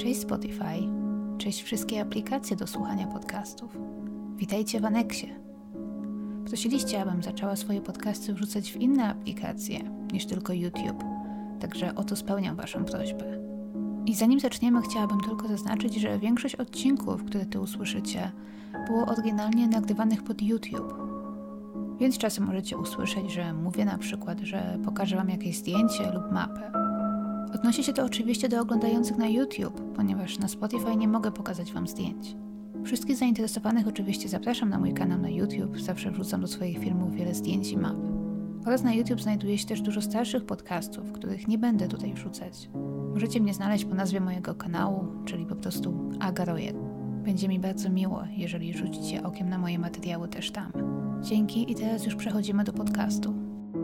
Cześć Spotify, cześć wszystkie aplikacje do słuchania podcastów. Witajcie w Aneksie. Prosiliście, abym zaczęła swoje podcasty wrzucać w inne aplikacje niż tylko YouTube, także oto spełniam waszą prośbę. I zanim zaczniemy, chciałabym tylko zaznaczyć, że większość odcinków, które tu usłyszycie, było oryginalnie nagrywanych pod YouTube. Więc czasem możecie usłyszeć, że mówię na przykład, że pokażę wam jakieś zdjęcie lub mapę. Odnosi się to oczywiście do oglądających na YouTube, ponieważ na Spotify nie mogę pokazać wam zdjęć. Wszystkich zainteresowanych oczywiście zapraszam na mój kanał na YouTube, zawsze wrzucam do swoich filmów wiele zdjęć i map. Oraz na YouTube znajduje się też dużo starszych podcastów, których nie będę tutaj wrzucać. Możecie mnie znaleźć po nazwie mojego kanału, czyli po prostu Agarojet. Będzie mi bardzo miło, jeżeli rzucicie okiem na moje materiały też tam. Dzięki i teraz już przechodzimy do podcastu.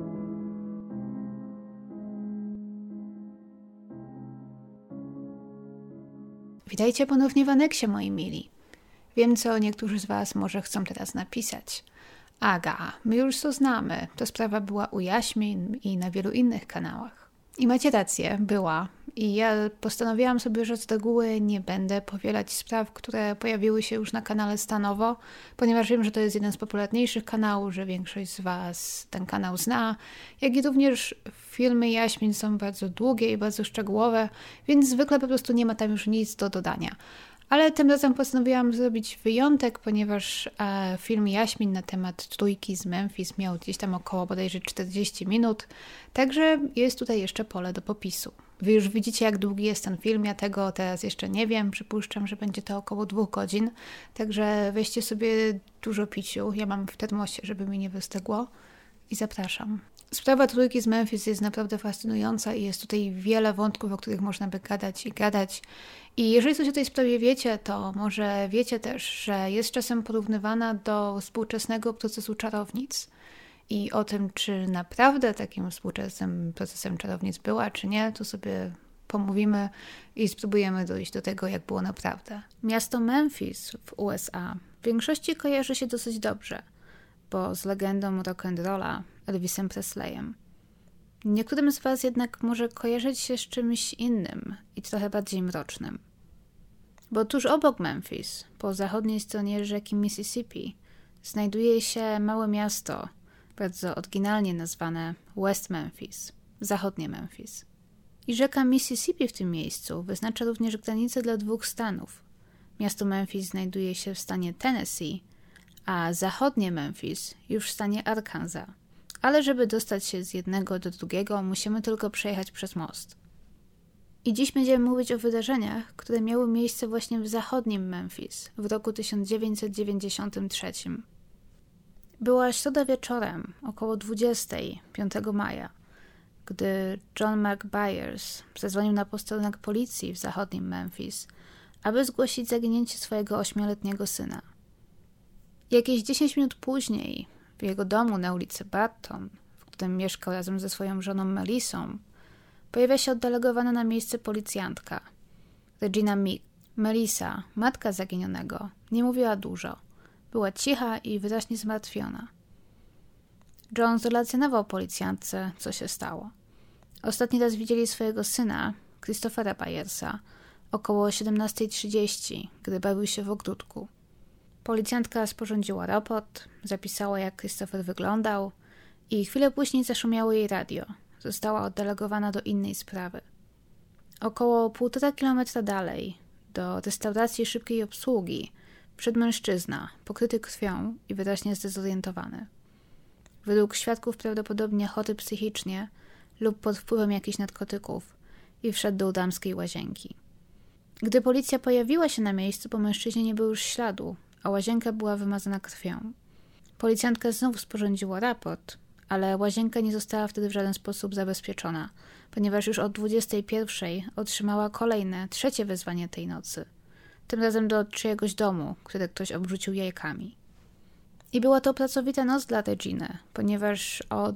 Witajcie ponownie w Aneksie, moi mili. Wiem, co niektórzy z was może chcą teraz napisać. Aga, my już to znamy. To sprawa była u Jaśmin i na wielu innych kanałach. I macie rację, była. I ja postanowiłam sobie, że z reguły nie będę powielać spraw, które pojawiły się już na kanale Stanowo, ponieważ wiem, że to jest jeden z popularniejszych kanałów, że większość z was ten kanał zna, jak i również filmy Jaśmin są bardzo długie i bardzo szczegółowe, więc zwykle po prostu nie ma tam już nic do dodania. Ale tym razem postanowiłam zrobić wyjątek, ponieważ film Jaśmin na temat trójki z Memphis miał gdzieś tam około bodajże 40 minut, także jest tutaj jeszcze pole do popisu. Wy już widzicie, jak długi jest ten film, ja tego teraz jeszcze nie wiem, przypuszczam, że będzie to około 2 godzin, także weźcie sobie dużo piciu, ja mam w termosie, żeby mi nie wystygło i zapraszam. Sprawa trójki z Memphis jest naprawdę fascynująca i jest tutaj wiele wątków, o których można by gadać i gadać. I jeżeli coś o tej sprawie wiecie, to może wiecie też, że jest czasem porównywana do współczesnego procesu czarownic. I o tym, czy naprawdę takim współczesnym procesem czarownic była, czy nie, to sobie pomówimy i spróbujemy dojść do tego, jak było naprawdę. Miasto Memphis w USA w większości kojarzy się dosyć dobrze, bo z legendą rock'n'rolla Elvisem Presleyem. Niektórym z was jednak może kojarzyć się z czymś innym i trochę bardziej mrocznym. Bo tuż obok Memphis, po zachodniej stronie rzeki Mississippi, znajduje się małe miasto, bardzo oryginalnie nazwane West Memphis, zachodnie Memphis. I rzeka Mississippi w tym miejscu wyznacza również granice dla 2 stanów. Miasto Memphis znajduje się w stanie Tennessee, a zachodnie Memphis już w stanie Arkansas. Ale żeby dostać się z jednego do drugiego, musimy tylko przejechać przez most. I dziś będziemy mówić o wydarzeniach, które miały miejsce właśnie w zachodnim Memphis w roku 1993. Była środa wieczorem, około 20, 5 maja, gdy John Mark Byers zadzwonił na posterunek policji w zachodnim Memphis, aby zgłosić zaginięcie swojego 8-letniego syna. Jakieś 10 minut później w jego domu na ulicy Barton, w którym mieszkał razem ze swoją żoną Melissą, pojawia się oddelegowana na miejsce policjantka, Regina Meek. Melissa, matka zaginionego, nie mówiła dużo. Była cicha i wyraźnie zmartwiona. John zrelacjonował policjantce, co się stało. Ostatni raz widzieli swojego syna, Christophera Byersa, około 17:30, gdy bawił się w ogródku. Policjantka sporządziła raport, zapisała, jak Christopher wyglądał i chwilę później zaszumiało jej radio. Została oddelegowana do innej sprawy. Około 1,5 kilometra dalej, do restauracji szybkiej obsługi, wszedł mężczyzna, pokryty krwią i wyraźnie zdezorientowany. Według świadków prawdopodobnie chory psychicznie lub pod wpływem jakichś narkotyków i wszedł do damskiej łazienki. Gdy policja pojawiła się na miejscu, po mężczyźnie nie było już śladu, a łazienka była wymazana krwią. Policjantka znów sporządziła raport, ale łazienka nie została wtedy w żaden sposób zabezpieczona, ponieważ już od 21:00 otrzymała kolejne, 3. wezwanie tej nocy. Tym razem do czyjegoś domu, który ktoś obrzucił jajkami. I była to pracowita noc dla Reginy, ponieważ o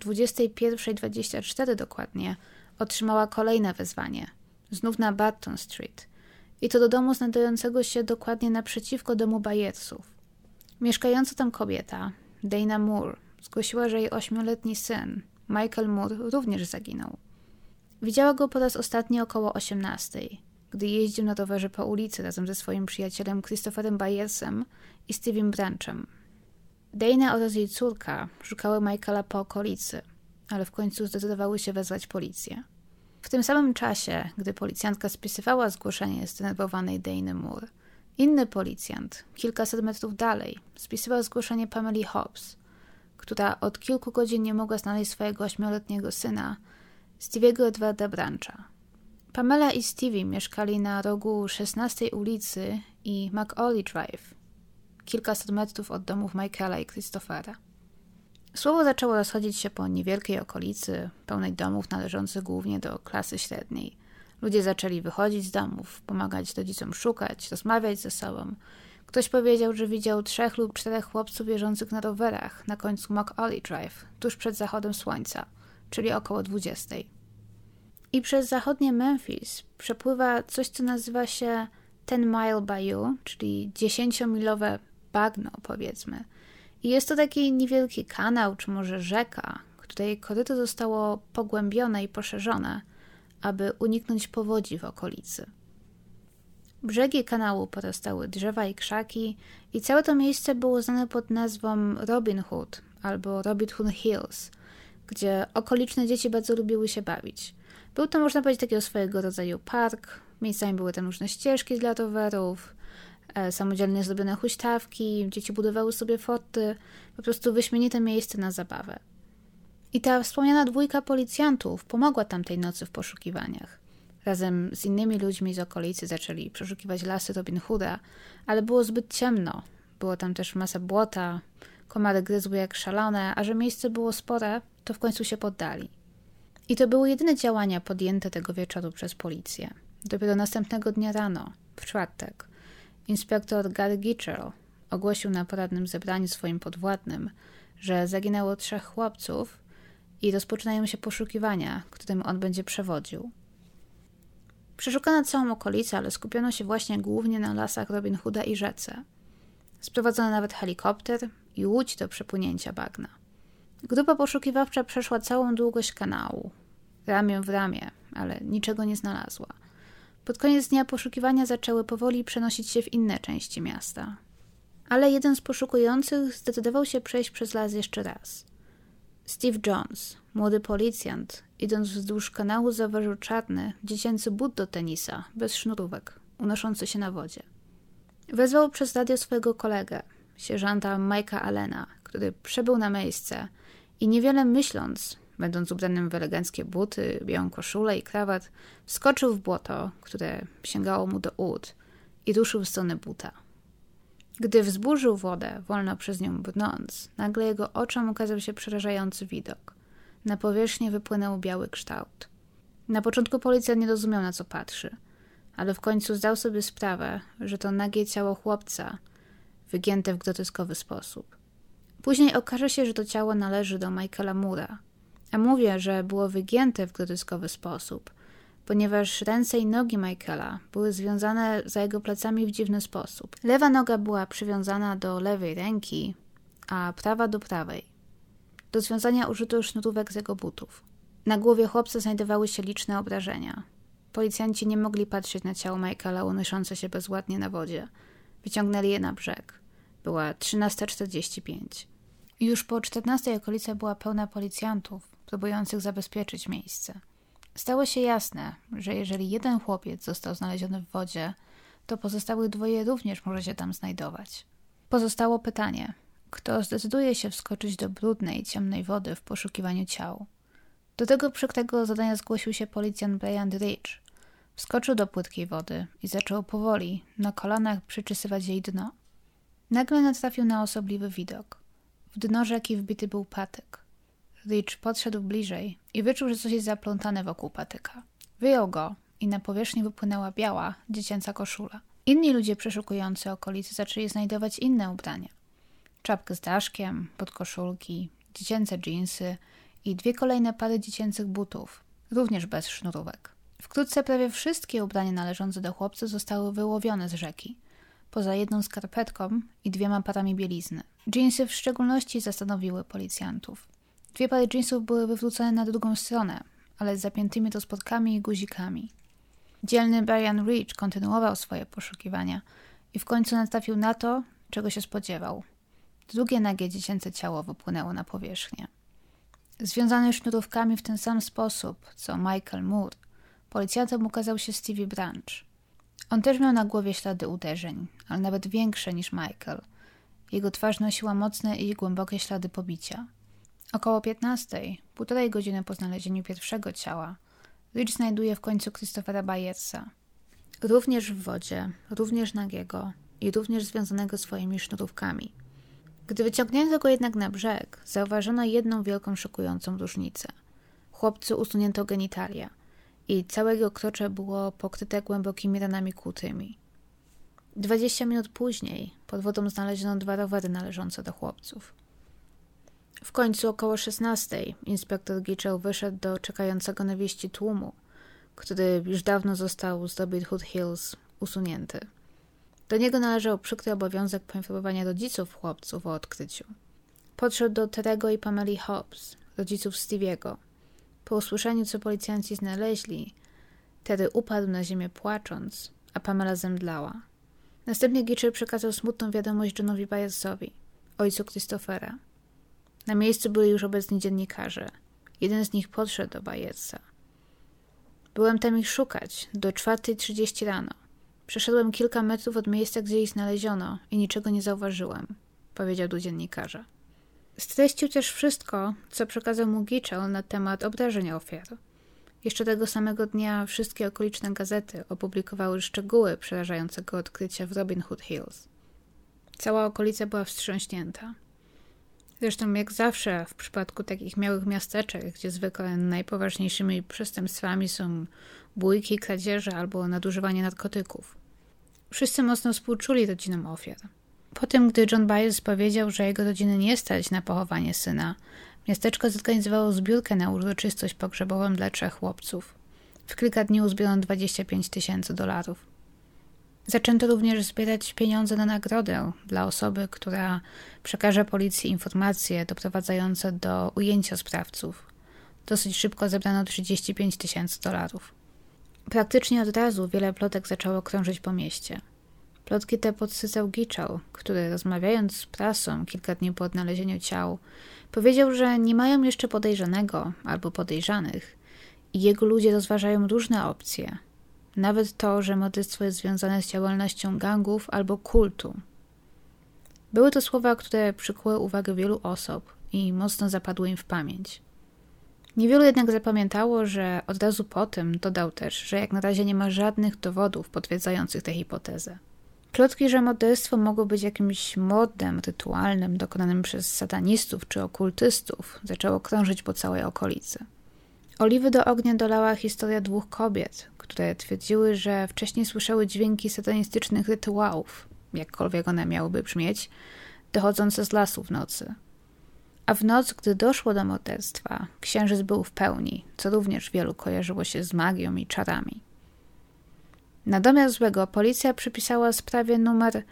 21:24 dokładnie otrzymała kolejne wezwanie, znów na Barton Street, i to do domu znajdującego się dokładnie naprzeciwko domu Byersów. Mieszkająca tam kobieta, Dana Moore, zgłosiła, że jej 8-letni syn, Michael Moore, również zaginął. Widziała go po raz ostatni około 18:00, gdy jeździł na rowerze po ulicy razem ze swoim przyjacielem Christopherem Byersem i Stevem Branchem. Dana oraz jej córka szukały Michaela po okolicy, ale w końcu zdecydowały się wezwać policję. W tym samym czasie, gdy policjantka spisywała zgłoszenie zdenerwowanej Dany Moore, inny policjant, kilkaset metrów dalej, spisywał zgłoszenie Pameli Hobbs, która od kilku godzin nie mogła znaleźć swojego 8-letniego syna, Stevie'ego Edwarda Brancha. Pamela i Stevie mieszkali na rogu 16 ulicy i McAuley Drive, kilkaset metrów od domów Michaela i Christophera. Słowo zaczęło rozchodzić się po niewielkiej okolicy, pełnej domów należących głównie do klasy średniej. Ludzie zaczęli wychodzić z domów, pomagać rodzicom szukać, rozmawiać ze sobą. Ktoś powiedział, że widział 3 lub 4 chłopców jeżdżących na rowerach na końcu McAuley Drive, tuż przed zachodem słońca, czyli około 20. I przez zachodnie Memphis przepływa coś, co nazywa się Ten Mile Bayou, czyli 10-milowe bagno, powiedzmy. I jest to taki niewielki kanał, czy może rzeka, której koryto zostało pogłębione i poszerzone, aby uniknąć powodzi w okolicy. Brzegi kanału porastały drzewa i krzaki i całe to miejsce było znane pod nazwą Robin Hood albo Robin Hood Hills, gdzie okoliczne dzieci bardzo lubiły się bawić. Był to, można powiedzieć, takiego swojego rodzaju park, miejscami były tam różne ścieżki dla rowerów, samodzielnie zrobione huśtawki, dzieci budowały sobie forty, po prostu wyśmienite miejsce na zabawę. I ta wspomniana 2 policjantów pomogła tamtej nocy w poszukiwaniach. Razem z innymi ludźmi z okolicy zaczęli przeszukiwać lasy Robin Hooda, ale było zbyt ciemno. Było tam też masa błota, komary gryzły jak szalone, a że miejsce było spore, to w końcu się poddali. I to były jedyne działania podjęte tego wieczoru przez policję. Dopiero następnego dnia rano, w czwartek, inspektor Gary Gitchell ogłosił na porannym zebraniu swoim podwładnym, że zaginęło 3 chłopców i rozpoczynają się poszukiwania, którym on będzie przewodził. Przeszukano całą okolicę, ale skupiono się właśnie głównie na lasach Robin Hooda i rzece. Sprowadzono nawet helikopter i łódź do przepłynięcia bagna. Grupa poszukiwawcza przeszła całą długość kanału, ramię w ramię, ale niczego nie znalazła. Pod koniec dnia poszukiwania zaczęły powoli przenosić się w inne części miasta. Ale jeden z poszukujących zdecydował się przejść przez las jeszcze raz. Steve Jones, młody policjant, idąc wzdłuż kanału, zauważył czarny, dziecięcy but do tenisa, bez sznurówek, unoszący się na wodzie. Wezwał przez radio swojego kolegę, sierżanta Mike'a Allena, który przybył na miejsce i niewiele myśląc, będąc ubranym w eleganckie buty, białą koszulę i krawat, wskoczył w błoto, które sięgało mu do ud i ruszył w stronę buta. Gdy wzburzył wodę, wolno przez nią brnąc, nagle jego oczom ukazał się przerażający widok. Na powierzchnię wypłynął biały kształt. Na początku policjant nie rozumiał, na co patrzy, ale w końcu zdał sobie sprawę, że to nagie ciało chłopca, wygięte w groteskowy sposób. Później okaże się, że to ciało należy do Michaela Moore'a. A mówię, że było wygięte w groteskowy sposób, ponieważ ręce i nogi Michaela były związane za jego plecami w dziwny sposób. Lewa noga była przywiązana do lewej ręki, a prawa do prawej. Do związania użyto sznurówek z jego butów. Na głowie chłopca znajdowały się liczne obrażenia. Policjanci nie mogli patrzeć na ciało Michaela unoszące się bezładnie na wodzie. Wyciągnęli je na brzeg. Była 13:45. Już po 14 okolica była pełna policjantów, próbujących zabezpieczyć miejsce. Stało się jasne, że jeżeli jeden chłopiec został znaleziony w wodzie, to pozostałych 2 również może się tam znajdować. Pozostało pytanie, kto zdecyduje się wskoczyć do brudnej, ciemnej wody w poszukiwaniu ciał. Do tego przykrego zadania zgłosił się policjant Brian Rich. Wskoczył do płytkiej wody i zaczął powoli, na kolanach przyczesywać jej dno. Nagle natrafił na osobliwy widok. W dno rzeki wbity był patyk. Rich podszedł bliżej i wyczuł, że coś jest zaplątane wokół patyka. Wyjął go i na powierzchni wypłynęła biała, dziecięca koszula. Inni ludzie przeszukujący okolicy zaczęli znajdować inne ubrania. Czapkę z daszkiem, podkoszulki, dziecięce dżinsy i 2 kolejne pary dziecięcych butów, również bez sznurówek. Wkrótce prawie wszystkie ubrania należące do chłopca zostały wyłowione z rzeki, poza jedną skarpetką i 2 parami bielizny. Dżinsy w szczególności zastanowiły policjantów. 2 pary dżinsów były wywrócone na drugą stronę, ale z zapiętymi rozporkami i guzikami. Dzielny Brian Rich kontynuował swoje poszukiwania i w końcu natrafił na to, czego się spodziewał. Drugie nagie dziecięce ciało wypłynęło na powierzchnię. Związany sznurówkami w ten sam sposób, co Michael Moore, policjantom ukazał się Stevie Branch. On też miał na głowie ślady uderzeń, ale nawet większe niż Michael. Jego twarz nosiła mocne i głębokie ślady pobicia. Około 15:00, 1,5 godziny po znalezieniu pierwszego ciała, Rich znajduje w końcu Christophera Byersa. Również w wodzie, również nagiego i również związanego swoimi sznurówkami. Gdy wyciągnięto go jednak na brzeg, zauważono jedną wielką szokującą różnicę. Chłopcu usunięto genitalia i całe jego krocze było pokryte głębokimi ranami kłutymi. 20 minut później pod wodą znaleziono 2 rowery należące do chłopców. W końcu około 16:00 inspektor Gitchell wyszedł do czekającego na wieści tłumu, który już dawno został z Robin Hood Hills usunięty. Do niego należał przykry obowiązek poinformowania rodziców chłopców o odkryciu. Podszedł do Terego i Pameli Hobbs, rodziców Stevie'ego. Po usłyszeniu, co policjanci znaleźli, Terry upadł na ziemię płacząc, a Pamela zemdlała. Następnie Gitchell przekazał smutną wiadomość Johnowi Byersowi, ojcu Christophera. Na miejscu byli już obecni dziennikarze. Jeden z nich podszedł do Byersa. Byłem tam ich szukać, do 4:30 rano. Przeszedłem kilka metrów od miejsca, gdzie ich znaleziono i niczego nie zauważyłem, powiedział do dziennikarza. Streścił też wszystko, co przekazał mu Gitchell na temat obrażeń ofiar. Jeszcze tego samego dnia wszystkie okoliczne gazety opublikowały szczegóły przerażającego odkrycia w Robin Hood Hills. Cała okolica była wstrząśnięta. Zresztą jak zawsze w przypadku takich małych miasteczek, gdzie zwykle najpoważniejszymi przestępstwami są bójki, kradzieże albo nadużywanie narkotyków. Wszyscy mocno współczuli rodzinom ofiar. Po tym, gdy John Byers powiedział, że jego rodziny nie stać na pochowanie syna, miasteczko zorganizowało zbiórkę na uroczystość pogrzebową dla 3 chłopców. W kilka dni uzbierano $25,000. Zaczęto również zbierać pieniądze na nagrodę dla osoby, która przekaże policji informacje doprowadzające do ujęcia sprawców. Dosyć szybko zebrano $35,000. Praktycznie od razu wiele plotek zaczęło krążyć po mieście. Plotki te podsycał Gitchell, który rozmawiając z prasą kilka dni po odnalezieniu ciał, powiedział, że nie mają jeszcze podejrzanego albo podejrzanych i jego ludzie rozważają różne opcje. Nawet to, że morderstwo jest związane z działalnością gangów albo kultu. Były to słowa, które przykuły uwagę wielu osób i mocno zapadły im w pamięć. Niewielu jednak zapamiętało, że od razu po tym dodał też, że jak na razie nie ma żadnych dowodów potwierdzających tę hipotezę. Plotki, że morderstwo mogło być jakimś mordem rytualnym dokonanym przez satanistów czy okultystów, zaczęło krążyć po całej okolicy. Oliwy do ognia dolała historia 2 kobiet, które twierdziły, że wcześniej słyszały dźwięki satanistycznych rytuałów, jakkolwiek one miałyby brzmieć, dochodzące z lasu w nocy. A w noc, gdy doszło do morderstwa, księżyc był w pełni, co również wielu kojarzyło się z magią i czarami. Na domiar złego policja przypisała sprawie numer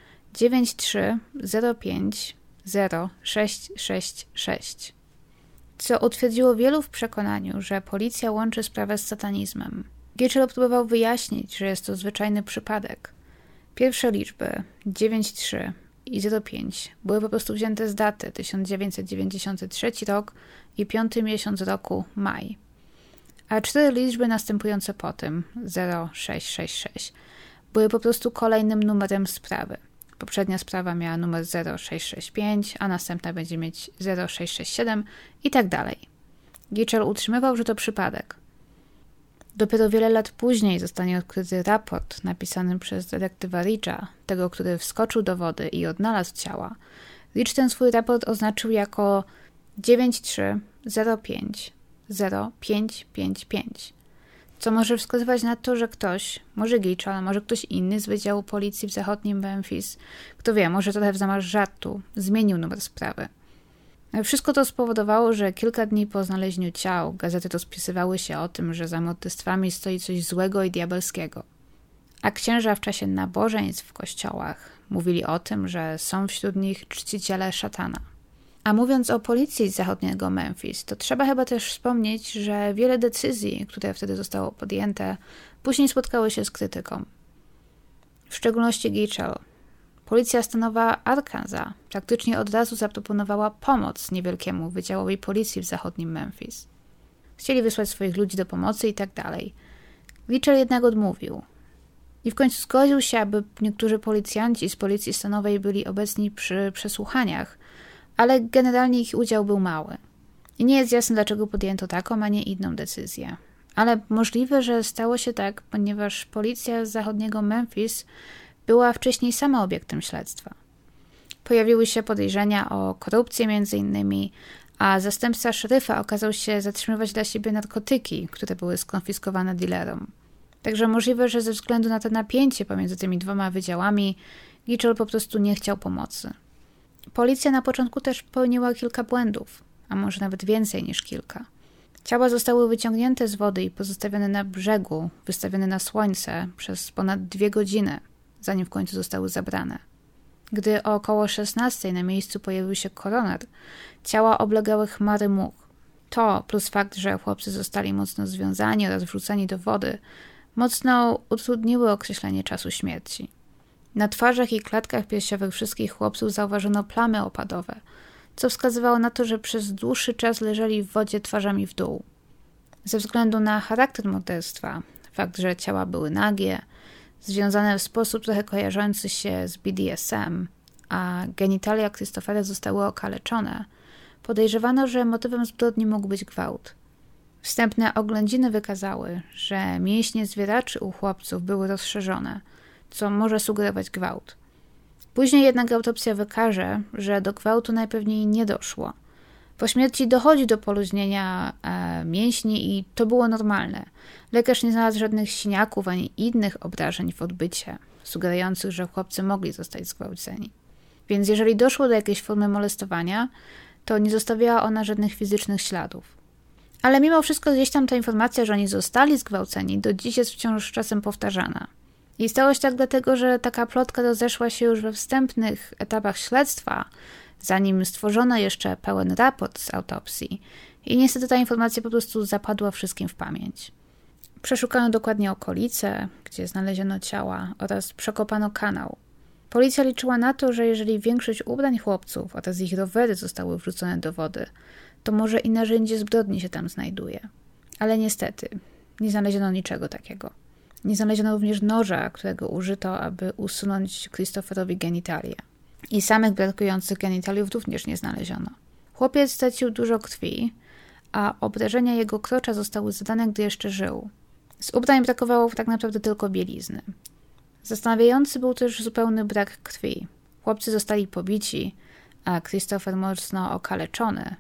930506666, co utwierdziło wielu w przekonaniu, że policja łączy sprawę z satanizmem. Gitchell próbował wyjaśnić, że jest to zwyczajny przypadek. Pierwsze liczby 93 i 05 były po prostu wzięte z daty 1993 rok i 5. miesiąc roku maj. A 4 liczby następujące po tym 0666 były po prostu kolejnym numerem sprawy. Poprzednia sprawa miała numer 0665, a następna będzie mieć 0667 i tak dalej. Gitchell utrzymywał, że to przypadek. Dopiero wiele lat później zostanie odkryty raport napisany przez detektywa Richa, tego, który wskoczył do wody i odnalazł ciała. Rich ten swój raport oznaczył jako 93050555, co może wskazywać na to, że ktoś, może Gitchell, a może ktoś inny z Wydziału Policji w zachodnim Memphis, kto wie, może trochę w zamach żartu, zmienił numer sprawy. Wszystko to spowodowało, że kilka dni po znalezieniu ciał gazety rozpisywały się o tym, że za morderstwami stoi coś złego i diabelskiego. A księża w czasie nabożeństw w kościołach mówili o tym, że są wśród nich czciciele szatana. A mówiąc o policji z zachodniego Memphis, to trzeba chyba też wspomnieć, że wiele decyzji, które wtedy zostało podjęte, Później spotkały się z krytyką. W szczególności Gichel. Policja stanowa Arkansas praktycznie od razu zaproponowała pomoc niewielkiemu wydziałowi policji w zachodnim Memphis. Chcieli wysłać swoich ludzi do pomocy i tak dalej. Gichel jednak odmówił. I w końcu zgodził się, aby niektórzy policjanci z policji stanowej byli obecni przy przesłuchaniach, ale generalnie ich udział był mały. I nie jest jasne, dlaczego podjęto taką, a nie inną decyzję. Ale możliwe, że stało się tak, ponieważ policja z zachodniego Memphis była wcześniej sama obiektem śledztwa. Pojawiły się podejrzenia o korupcję między innymi, a zastępca szeryfa okazał się zatrzymywać dla siebie narkotyki, które były skonfiskowane dealerom. Także możliwe, że ze względu na to napięcie pomiędzy tymi dwoma wydziałami Gichel po prostu nie chciał pomocy. Policja na początku też popełniła kilka błędów, a może nawet więcej niż kilka. Ciała zostały wyciągnięte z wody i pozostawione na brzegu, wystawione na słońce przez ponad 2 godziny, zanim w końcu zostały zabrane. Gdy o około 16 na miejscu pojawił się koroner, ciała oblegały chmary much. To, plus fakt, że chłopcy zostali mocno związani oraz wrzuceni do wody, mocno utrudniły określenie czasu śmierci. Na twarzach i klatkach piersiowych wszystkich chłopców zauważono plamy opadowe, co wskazywało na to, że przez dłuższy czas leżeli w wodzie twarzami w dół. Ze względu na charakter morderstwa, fakt, że ciała były nagie, związane w sposób trochę kojarzący się z BDSM, a genitalia Christophera zostały okaleczone, podejrzewano, że motywem zbrodni mógł być gwałt. Wstępne oględziny wykazały, że mięśnie zwieraczy u chłopców były rozszerzone, co może sugerować gwałt. Później jednak autopsja wykaże, że do gwałtu najpewniej nie doszło. Po śmierci dochodzi do poluźnienia mięśni i to było normalne. Lekarz nie znalazł żadnych siniaków ani innych obrażeń w odbycie, sugerujących, że chłopcy mogli zostać zgwałceni. Więc jeżeli doszło do jakiejś formy molestowania, to nie zostawiała ona żadnych fizycznych śladów. Ale mimo wszystko gdzieś tam ta informacja, że oni zostali zgwałceni, do dziś jest wciąż czasem powtarzana. I stało się tak dlatego, że taka plotka rozeszła się już we wstępnych etapach śledztwa, zanim stworzono jeszcze pełen raport z autopsji. I niestety ta informacja po prostu zapadła wszystkim w pamięć. Przeszukano dokładnie okolice, gdzie znaleziono ciała oraz przekopano kanał. Policja liczyła na to, że jeżeli większość ubrań chłopców oraz ich rowery zostały wrzucone do wody, to może i narzędzie zbrodni się tam znajduje. Ale niestety, nie znaleziono niczego takiego. Nie znaleziono również noża, którego użyto, aby usunąć Christopherowi genitalia. I samych brakujących genitaliów również nie znaleziono. Chłopiec stracił dużo krwi, a obrażenia jego krocza zostały zadane, gdy jeszcze żył. Z ubrań brakowało tak naprawdę tylko bielizny. Zastanawiający był też zupełny brak krwi. Chłopcy zostali pobici, a Christopher mocno okaleczony,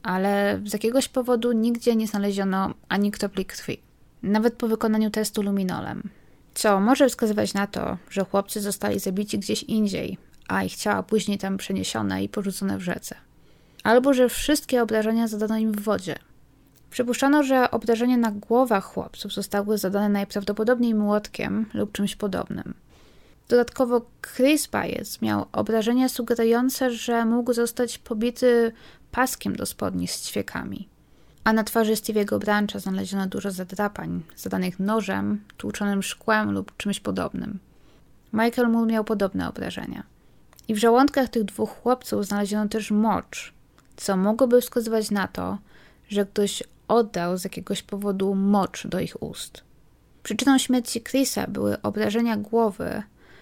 ale z jakiegoś powodu nigdzie nie znaleziono ani kropli krwi. Nawet po wykonaniu testu luminolem. Co może wskazywać na to, że chłopcy zostali zabici gdzieś indziej, a ich ciała później tam przeniesione i porzucone w rzece. Albo że wszystkie obrażenia zadano im w wodzie. Przypuszczano, że obrażenia na głowach chłopców zostały zadane najprawdopodobniej młotkiem lub czymś podobnym. Dodatkowo Chris Baez miał obrażenia sugerujące, że mógł zostać pobity paskiem do spodni z ćwiekami. A na twarzy Stevie'ego Brancha znaleziono dużo zadrapań, zadanych nożem, tłuczonym szkłem lub czymś podobnym. Michael Moore miał podobne obrażenia. I w żołądkach tych 2 chłopców znaleziono też mocz, co mogłoby wskazywać na to, że ktoś oddał z jakiegoś powodu mocz do ich ust. Przyczyną śmierci Chrisa były obrażenia głowy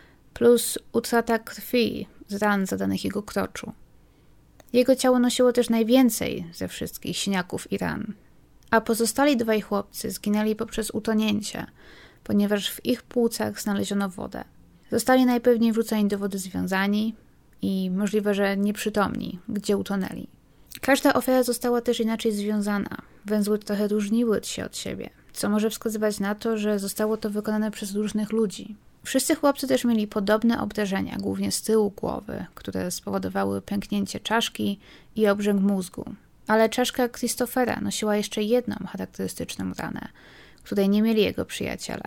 plus utrata krwi z ran zadanych jego kroczu. Jego ciało nosiło też najwięcej ze wszystkich siniaków i ran. A pozostali 2 chłopcy zginęli poprzez utonięcie, ponieważ w ich płucach znaleziono wodę. Zostali najpewniej wrzuceni do wody związani i możliwe, że nieprzytomni, gdzie utonęli. Każda ofiara została też inaczej związana. Węzły trochę różniły się od siebie, co może wskazywać na to, że zostało to wykonane przez różnych ludzi. Wszyscy chłopcy też mieli podobne obdarzenia, głównie z tyłu głowy, które spowodowały pęknięcie czaszki i obrzęk mózgu. Ale czaszka Christophera nosiła jeszcze jedną charakterystyczną ranę, której nie mieli jego przyjaciele.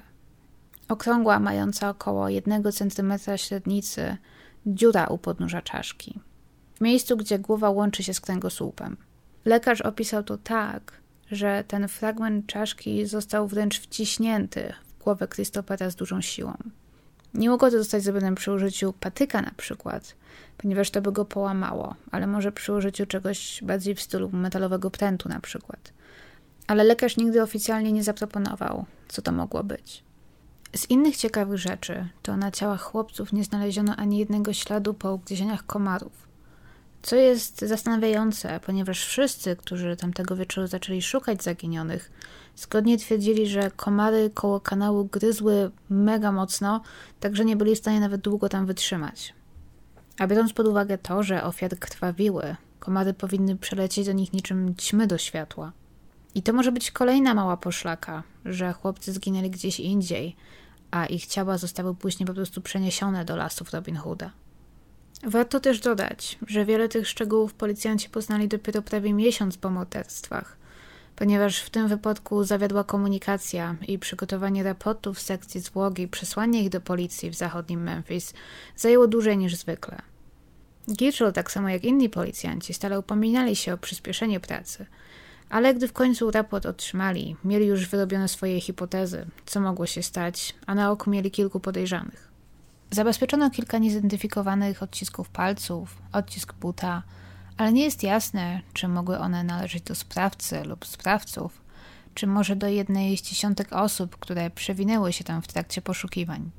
Okrągła, mająca około 1 cm średnicy, dziura u podnóża czaszki. W miejscu, gdzie głowa łączy się z kręgosłupem. Lekarz opisał to tak, że ten fragment czaszki został wręcz wciśnięty w głowę Christophera z dużą siłą. Nie mogło to zostać zrobione przy użyciu patyka na przykład, ponieważ to by go połamało, ale może przy użyciu czegoś bardziej w stylu metalowego prętu na przykład. Ale lekarz nigdy oficjalnie nie zaproponował, co to mogło być. Z innych ciekawych rzeczy to na ciałach chłopców nie znaleziono ani jednego śladu po ugryzieniach komarów. Co jest zastanawiające, ponieważ wszyscy, którzy tamtego wieczoru zaczęli szukać zaginionych, zgodnie twierdzili, że komary koło kanału gryzły mega mocno, tak że nie byli w stanie nawet długo tam wytrzymać. A biorąc pod uwagę to, że ofiary krwawiły, komary powinny przelecieć do nich niczym ćmy do światła. I to może być kolejna mała poszlaka, że chłopcy zginęli gdzieś indziej, a ich ciała zostały później po prostu przeniesione do lasów Robin Hooda. Warto też dodać, że wiele tych szczegółów policjanci poznali dopiero prawie miesiąc po morderstwach, ponieważ w tym wypadku zawiodła komunikacja i przygotowanie raportów w sekcji zwłoki i przesłanie ich do policji w zachodnim Memphis zajęło dłużej niż zwykle. Gitchell, tak samo jak inni policjanci, stale upominali się o przyspieszenie pracy, ale gdy w końcu raport otrzymali, mieli już wyrobione swoje hipotezy, co mogło się stać, a na oku mieli kilku podejrzanych. Zabezpieczono kilka niezidentyfikowanych odcisków palców, odcisk buta, ale nie jest jasne, czy mogły one należeć do sprawcy lub sprawców, czy może do jednej z dziesiątek osób, które przewinęły się tam w trakcie poszukiwań.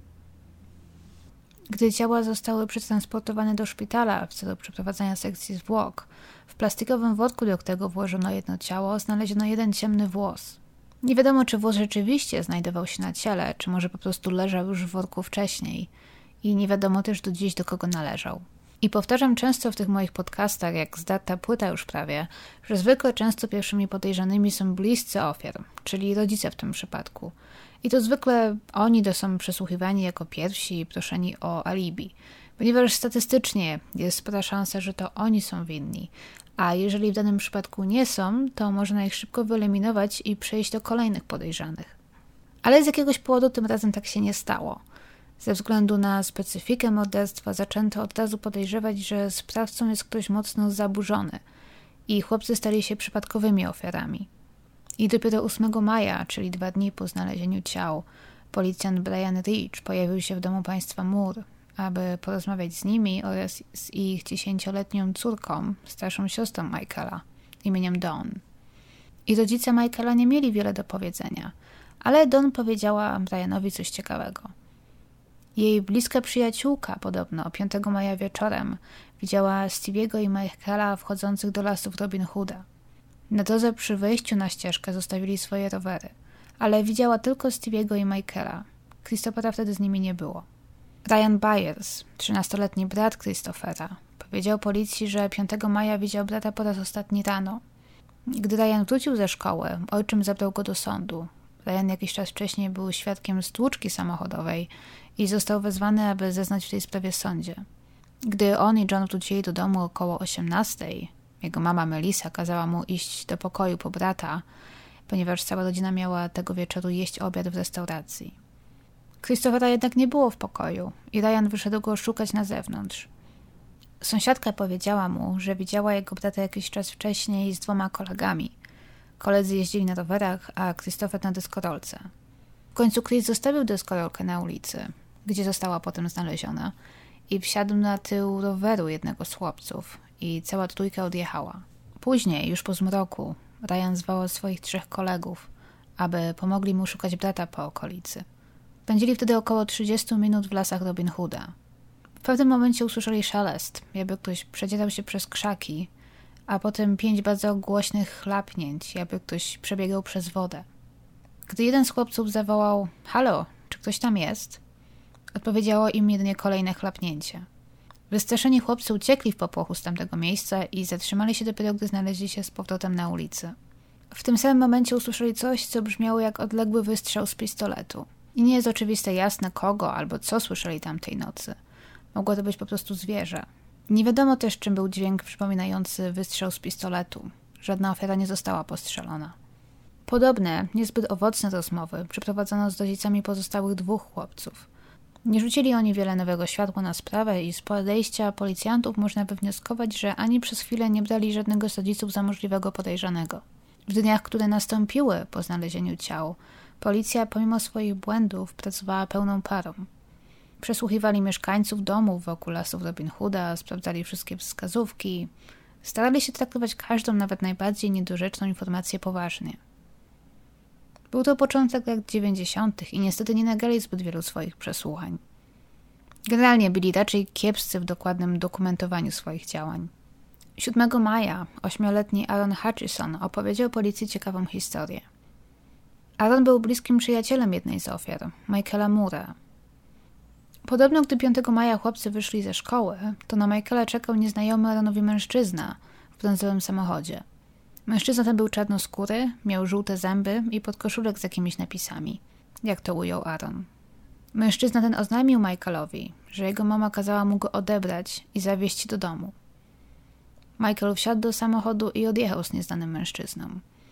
Gdy ciała zostały przetransportowane do szpitala w celu przeprowadzenia sekcji zwłok, w plastikowym worku, do którego włożono jedno ciało, znaleziono jeden ciemny włos. Nie wiadomo, czy włos rzeczywiście znajdował się na ciele, czy może po prostu leżał już w worku wcześniej. I nie wiadomo też do dziś, do kogo należał. I powtarzam często w tych moich podcastach, jak zdarta płyta już prawie, że zwykle często pierwszymi podejrzanymi są bliscy ofiar, czyli rodzice w tym przypadku. I to zwykle oni są przesłuchiwani jako pierwsi i proszeni o alibi, ponieważ statystycznie jest spora szansa, że to oni są winni, a jeżeli w danym przypadku nie są, to można ich szybko wyeliminować i przejść do kolejnych podejrzanych. Ale z jakiegoś powodu tym razem tak się nie stało. Ze względu na specyfikę morderstwa zaczęto od razu podejrzewać, że sprawcą jest ktoś mocno zaburzony i chłopcy stali się przypadkowymi ofiarami. I dopiero 8 maja, czyli 2 dni po znalezieniu ciał, policjant Brian Rich pojawił się w domu państwa Moore, aby porozmawiać z nimi oraz z ich 10-letnią córką, starszą siostrą Michaela, imieniem Dawn. I rodzice Michaela nie mieli wiele do powiedzenia, ale Dawn powiedziała Brianowi coś ciekawego. Jej bliska przyjaciółka podobno 5 maja wieczorem widziała Stevie'ego i Michaela wchodzących do lasów Robin Hooda. Na drodze przy wejściu na ścieżkę zostawili swoje rowery, ale widziała tylko Stevie'ego i Michaela. Christophera wtedy z nimi nie było. Ryan Byers, 13-letni brat Christophera, powiedział policji, że 5 maja widział brata po raz ostatni rano. Gdy Ryan wrócił ze szkoły, ojczym zabrał go do sądu. Ryan jakiś czas wcześniej był świadkiem stłuczki samochodowej i został wezwany, aby zeznać w tej sprawie w sądzie. Gdy on i John wrócili do domu około 18:00, jego mama Melissa kazała mu iść do pokoju po brata, ponieważ cała rodzina miała tego wieczoru jeść obiad w restauracji. Christophera jednak nie było w pokoju i Ryan wyszedł go szukać na zewnątrz. Sąsiadka powiedziała mu, że widziała jego brata jakiś czas wcześniej z 2 kolegami. Koledzy jeździli na rowerach, a Christopher na deskorolce. W końcu Chris zostawił deskorolkę na ulicy, gdzie została potem znaleziona, i wsiadł na tył roweru jednego z chłopców i cała trójka odjechała. Później, już po zmroku, Ryan zwołał swoich 3 kolegów, aby pomogli mu szukać brata po okolicy. Spędzili wtedy około 30 minut w lasach Robin Hooda. W pewnym momencie usłyszeli szelest, jakby ktoś przedzierał się przez krzaki, a potem 5 bardzo głośnych chlapnięć, jakby ktoś przebiegał przez wodę. Gdy jeden z chłopców zawołał: „Halo, czy ktoś tam jest?”, odpowiedziało im jedynie kolejne chlapnięcie. Wystraszeni chłopcy uciekli w popłochu z tamtego miejsca i zatrzymali się dopiero, gdy znaleźli się z powrotem na ulicy. W tym samym momencie usłyszeli coś, co brzmiało jak odległy wystrzał z pistoletu. I nie jest oczywiste jasne, kogo albo co słyszeli tamtej nocy. Mogło to być po prostu zwierzę. Nie wiadomo też, czym był dźwięk przypominający wystrzał z pistoletu. Żadna ofiara nie została postrzelona. Podobne, niezbyt owocne rozmowy przeprowadzono z rodzicami pozostałych 2 chłopców. Nie rzucili oni wiele nowego światła na sprawę i z podejścia policjantów można wywnioskować, że ani przez chwilę nie brali żadnego z rodziców za możliwego podejrzanego. W dniach, które nastąpiły po znalezieniu ciał, policja pomimo swoich błędów pracowała pełną parą. Przesłuchiwali mieszkańców domów wokół lasów Robin Hooda, sprawdzali wszystkie wskazówki, starali się traktować każdą, nawet najbardziej niedorzeczną informację poważnie. Był to początek lat 90. i niestety nie nagrali zbyt wielu swoich przesłuchań. Generalnie byli raczej kiepscy w dokładnym dokumentowaniu swoich działań. 7 maja 8-letni Aaron Hutchison opowiedział policji ciekawą historię. Aaron był bliskim przyjacielem jednej z ofiar, Michaela Moore'a. Podobno gdy 5 maja chłopcy wyszli ze szkoły, to na Michaela czekał nieznajomy Aaronowi mężczyzna w brązowym samochodzie. Mężczyzna ten był czarnoskóry, miał żółte zęby i podkoszulek z jakimiś napisami, jak to ujął Aaron. Mężczyzna ten oznajmił Michaelowi, że jego mama kazała mu go odebrać i zawieźć do domu. Michael wsiadł do samochodu i odjechał z nieznanym mężczyzną.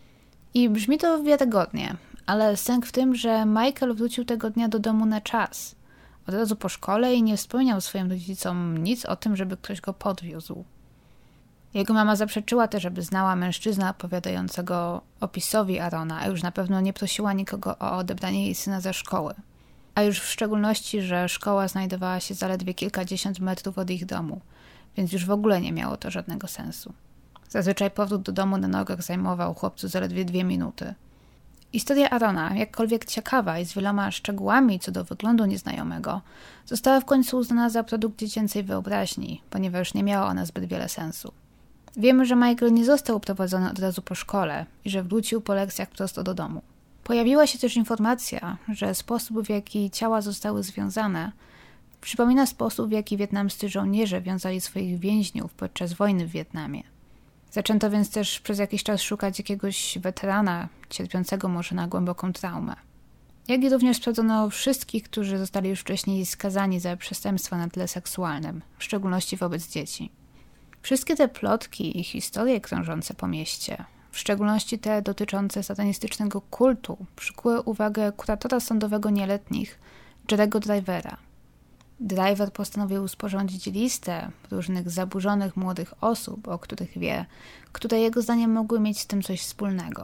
I brzmi to wiarygodnie, ale sęk w tym, że Michael wrócił tego dnia do domu na czas, od razu po szkole i nie wspomniał swoim rodzicom nic o tym, żeby ktoś go podwiózł. Jego mama zaprzeczyła też, żeby znała mężczyznę opowiadającego opisowi Aarona, a już na pewno nie prosiła nikogo o odebranie jej syna ze szkoły. A już w szczególności, że szkoła znajdowała się zaledwie kilkadziesiąt metrów od ich domu, więc już w ogóle nie miało to żadnego sensu. Zazwyczaj powrót do domu na nogach zajmował chłopcu zaledwie 2 minuty. Historia Aarona, jakkolwiek ciekawa i z wieloma szczegółami co do wyglądu nieznajomego, została w końcu uznana za produkt dziecięcej wyobraźni, ponieważ nie miała ona zbyt wiele sensu. Wiemy, że Michael nie został uprowadzony od razu po szkole i że wrócił po lekcjach prosto do domu. Pojawiła się też informacja, że sposób, w jaki ciała zostały związane, przypomina sposób, w jaki wietnamscy żołnierze wiązali swoich więźniów podczas wojny w Wietnamie. Zaczęto więc też przez jakiś czas szukać jakiegoś weterana, cierpiącego może na głęboką traumę. Jak i również sprawdzono wszystkich, którzy zostali już wcześniej skazani za przestępstwa na tle seksualnym, w szczególności wobec dzieci. Wszystkie te plotki i historie krążące po mieście, w szczególności te dotyczące satanistycznego kultu, przykuły uwagę kuratora sądowego nieletnich, Jerego Drivera. Driver postanowił sporządzić listę różnych zaburzonych młodych osób, o których wie, które jego zdaniem mogły mieć z tym coś wspólnego.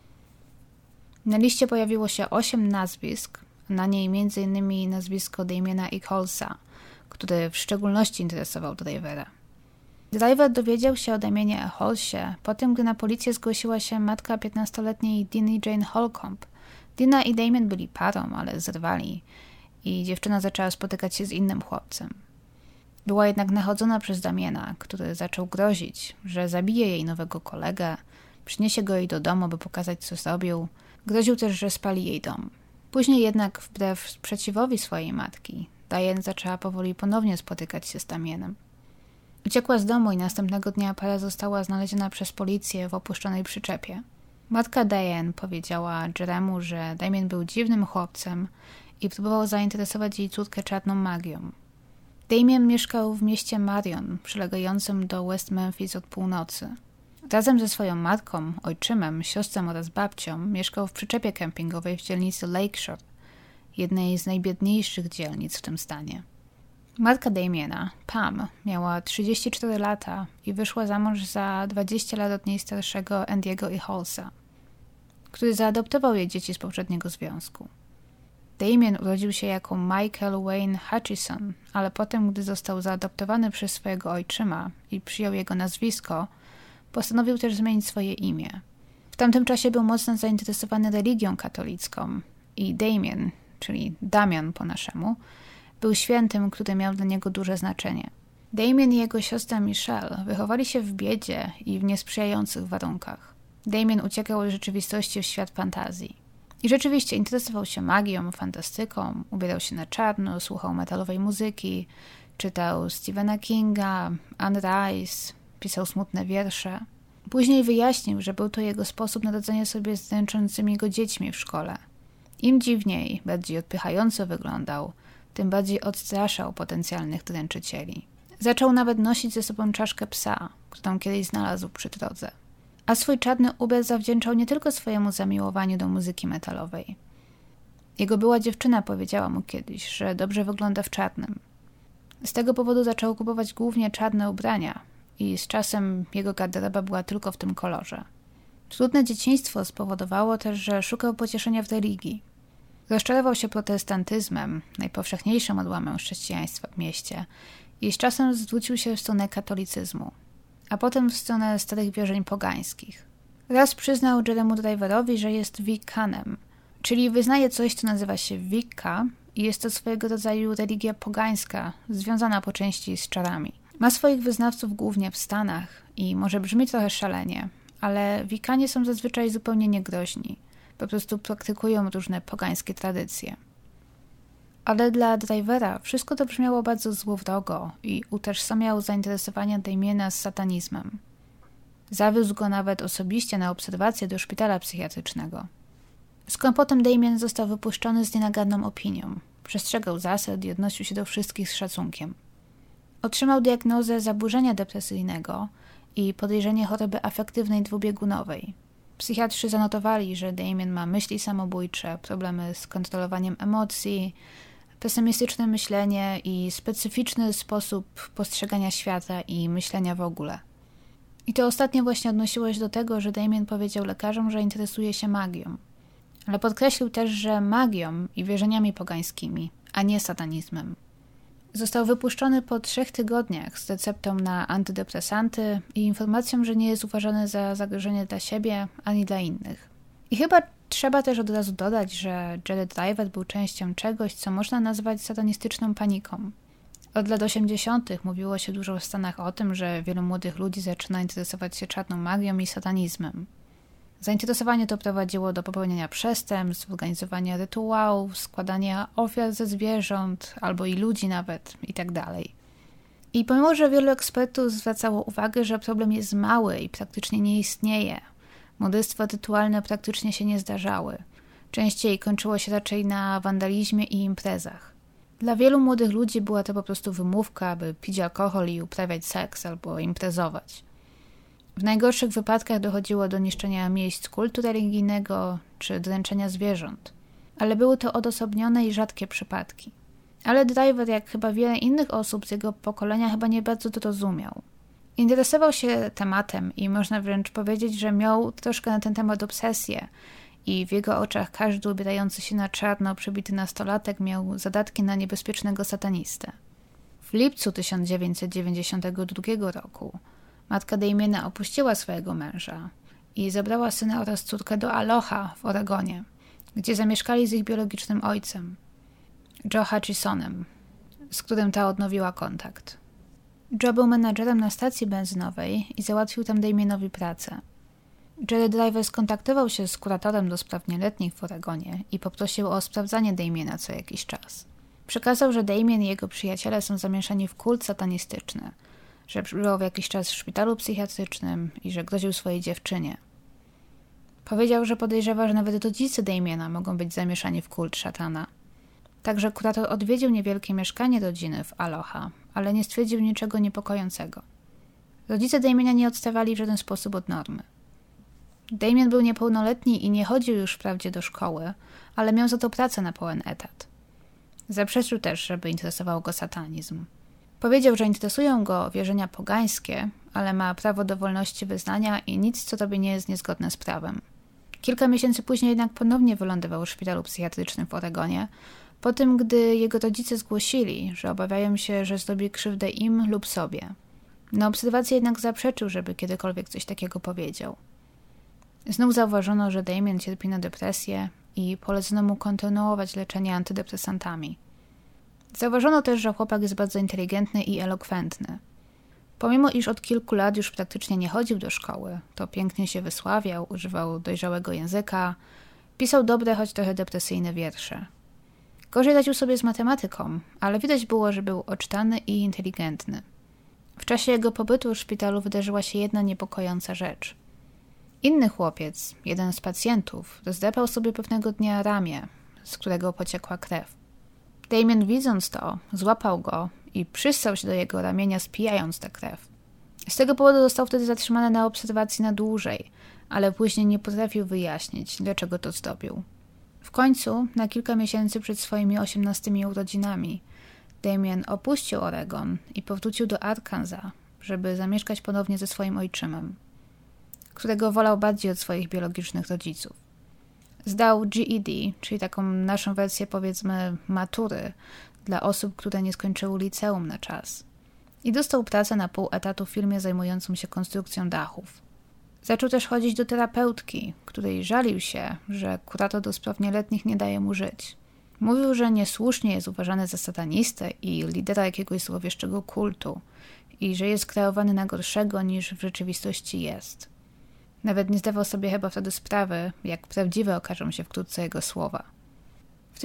Na liście pojawiło się 8 nazwisk, na niej m.in. nazwisko Damiena Eccholesa, który w szczególności interesował Drivera. Driver dowiedział się o Damienie Eccholsie po tym, gdy na policję zgłosiła się matka 15-letniej Diny Jane Holcomb. Dina i Damien byli parą, ale zerwali i dziewczyna zaczęła spotykać się z innym chłopcem. Była jednak nachodzona przez Damiena, który zaczął grozić, że zabije jej nowego kolegę, przyniesie go jej do domu, by pokazać, co zrobił. Groził też, że spali jej dom. Później jednak, wbrew sprzeciwowi swojej matki, Diane zaczęła powoli ponownie spotykać się z Damienem. Uciekła z domu i następnego dnia para została znaleziona przez policję w opuszczonej przyczepie. Matka Diane powiedziała Jeremu, że Damien był dziwnym chłopcem i próbował zainteresować jej córkę czarną magią. Damien mieszkał w mieście Marion, przylegającym do West Memphis od północy. Razem ze swoją matką, ojczymem, siostrą oraz babcią mieszkał w przyczepie kempingowej w dzielnicy Lakeshore, jednej z najbiedniejszych dzielnic w tym stanie. Matka Damiena, Pam, miała 34 lata i wyszła za mąż za 20 lat od niej starszego Andy'ego Eccholesa, który zaadoptował jej dzieci z poprzedniego związku. Damien urodził się jako Michael Wayne Hutchison, ale potem, gdy został zaadoptowany przez swojego ojczyma i przyjął jego nazwisko, postanowił też zmienić swoje imię. W tamtym czasie był mocno zainteresowany religią katolicką i Damien, czyli Damian po naszemu, był świętym, który miał dla niego duże znaczenie. Damien i jego siostra Michelle wychowali się w biedzie i w niesprzyjających warunkach. Damien uciekał od rzeczywistości w świat fantazji. I rzeczywiście interesował się magią, fantastyką, ubierał się na czarno, słuchał metalowej muzyki, czytał Stephena Kinga, Anne Rice, pisał smutne wiersze. Później wyjaśnił, że był to jego sposób na radzenie sobie z dręczącymi go dziećmi w szkole. Im dziwniej, bardziej odpychająco wyglądał, tym bardziej odstraszał potencjalnych dręczycieli. Zaczął nawet nosić ze sobą czaszkę psa, którą kiedyś znalazł przy drodze. A swój czarny ubiór zawdzięczał nie tylko swojemu zamiłowaniu do muzyki metalowej. Jego była dziewczyna powiedziała mu kiedyś, że dobrze wygląda w czarnym. Z tego powodu zaczął kupować głównie czarne ubrania i z czasem jego garderoba była tylko w tym kolorze. Trudne dzieciństwo spowodowało też, że szukał pocieszenia w religii. Rozczarował się protestantyzmem, najpowszechniejszym odłamem chrześcijaństwa w mieście, i z czasem zwrócił się w stronę katolicyzmu, a potem w stronę starych wierzeń pogańskich. Raz przyznał Jeremu Driverowi, że jest Wiccanem, czyli wyznaje coś, co nazywa się Wicca i jest to swojego rodzaju religia pogańska, związana po części z czarami. Ma swoich wyznawców głównie w Stanach i może brzmi trochę szalenie, ale Wiccanie są zazwyczaj zupełnie niegroźni. Po prostu praktykują różne pogańskie tradycje. Ale dla Drivera wszystko to brzmiało bardzo złowrogo i utożsamiał zainteresowania Damiena z satanizmem. Zawiózł go nawet osobiście na obserwację do szpitala psychiatrycznego. Skąd potem Damien został wypuszczony z nienaganną opinią. Przestrzegał zasad i odnosił się do wszystkich z szacunkiem. Otrzymał diagnozę zaburzenia depresyjnego i podejrzenie choroby afektywnej dwubiegunowej. Psychiatrzy zanotowali, że Damien ma myśli samobójcze, problemy z kontrolowaniem emocji, pesymistyczne myślenie i specyficzny sposób postrzegania świata i myślenia w ogóle. I to ostatnie właśnie odnosiło się do tego, że Damien powiedział lekarzom, że interesuje się magią. Ale podkreślił też, że magią i wierzeniami pogańskimi, a nie satanizmem. Został wypuszczony po 3 tygodniach z receptą na antydepresanty i informacją, że nie jest uważany za zagrożenie dla siebie ani dla innych. I chyba trzeba też od razu dodać, że Jared Driver był częścią czegoś, co można nazwać satanistyczną paniką. Od lat 80. mówiło się dużo w Stanach o tym, że wielu młodych ludzi zaczyna interesować się czarną magią i satanizmem. Zainteresowanie to prowadziło do popełniania przestępstw, organizowania rytuałów, składania ofiar ze zwierząt, albo i ludzi nawet, itd. I pomimo, że wielu ekspertów zwracało uwagę, że problem jest mały i praktycznie nie istnieje, morderstwa rytualne praktycznie się nie zdarzały. Częściej kończyło się raczej na wandalizmie i imprezach. Dla wielu młodych ludzi była to po prostu wymówka, aby pić alkohol i uprawiać seks albo imprezować. W najgorszych wypadkach dochodziło do niszczenia miejsc kultu religijnego czy dręczenia zwierząt, ale były to odosobnione i rzadkie przypadki. Ale Driver, jak chyba wiele innych osób z jego pokolenia, chyba nie bardzo to rozumiał. Interesował się tematem i można wręcz powiedzieć, że miał troszkę na ten temat obsesję i w jego oczach każdy ubierający się na czarno przebity nastolatek miał zadatki na niebezpiecznego satanistę. W lipcu 1992 roku matka Damiena opuściła swojego męża i zabrała syna oraz córkę do Aloha w Oregonie, gdzie zamieszkali z ich biologicznym ojcem, Joe Hutchisonem, z którym ta odnowiła kontakt. Joe był menadżerem na stacji benzynowej i załatwił tam Damienowi pracę. Jared Driver skontaktował się z kuratorem do spraw nieletnich w Oregonie i poprosił o sprawdzanie Damiena co jakiś czas. Przekazał, że Damien i jego przyjaciele są zamieszani w kult satanistyczny, że przebywał w jakiś czas w szpitalu psychiatrycznym i że groził swojej dziewczynie. Powiedział, że podejrzewa, że nawet rodzice Damiena mogą być zamieszani w kult szatana. Także kurator odwiedził niewielkie mieszkanie rodziny w Aloha, ale nie stwierdził niczego niepokojącego. Rodzice Damiena nie odstawali w żaden sposób od normy. Damien był niepełnoletni i nie chodził już wprawdzie do szkoły, ale miał za to pracę na pełen etat. Zaprzeczył też, żeby interesował go satanizm. Powiedział, że interesują go wierzenia pogańskie, ale ma prawo do wolności wyznania i nic, co robi, nie jest niezgodne z prawem. Kilka miesięcy później jednak ponownie wylądował w szpitalu psychiatrycznym w Oregonie, po tym, gdy jego rodzice zgłosili, że obawiają się, że zrobi krzywdę im lub sobie. Na obserwację jednak zaprzeczył, żeby kiedykolwiek coś takiego powiedział. Znów zauważono, że Damien cierpi na depresję i polecono mu kontynuować leczenie antydepresantami. Zauważono też, że chłopak jest bardzo inteligentny i elokwentny. Pomimo iż od kilku lat już praktycznie nie chodził do szkoły, to pięknie się wysławiał, używał dojrzałego języka, pisał dobre, choć trochę depresyjne wiersze. Gorzej radził sobie z matematyką, ale widać było, że był oczytany i inteligentny. W czasie jego pobytu w szpitalu wydarzyła się jedna niepokojąca rzecz. Inny chłopiec, jeden z pacjentów, rozdrapał sobie pewnego dnia ramię, z którego pociekła krew. Damien, widząc to, złapał go i przyssał się do jego ramienia, spijając tę krew. Z tego powodu został wtedy zatrzymany na obserwacji na dłużej, ale później nie potrafił wyjaśnić, dlaczego to zrobił. W końcu, na kilka miesięcy przed swoimi 18 urodzinami, Damien opuścił Oregon i powrócił do Arkansas, żeby zamieszkać ponownie ze swoim ojczymem. którego wolał bardziej od swoich biologicznych rodziców. Zdał GED, czyli taką naszą wersję, powiedzmy, matury dla osób, które nie skończyły liceum na czas. I dostał pracę na pół etatu w firmie zajmującą się konstrukcją dachów. Zaczął też chodzić do terapeutki, której żalił się, że kurator do spraw nieletnich nie daje mu żyć. Mówił, że niesłusznie jest uważany za satanistę i lidera jakiegoś złowieszczego kultu i że jest kreowany na gorszego niż w rzeczywistości jest. Nawet nie zdawał sobie chyba wtedy sprawy, jak prawdziwe okażą się wkrótce jego słowa. W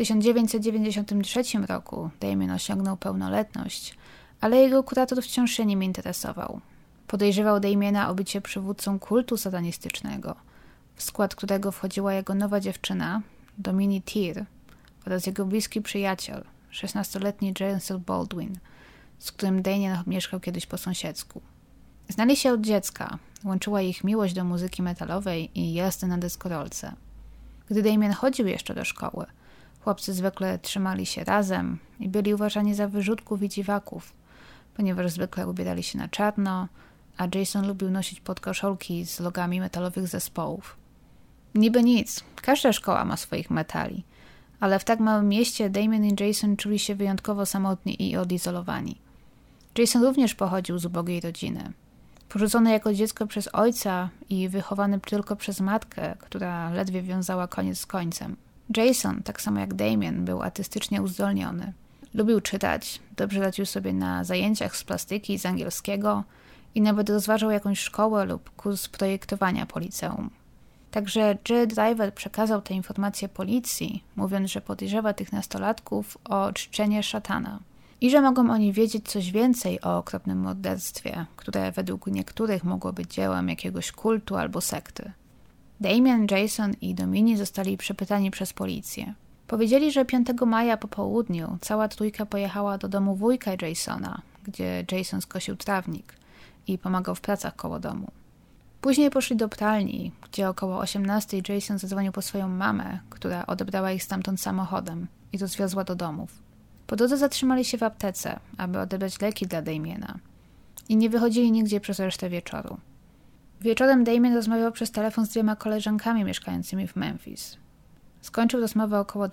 1993 roku Damien osiągnął pełnoletność, ale jego kurator wciąż się nim interesował. Podejrzewał Damiena o bycie przywódcą kultu satanistycznego, w skład którego wchodziła jego nowa dziewczyna, Domini Teer, oraz jego bliski przyjaciel, 16-letni Jason Baldwin, z którym Damien mieszkał kiedyś po sąsiedzku. Znali się od dziecka, łączyła ich miłość do muzyki metalowej i jazdy na deskorolce. Gdy Damien chodził jeszcze do szkoły, chłopcy zwykle trzymali się razem i byli uważani za wyrzutków i dziwaków, ponieważ zwykle ubierali się na czarno, a Jason lubił nosić podkoszulki z logami metalowych zespołów. Niby nic, każda szkoła ma swoich metali, ale w tak małym mieście Damien i Jason czuli się wyjątkowo samotni i odizolowani. Jason również pochodził z ubogiej rodziny. Porzucony jako dziecko przez ojca i wychowany tylko przez matkę, która ledwie wiązała koniec z końcem. Jason, tak samo jak Damien, był artystycznie uzdolniony. Lubił czytać, dobrze radził sobie na zajęciach z plastyki i z angielskiego i nawet rozważał jakąś szkołę lub kurs projektowania po liceum. Także J. Driver przekazał te informacje policji, mówiąc, że podejrzewa tych nastolatków o czczenie szatana i że mogą oni wiedzieć coś więcej o okropnym morderstwie, które według niektórych mogło być dziełem jakiegoś kultu albo sekty. Damien, Jason i Domini zostali przepytani przez policję. Powiedzieli, że 5 maja po południu cała trójka pojechała do domu wujka Jasona, gdzie Jason skosił trawnik i pomagał w pracach koło domu. Później poszli do pralni, gdzie około 18 Jason zadzwonił po swoją mamę, która odebrała ich stamtąd samochodem i rozwiozła do domów. Po drodze zatrzymali się w aptece, aby odebrać leki dla Damiena i nie wychodzili nigdzie przez resztę wieczoru. Wieczorem Damien rozmawiał przez telefon z 2 koleżankami mieszkającymi w Memphis. Skończył rozmowę około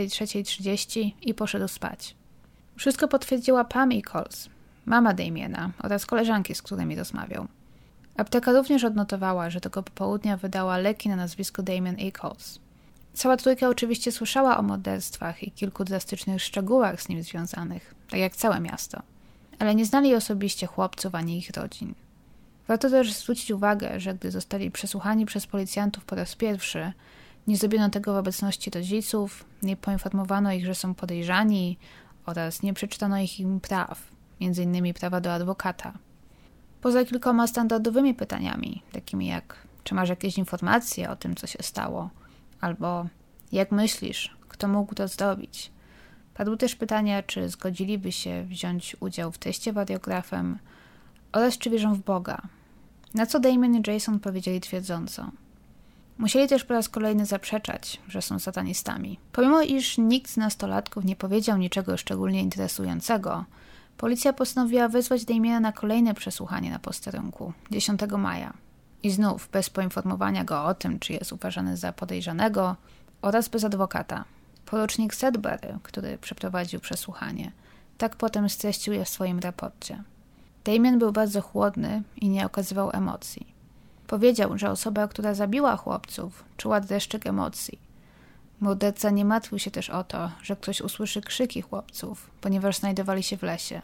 23:30 i poszedł spać. Wszystko potwierdziła Pam Eccles, mama Damiena oraz koleżanki, z którymi rozmawiał. Apteka również odnotowała, że tego popołudnia wydała leki na nazwisko Damien Eccles. Cała trójka oczywiście słyszała o morderstwach i kilku drastycznych szczegółach z nim związanych, tak jak całe miasto, ale nie znali osobiście chłopców ani ich rodzin. Warto też zwrócić uwagę, że gdy zostali przesłuchani przez policjantów po raz pierwszy, nie zrobiono tego w obecności rodziców, nie poinformowano ich, że są podejrzani oraz nie przeczytano im praw, m.in. prawa do adwokata. Poza kilkoma standardowymi pytaniami, takimi jak czy masz jakieś informacje o tym, co się stało, albo jak myślisz, kto mógł to zrobić. Padły też pytania, czy zgodziliby się wziąć udział w teście wariografem oraz czy wierzą w Boga. Na co Damien i Jason powiedzieli twierdząco. Musieli też po raz kolejny zaprzeczać, że są satanistami. Pomimo iż nikt z nastolatków nie powiedział niczego szczególnie interesującego, policja postanowiła wezwać Damiena na kolejne przesłuchanie na posterunku 10 maja. I znów bez poinformowania go o tym, czy jest uważany za podejrzanego oraz bez adwokata. Porucznik Sedbury, który przeprowadził przesłuchanie, tak potem streścił je w swoim raporcie. Damien był bardzo chłodny i nie okazywał emocji. Powiedział, że osoba, która zabiła chłopców, czuła dreszczyk emocji. Morderca nie martwił się też o to, że ktoś usłyszy krzyki chłopców, ponieważ znajdowali się w lesie.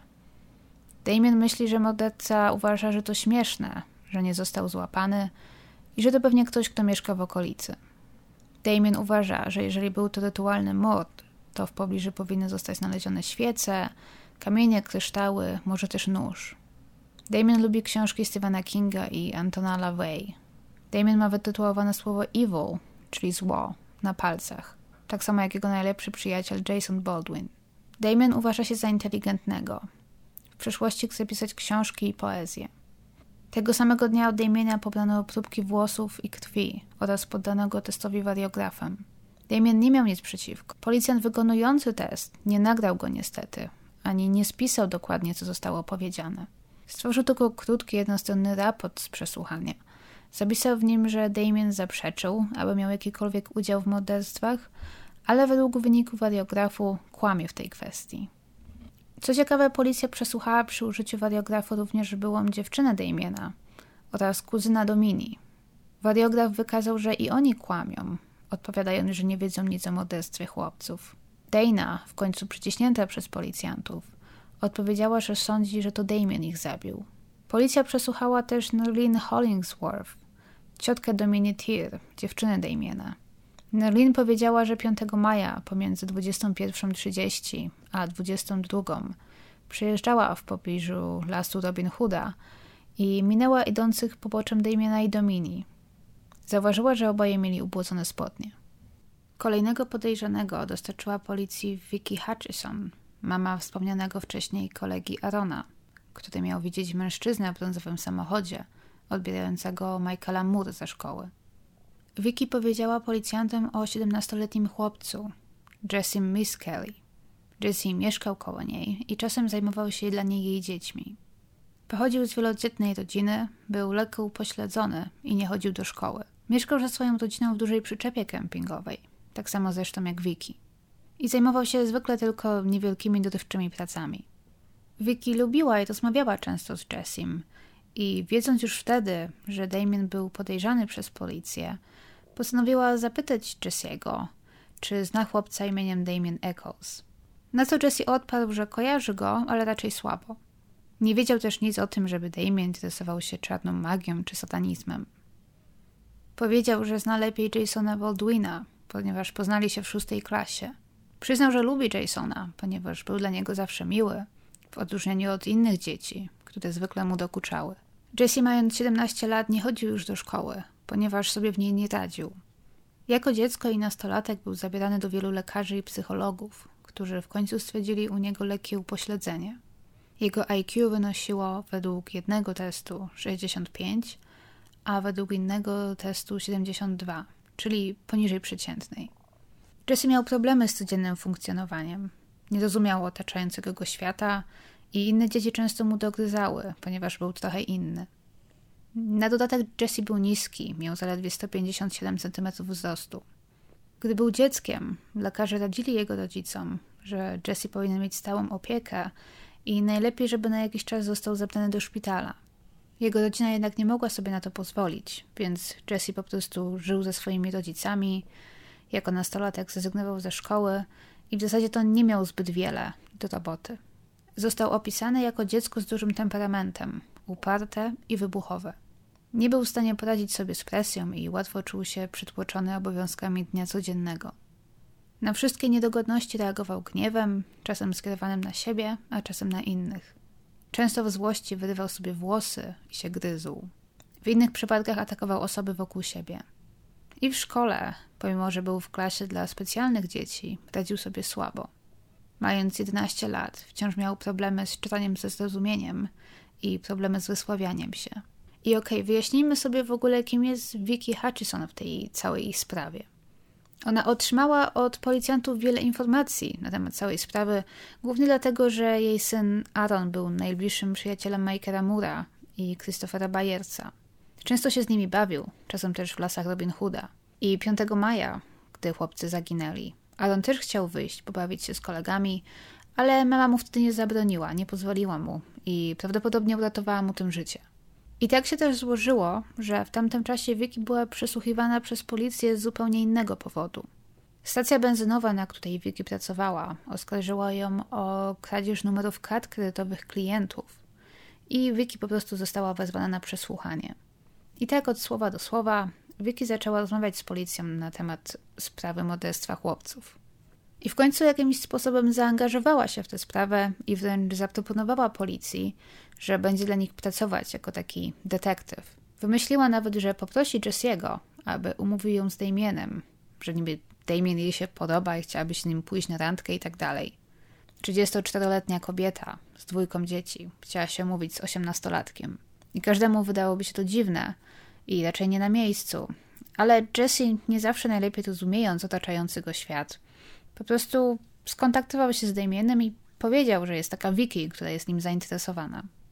Damien myśli, że morderca uważa, że to śmieszne, że nie został złapany i że to pewnie ktoś, kto mieszka w okolicy. Damien uważa, że jeżeli był to rytualny mord, to w pobliżu powinny zostać znalezione świece, kamienie, kryształy, może też nóż. Damien lubi książki Stephena Kinga i Antona LaVey. Damien ma wytytułowane słowo evil, czyli zło, na palcach, tak samo jak jego najlepszy przyjaciel Jason Baldwin. Damien uważa się za inteligentnego. W przyszłości chce pisać książki i poezję. Tego samego dnia od Damiena pobrano próbki włosów i krwi oraz poddano go testowi wariografem. Damien nie miał nic przeciwko. Policjant wykonujący test nie nagrał go niestety, ani nie spisał dokładnie, co zostało powiedziane. Stworzył tylko krótki, jednostronny raport z przesłuchania, Zapisał w nim, że Damien zaprzeczył, aby miał jakikolwiek udział w morderstwach, ale według wyników radiografu kłamie w tej kwestii. Co ciekawe, policja przesłuchała przy użyciu radiografu również byłą dziewczynę Damiena oraz kuzyna Domini. Radiograf wykazał, że i oni kłamią, odpowiadając, że nie wiedzą nic o morderstwie chłopców. Dana, w końcu przyciśnięta przez policjantów, odpowiedziała, że sądzi, że to Damien ich zabił. Policja przesłuchała też Nerlin Hollingsworth, ciotkę Domini Tear, dziewczyny Damiena. Nerlin powiedziała, że 5 maja pomiędzy 21:30 a 22 przejeżdżała w pobliżu lasu Robin Hooda i minęła idących poboczem Damiena i Domini. Zauważyła, że oboje mieli ubłocone spodnie. Kolejnego podejrzanego dostarczyła policji Vicky Hutchison, mama wspomnianego wcześniej kolegi Arona, który miał widzieć mężczyznę w brązowym samochodzie odbierającego Michaela Moore ze szkoły. Vicky powiedziała policjantom o 17-letnim chłopcu, Jessim Miss Kelly. Jesse mieszkał koło niej i czasem zajmował się dla niej jej dziećmi. Pochodził z wielodzietnej rodziny, był lekko upośledzony i nie chodził do szkoły. Mieszkał ze swoją rodziną w dużej przyczepie kempingowej, tak samo zresztą jak Vicky. I zajmował się zwykle tylko niewielkimi dorywczymi pracami. Vicky lubiła i rozmawiała często z Jessim i wiedząc już wtedy, że Damien był podejrzany przez policję, postanowiła zapytać Jessiego, czy zna chłopca imieniem Damien Echols. Na co Jesse odparł, że kojarzy go, ale raczej słabo. Nie wiedział też nic o tym, żeby Damien interesował się czarną magią czy satanizmem. Powiedział, że zna lepiej Jasona Baldwina, ponieważ poznali się w 6. klasie. Przyznał, że lubi Jasona, ponieważ był dla niego zawsze miły, w odróżnieniu od innych dzieci, które zwykle mu dokuczały. Jesse, mając 17 lat, nie chodził już do szkoły, ponieważ sobie w niej nie radził. Jako dziecko i nastolatek był zabierany do wielu lekarzy i psychologów, którzy w końcu stwierdzili u niego lekkie upośledzenie. Jego IQ wynosiło według jednego testu 65, a według innego testu 72, czyli poniżej przeciętnej. Jesse miał problemy z codziennym funkcjonowaniem. Nie rozumiał otaczającego go świata i inne dzieci często mu dogryzały, ponieważ był trochę inny. Na dodatek Jesse był niski, miał zaledwie 157 cm wzrostu. Gdy był dzieckiem, lekarze radzili jego rodzicom, że Jesse powinien mieć stałą opiekę i najlepiej, żeby na jakiś czas został zabrany do szpitala. Jego rodzina jednak nie mogła sobie na to pozwolić, więc Jesse po prostu żył ze swoimi rodzicami. Jako nastolatek zrezygnował ze szkoły i w zasadzie to nie miał zbyt wiele do roboty. Został opisany jako dziecko z dużym temperamentem, uparte i wybuchowe. Nie był w stanie poradzić sobie z presją i łatwo czuł się przytłoczony obowiązkami dnia codziennego. Na wszystkie niedogodności reagował gniewem, czasem skierowanym na siebie, a czasem na innych. Często w złości wyrywał sobie włosy i się gryzł. W innych przypadkach atakował osoby wokół siebie. I w szkole, pomimo że był w klasie dla specjalnych dzieci, radził sobie słabo. Mając 11 lat, wciąż miał problemy z czytaniem ze zrozumieniem i problemy z wysławianiem się. I wyjaśnijmy sobie w ogóle, kim jest Vicky Hutchison w tej całej sprawie. Ona otrzymała od policjantów wiele informacji na temat całej sprawy, głównie dlatego, że jej syn Aaron był najbliższym przyjacielem Michaela Moore'a i Christophera Byersa. Często się z nimi bawił, czasem też w lasach Robin Hooda. I 5 maja, gdy chłopcy zaginęli, Aaron też chciał wyjść, pobawić się z kolegami, ale mama mu wtedy nie zabroniła, nie pozwoliła mu i prawdopodobnie uratowała mu tym życie. I tak się też złożyło, że w tamtym czasie Vicky była przesłuchiwana przez policję z zupełnie innego powodu. Stacja benzynowa, na której Vicky pracowała, oskarżyła ją o kradzież numerów kart kredytowych klientów i Vicky po prostu została wezwana na przesłuchanie. I tak od słowa do słowa Vicky zaczęła rozmawiać z policją na temat sprawy morderstwa chłopców. I w końcu jakimś sposobem zaangażowała się w tę sprawę i wręcz zaproponowała policji, że będzie dla nich pracować jako taki detektyw. Wymyśliła nawet, że poprosi Jesse'ego, aby umówił ją z Damienem, że niby Damien jej się podoba i chciałaby się z nim pójść na randkę i tak dalej. 34-letnia kobieta z 2 dzieci chciała się umówić z 18-latkiem. I każdemu wydałoby się to dziwne i raczej nie na miejscu. Ale Jesse, nie zawsze najlepiej rozumiejąc otaczający go świat, po prostu skontaktował się z Damienem i powiedział, że jest taka Vicky, która jest nim zainteresowana.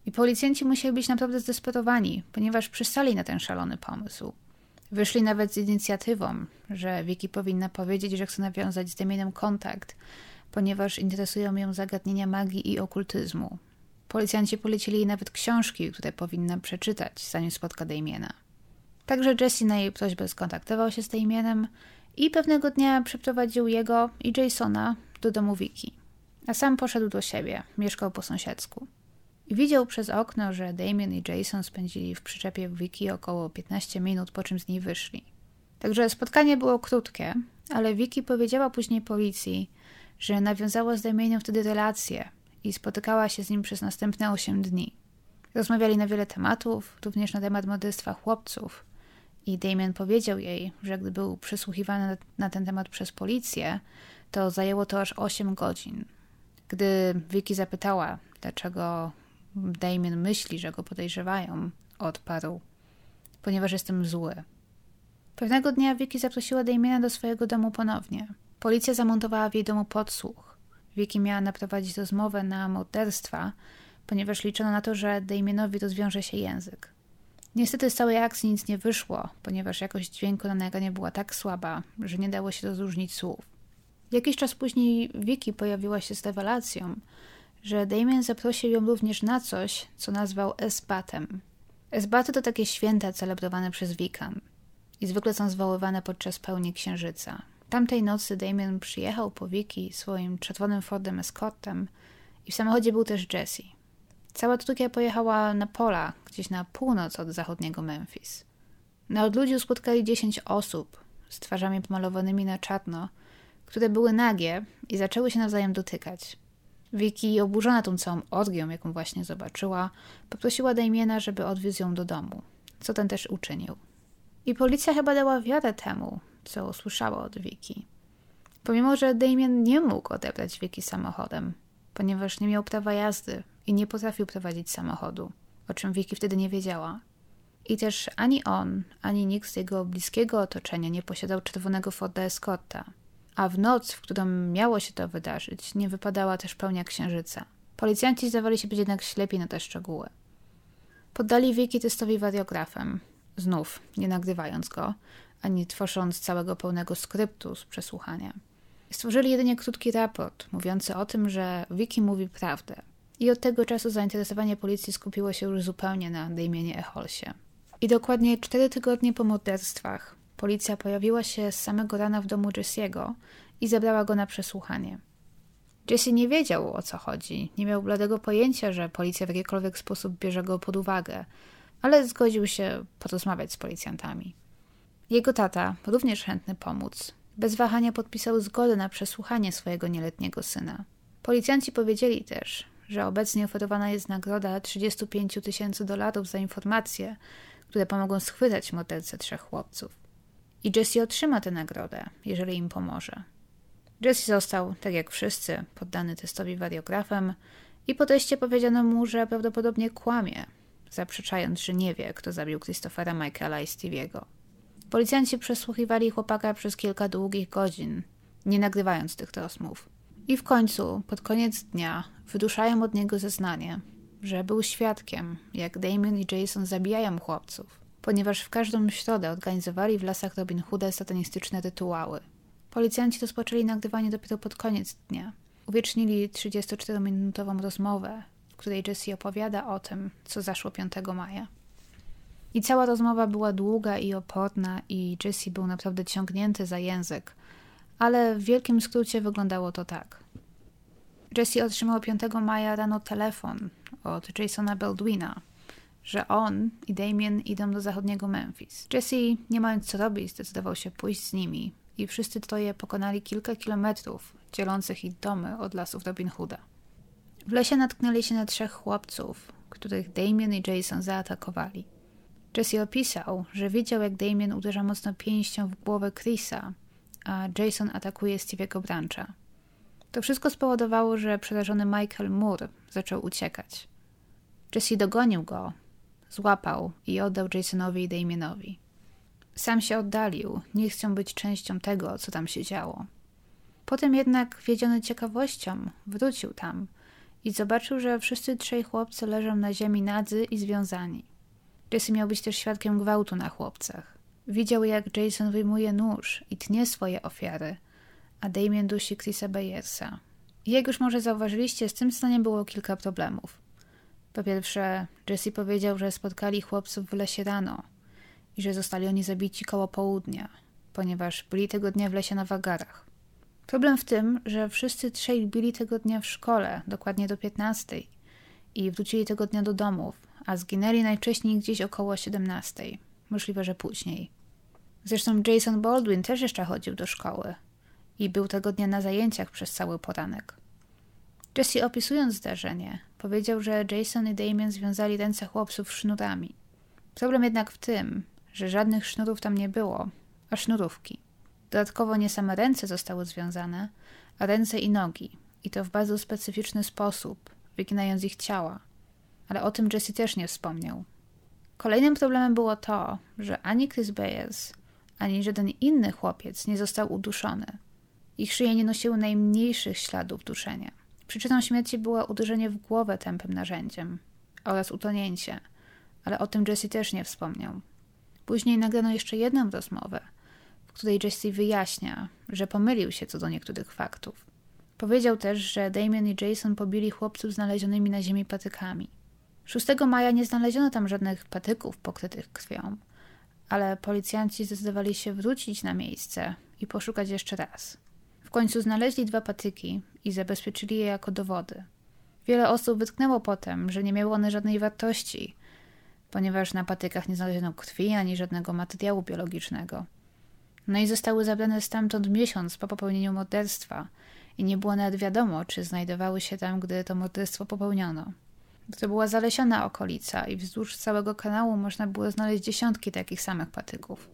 I policjanci musieli być naprawdę zdesperowani, ponieważ przystali na ten szalony pomysł. Wyszli nawet z inicjatywą, że Vicky powinna powiedzieć, że chce nawiązać z Damienem kontakt, ponieważ interesują ją zagadnienia magii i okultyzmu. Policjanci polecili jej nawet książki, które powinna przeczytać, zanim spotka Damiena. Także Jesse na jej prośbę skontaktował się z Damienem i pewnego dnia przeprowadził jego i Jasona do domu Vicky. A sam poszedł do siebie, mieszkał po sąsiedzku. I widział przez okno, że Damien i Jason spędzili w przyczepie Vicky około 15 minut, po czym z niej wyszli. Także spotkanie było krótkie, ale Vicky powiedziała później policji, że nawiązała z Damienem wtedy relację i spotykała się z nim przez następne 8 dni. Rozmawiali na wiele tematów, również na temat morderstwa chłopców. I Damien powiedział jej, że gdy był przesłuchiwany na ten temat przez policję, to zajęło to aż 8 godzin. Gdy Vicky zapytała, dlaczego Damien myśli, że go podejrzewają, odparł: ponieważ jestem zły. Pewnego dnia Vicky zaprosiła Damiena do swojego domu ponownie. Policja zamontowała w jej domu podsłuch. Vicky miała naprowadzić rozmowę na morderstwa, ponieważ liczono na to, że Damienowi rozwiąże się język. Niestety z całej akcji nic nie wyszło, ponieważ jakość dźwięku na nagraniu była tak słaba, że nie dało się rozróżnić słów. Jakiś czas później Vicky pojawiła się z rewelacją, że Damien zaprosił ją również na coś, co nazwał Esbatem. Esbaty to takie święta celebrowane przez Wiccan i zwykle są zwoływane podczas pełni księżyca. Tamtej nocy Damien przyjechał po Vicky swoim czerwonym Fordem Escortem i w samochodzie był też Jesse. Cała trójka pojechała na pola, gdzieś na północ od zachodniego Memphis. Na odludziu spotkali 10 osób z twarzami pomalowanymi na czarno, które były nagie i zaczęły się nawzajem dotykać. Vicky, oburzona tą całą orgią, jaką właśnie zobaczyła, poprosiła Damiena, żeby odwiózł ją do domu, co ten też uczynił. I policja chyba dała wiarę temu, co usłyszała od Vicky. Pomimo, że Damien nie mógł odebrać Vicky samochodem, ponieważ nie miał prawa jazdy i nie potrafił prowadzić samochodu, o czym Vicky wtedy nie wiedziała. I też ani on, ani nikt z jego bliskiego otoczenia nie posiadał czerwonego Forda Escorta. A w noc, w którą miało się to wydarzyć, nie wypadała też pełnia księżyca. Policjanci zdawali się być jednak ślepi na te szczegóły. Poddali Vicky testowi wariografem, znów nie nagrywając go, ani tworząc całego pełnego skryptu z przesłuchania. Stworzyli jedynie krótki raport, mówiący o tym, że Vicky mówi prawdę. I od tego czasu zainteresowanie policji skupiło się już zupełnie na Damienie Echolesie. I dokładnie 4 tygodnie po morderstwach policja pojawiła się z samego rana w domu Jesse'ego i zabrała go na przesłuchanie. Jesse nie wiedział, o co chodzi, nie miał bladego pojęcia, że policja w jakikolwiek sposób bierze go pod uwagę, ale zgodził się porozmawiać z policjantami. Jego tata, również chętny pomóc, bez wahania podpisał zgodę na przesłuchanie swojego nieletniego syna. Policjanci powiedzieli też, że obecnie oferowana jest nagroda $35,000 za informacje, które pomogą schwytać mordercę 3 chłopców. I Jesse otrzyma tę nagrodę, jeżeli im pomoże. Jesse został, tak jak wszyscy, poddany testowi wariografem i po teście powiedziano mu, że prawdopodobnie kłamie, zaprzeczając, że nie wie, kto zabił Christophera Michaela i Stevie'ego. Policjanci przesłuchiwali chłopaka przez kilka długich godzin, nie nagrywając tych rozmów. I w końcu, pod koniec dnia, wyduszają od niego zeznanie, że był świadkiem, jak Damien i Jason zabijają chłopców, ponieważ w każdą środę organizowali w lasach Robin Hooda satanistyczne rytuały. Policjanci rozpoczęli nagrywanie dopiero pod koniec dnia. Uwiecznili 34-minutową rozmowę, w której Jesse opowiada o tym, co zaszło 5 maja. I cała rozmowa była długa i oporna i Jesse był naprawdę ciągnięty za język, ale w wielkim skrócie wyglądało to tak. Jesse otrzymał 5 maja rano telefon od Jasona Baldwina, że on i Damien idą do zachodniego Memphis. Jesse, nie mając co robić, zdecydował się pójść z nimi i wszyscy troje pokonali kilka kilometrów dzielących ich domy od lasów Robin Hooda. W lesie natknęli się na 3 chłopców, których Damien i Jason zaatakowali. Jesse opisał, że widział, jak Damien uderza mocno pięścią w głowę Chrisa, a Jason atakuje Stevie'ego Brancha. To wszystko spowodowało, że przerażony Michael Moore zaczął uciekać. Jesse dogonił go, złapał i oddał Jasonowi i Damienowi. Sam się oddalił, nie chcąc być częścią tego, co tam się działo. Potem jednak, wiedziony ciekawością, wrócił tam i zobaczył, że wszyscy 3 chłopcy leżą na ziemi nadzy i związani. Jesse miał być też świadkiem gwałtu na chłopcach. Widział, jak Jason wyjmuje nóż i tnie swoje ofiary, a Damien dusi Chrisa Byersa. I jak już może zauważyliście, z tym zdaniem było kilka problemów. Po pierwsze, Jesse powiedział, że spotkali chłopców w lesie rano i że zostali oni zabici koło południa, ponieważ byli tego dnia w lesie na wagarach. Problem w tym, że wszyscy 3 byli tego dnia w szkole, dokładnie do 15 i wrócili tego dnia do domów, a zginęli najwcześniej gdzieś około 17. Możliwe, że później. Zresztą Jason Baldwin też jeszcze chodził do szkoły i był tego dnia na zajęciach przez cały poranek. Jesse, opisując zdarzenie, powiedział, że Jason i Damien związali ręce chłopców sznurami. Problem jednak w tym, że żadnych sznurów tam nie było, a sznurówki. Dodatkowo nie same ręce zostały związane, a ręce i nogi, i to w bardzo specyficzny sposób, wyginając ich ciała. Ale o tym Jesse też nie wspomniał. Kolejnym problemem było to, że ani Chris Byers, ani żaden inny chłopiec nie został uduszony. Ich szyje nie nosiły najmniejszych śladów duszenia. Przyczyną śmierci było uderzenie w głowę tępym narzędziem oraz utonięcie, ale o tym Jesse też nie wspomniał. Później nagrano jeszcze jedną rozmowę, w której Jesse wyjaśnia, że pomylił się co do niektórych faktów. Powiedział też, że Damien i Jason pobili chłopców znalezionymi na ziemi patykami. 6 maja nie znaleziono tam żadnych patyków pokrytych krwią, ale policjanci zdecydowali się wrócić na miejsce i poszukać jeszcze raz. W końcu znaleźli 2 patyki i zabezpieczyli je jako dowody. Wiele osób wytknęło potem, że nie miały one żadnej wartości, ponieważ na patykach nie znaleziono krwi ani żadnego materiału biologicznego. No i zostały zabrane stamtąd miesiąc po popełnieniu morderstwa i nie było nawet wiadomo, czy znajdowały się tam, gdy to morderstwo popełniono. To była zalesiona okolica i wzdłuż całego kanału można było znaleźć dziesiątki takich samych patyków.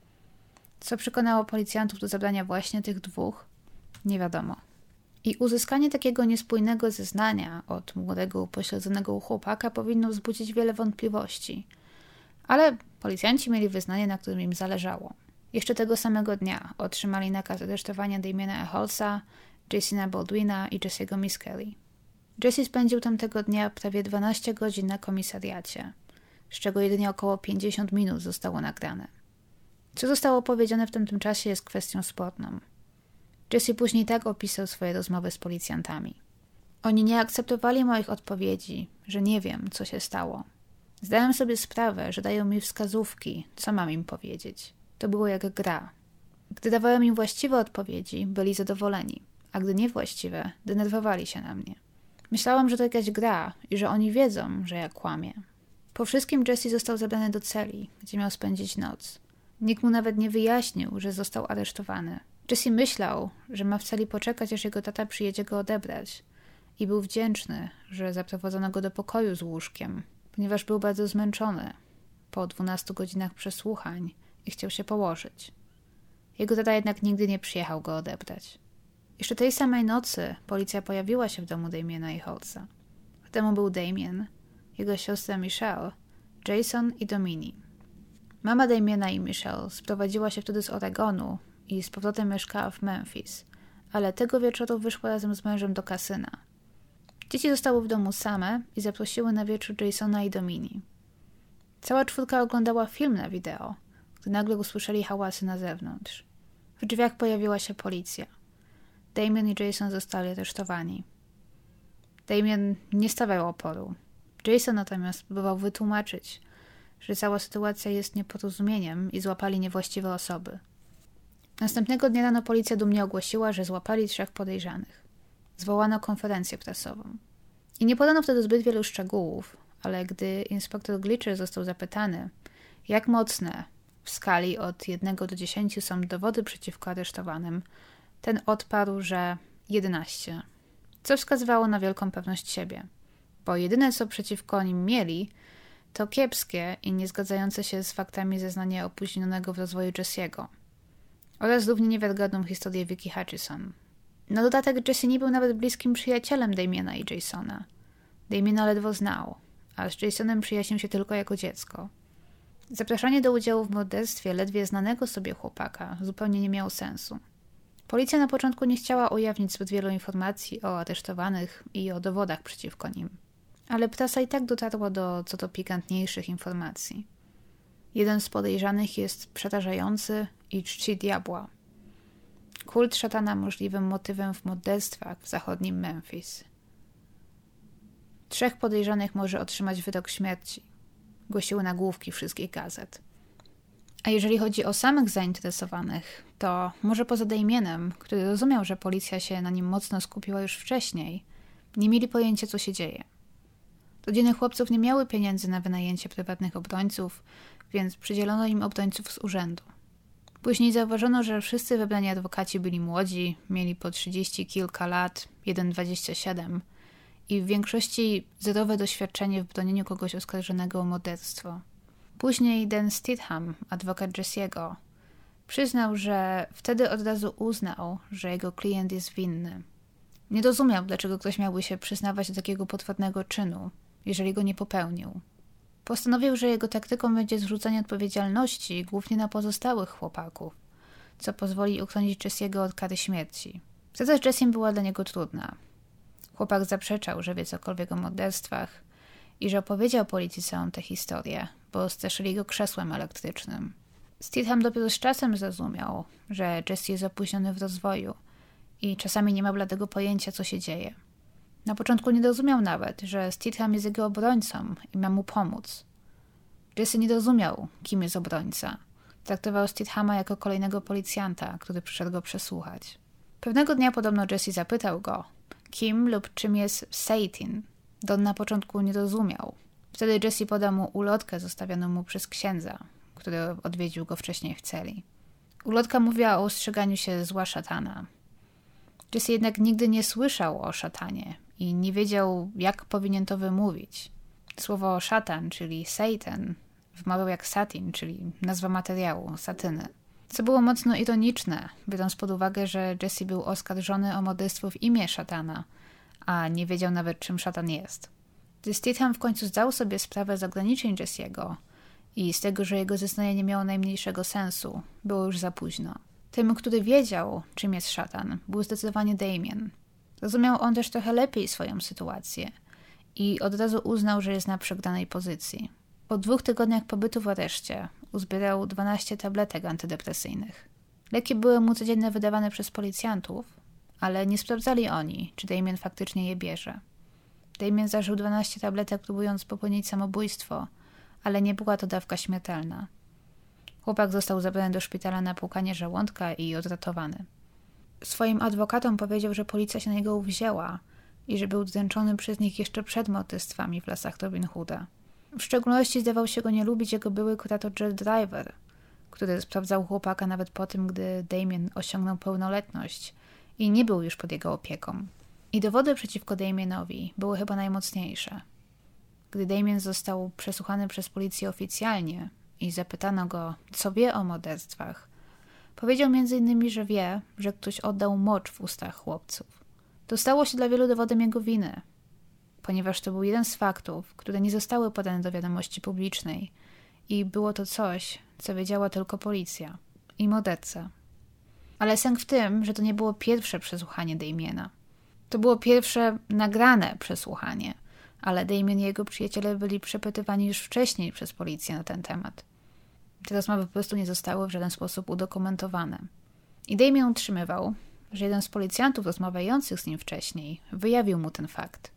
Co przekonało policjantów do zabrania właśnie tych 2? Nie wiadomo. I uzyskanie takiego niespójnego zeznania od młodego, upośledzonego chłopaka powinno wzbudzić wiele wątpliwości. Ale policjanci mieli wyznanie, na którym im zależało. Jeszcze tego samego dnia otrzymali nakaz aresztowania Damiena Eholsa, Jasona Baldwina i Jesse'ego Miskelly. Jesse spędził tamtego dnia prawie 12 godzin na komisariacie, z czego jedynie około 50 minut zostało nagrane. Co zostało powiedziane w tamtym czasie jest kwestią sporną. Jesse później tak opisał swoje rozmowy z policjantami. Oni nie akceptowali moich odpowiedzi, że nie wiem, co się stało. Zdałem sobie sprawę, że dają mi wskazówki, co mam im powiedzieć. To było jak gra. Gdy dawałem im właściwe odpowiedzi, byli zadowoleni, a gdy niewłaściwe, denerwowali się na mnie. Myślałam, że to jakaś gra i że oni wiedzą, że ja kłamię. Po wszystkim Jesse został zabrany do celi, gdzie miał spędzić noc. Nikt mu nawet nie wyjaśnił, że został aresztowany. Jesse myślał, że ma w celi poczekać, aż jego tata przyjedzie go odebrać i był wdzięczny, że zaprowadzono go do pokoju z łóżkiem, ponieważ był bardzo zmęczony po 12 godzinach przesłuchań i chciał się położyć. Jego tata jednak nigdy nie przyjechał go odebrać. Jeszcze tej samej nocy policja pojawiła się w domu Damiena i Holtza. W domu był Damien, jego siostra Michelle, Jason i Domini. Mama Damiena i Michelle sprowadziła się wtedy z Oregonu i z powrotem mieszkała w Memphis, ale tego wieczoru wyszła razem z mężem do kasyna. Dzieci zostały w domu same i zaprosiły na wieczór Jasona i Domini. Cała 4 oglądała film na wideo, gdy nagle usłyszeli hałasy na zewnątrz. W drzwiach pojawiła się policja. Damien i Jason zostali aresztowani. Damien nie stawiał oporu. Jason natomiast próbował wytłumaczyć, że cała sytuacja jest nieporozumieniem i złapali niewłaściwe osoby. Następnego dnia rano policja dumnie ogłosiła, że złapali 3 podejrzanych. Zwołano konferencję prasową. I nie podano wtedy zbyt wielu szczegółów, ale gdy inspektor Glitcher został zapytany, jak mocne w skali od 1 do 10 są dowody przeciwko aresztowanym, ten odparł, że 11. Co wskazywało na wielką pewność siebie, bo jedyne co przeciwko nim mieli, to kiepskie i niezgadzające się z faktami zeznania opóźnionego w rozwoju Jesse'ego oraz równie niewiarygodną historię Vicky Hutchison. Na dodatek Jesse nie był nawet bliskim przyjacielem Damiena i Jasona. Damiena ledwo znał, a z Jasonem przyjaźnił się tylko jako dziecko. Zapraszanie do udziału w morderstwie ledwie znanego sobie chłopaka zupełnie nie miało sensu. Policja na początku nie chciała ujawnić zbyt wielu informacji o aresztowanych i o dowodach przeciwko nim. Ale prasa i tak dotarła do co to pikantniejszych informacji. Jeden z podejrzanych jest przerażający i czci diabła. Kult szatana możliwym motywem w morderstwach w zachodnim Memphis. 3 podejrzanych może otrzymać wyrok śmierci, głosiły nagłówki wszystkich gazet. A jeżeli chodzi o samych zainteresowanych, to może poza Damienem, który rozumiał, że policja się na nim mocno skupiła już wcześniej, nie mieli pojęcia, co się dzieje. Rodziny chłopców nie miały pieniędzy na wynajęcie prywatnych obrońców, więc przydzielono im obrońców z urzędu. Później zauważono, że wszyscy wybrani adwokaci byli młodzi, mieli po 30 kilka lat, jeden 27 i w większości zerowe doświadczenie w bronieniu kogoś oskarżonego o morderstwo. Później Dan Stidham, adwokat Jesse'ego, przyznał, że wtedy od razu uznał, że jego klient jest winny. Nie rozumiał, dlaczego ktoś miałby się przyznawać do takiego potwornego czynu, jeżeli go nie popełnił. Postanowił, że jego taktyką będzie zrzucenie odpowiedzialności głównie na pozostałych chłopaków, co pozwoli uchronić Jesse'ego od kary śmierci. Praca z Jessem była dla niego trudna. Chłopak zaprzeczał, że wie cokolwiek o morderstwach i że opowiedział policji całą tę historię, bo straszyli go krzesłem elektrycznym. Stidham dopiero z czasem zrozumiał, że Jesse jest opóźniony w rozwoju i czasami nie ma bladego pojęcia, co się dzieje. Na początku nie rozumiał nawet, że Stidham jest jego obrońcą i ma mu pomóc. Jesse nie rozumiał, kim jest obrońca. Traktował Stidhama jako kolejnego policjanta, który przyszedł go przesłuchać. Pewnego dnia podobno Jesse zapytał go, kim lub czym jest Satan. Don na początku nie rozumiał. Wtedy Jesse podał mu ulotkę zostawioną mu przez księdza, który odwiedził go wcześniej w celi. Ulotka mówiła o ostrzeganiu się zła szatana. Jesse jednak nigdy nie słyszał o szatanie i nie wiedział, jak powinien to wymówić. Słowo szatan, czyli Satan, wymawiał jak satin, czyli nazwa materiału, satyny. Co było mocno ironiczne, biorąc pod uwagę, że Jesse był oskarżony o morderstwo w imię szatana, a nie wiedział nawet, czym szatan jest. Gdy Stidham w końcu zdał sobie sprawę z ograniczeń Jesse'ego i z tego, że jego zeznanie nie miało najmniejszego sensu, było już za późno. Tym, który wiedział, czym jest szatan, był zdecydowanie Damien. Rozumiał on też trochę lepiej swoją sytuację i od razu uznał, że jest na przegranej pozycji. Po 2 tygodniach pobytu w areszcie uzbierał 12 tabletek antydepresyjnych. Leki były mu codziennie wydawane przez policjantów, ale nie sprawdzali oni, czy Damien faktycznie je bierze. Damien zażył 12 tabletek, próbując popełnić samobójstwo, ale nie była to dawka śmiertelna. Chłopak został zabrany do szpitala na płukanie żołądka i odratowany. Swoim adwokatom powiedział, że policja się na niego uwzięła i że był dręczony przez nich jeszcze przed morderstwami w lasach Robin Hooda. W szczególności zdawał się go nie lubić jego były kurator Jeff Driver, który sprawdzał chłopaka nawet po tym, gdy Damien osiągnął pełnoletność i nie był już pod jego opieką. I dowody przeciwko Damienowi były chyba najmocniejsze. Gdy Damien został przesłuchany przez policję oficjalnie i zapytano go, co wie o morderstwach, powiedział m.in., że wie, że ktoś oddał mocz w ustach chłopców. To stało się dla wielu dowodem jego winy, ponieważ to był jeden z faktów, które nie zostały podane do wiadomości publicznej i było to coś, co wiedziała tylko policja i morderca. Ale sęk w tym, że to nie było pierwsze przesłuchanie Damiena. To było pierwsze nagrane przesłuchanie, ale Damien i jego przyjaciele byli przepytywani już wcześniej przez policję na ten temat. Te rozmowy po prostu nie zostały w żaden sposób udokumentowane. I Damien utrzymywał, że jeden z policjantów rozmawiających z nim wcześniej wyjawił mu ten fakt.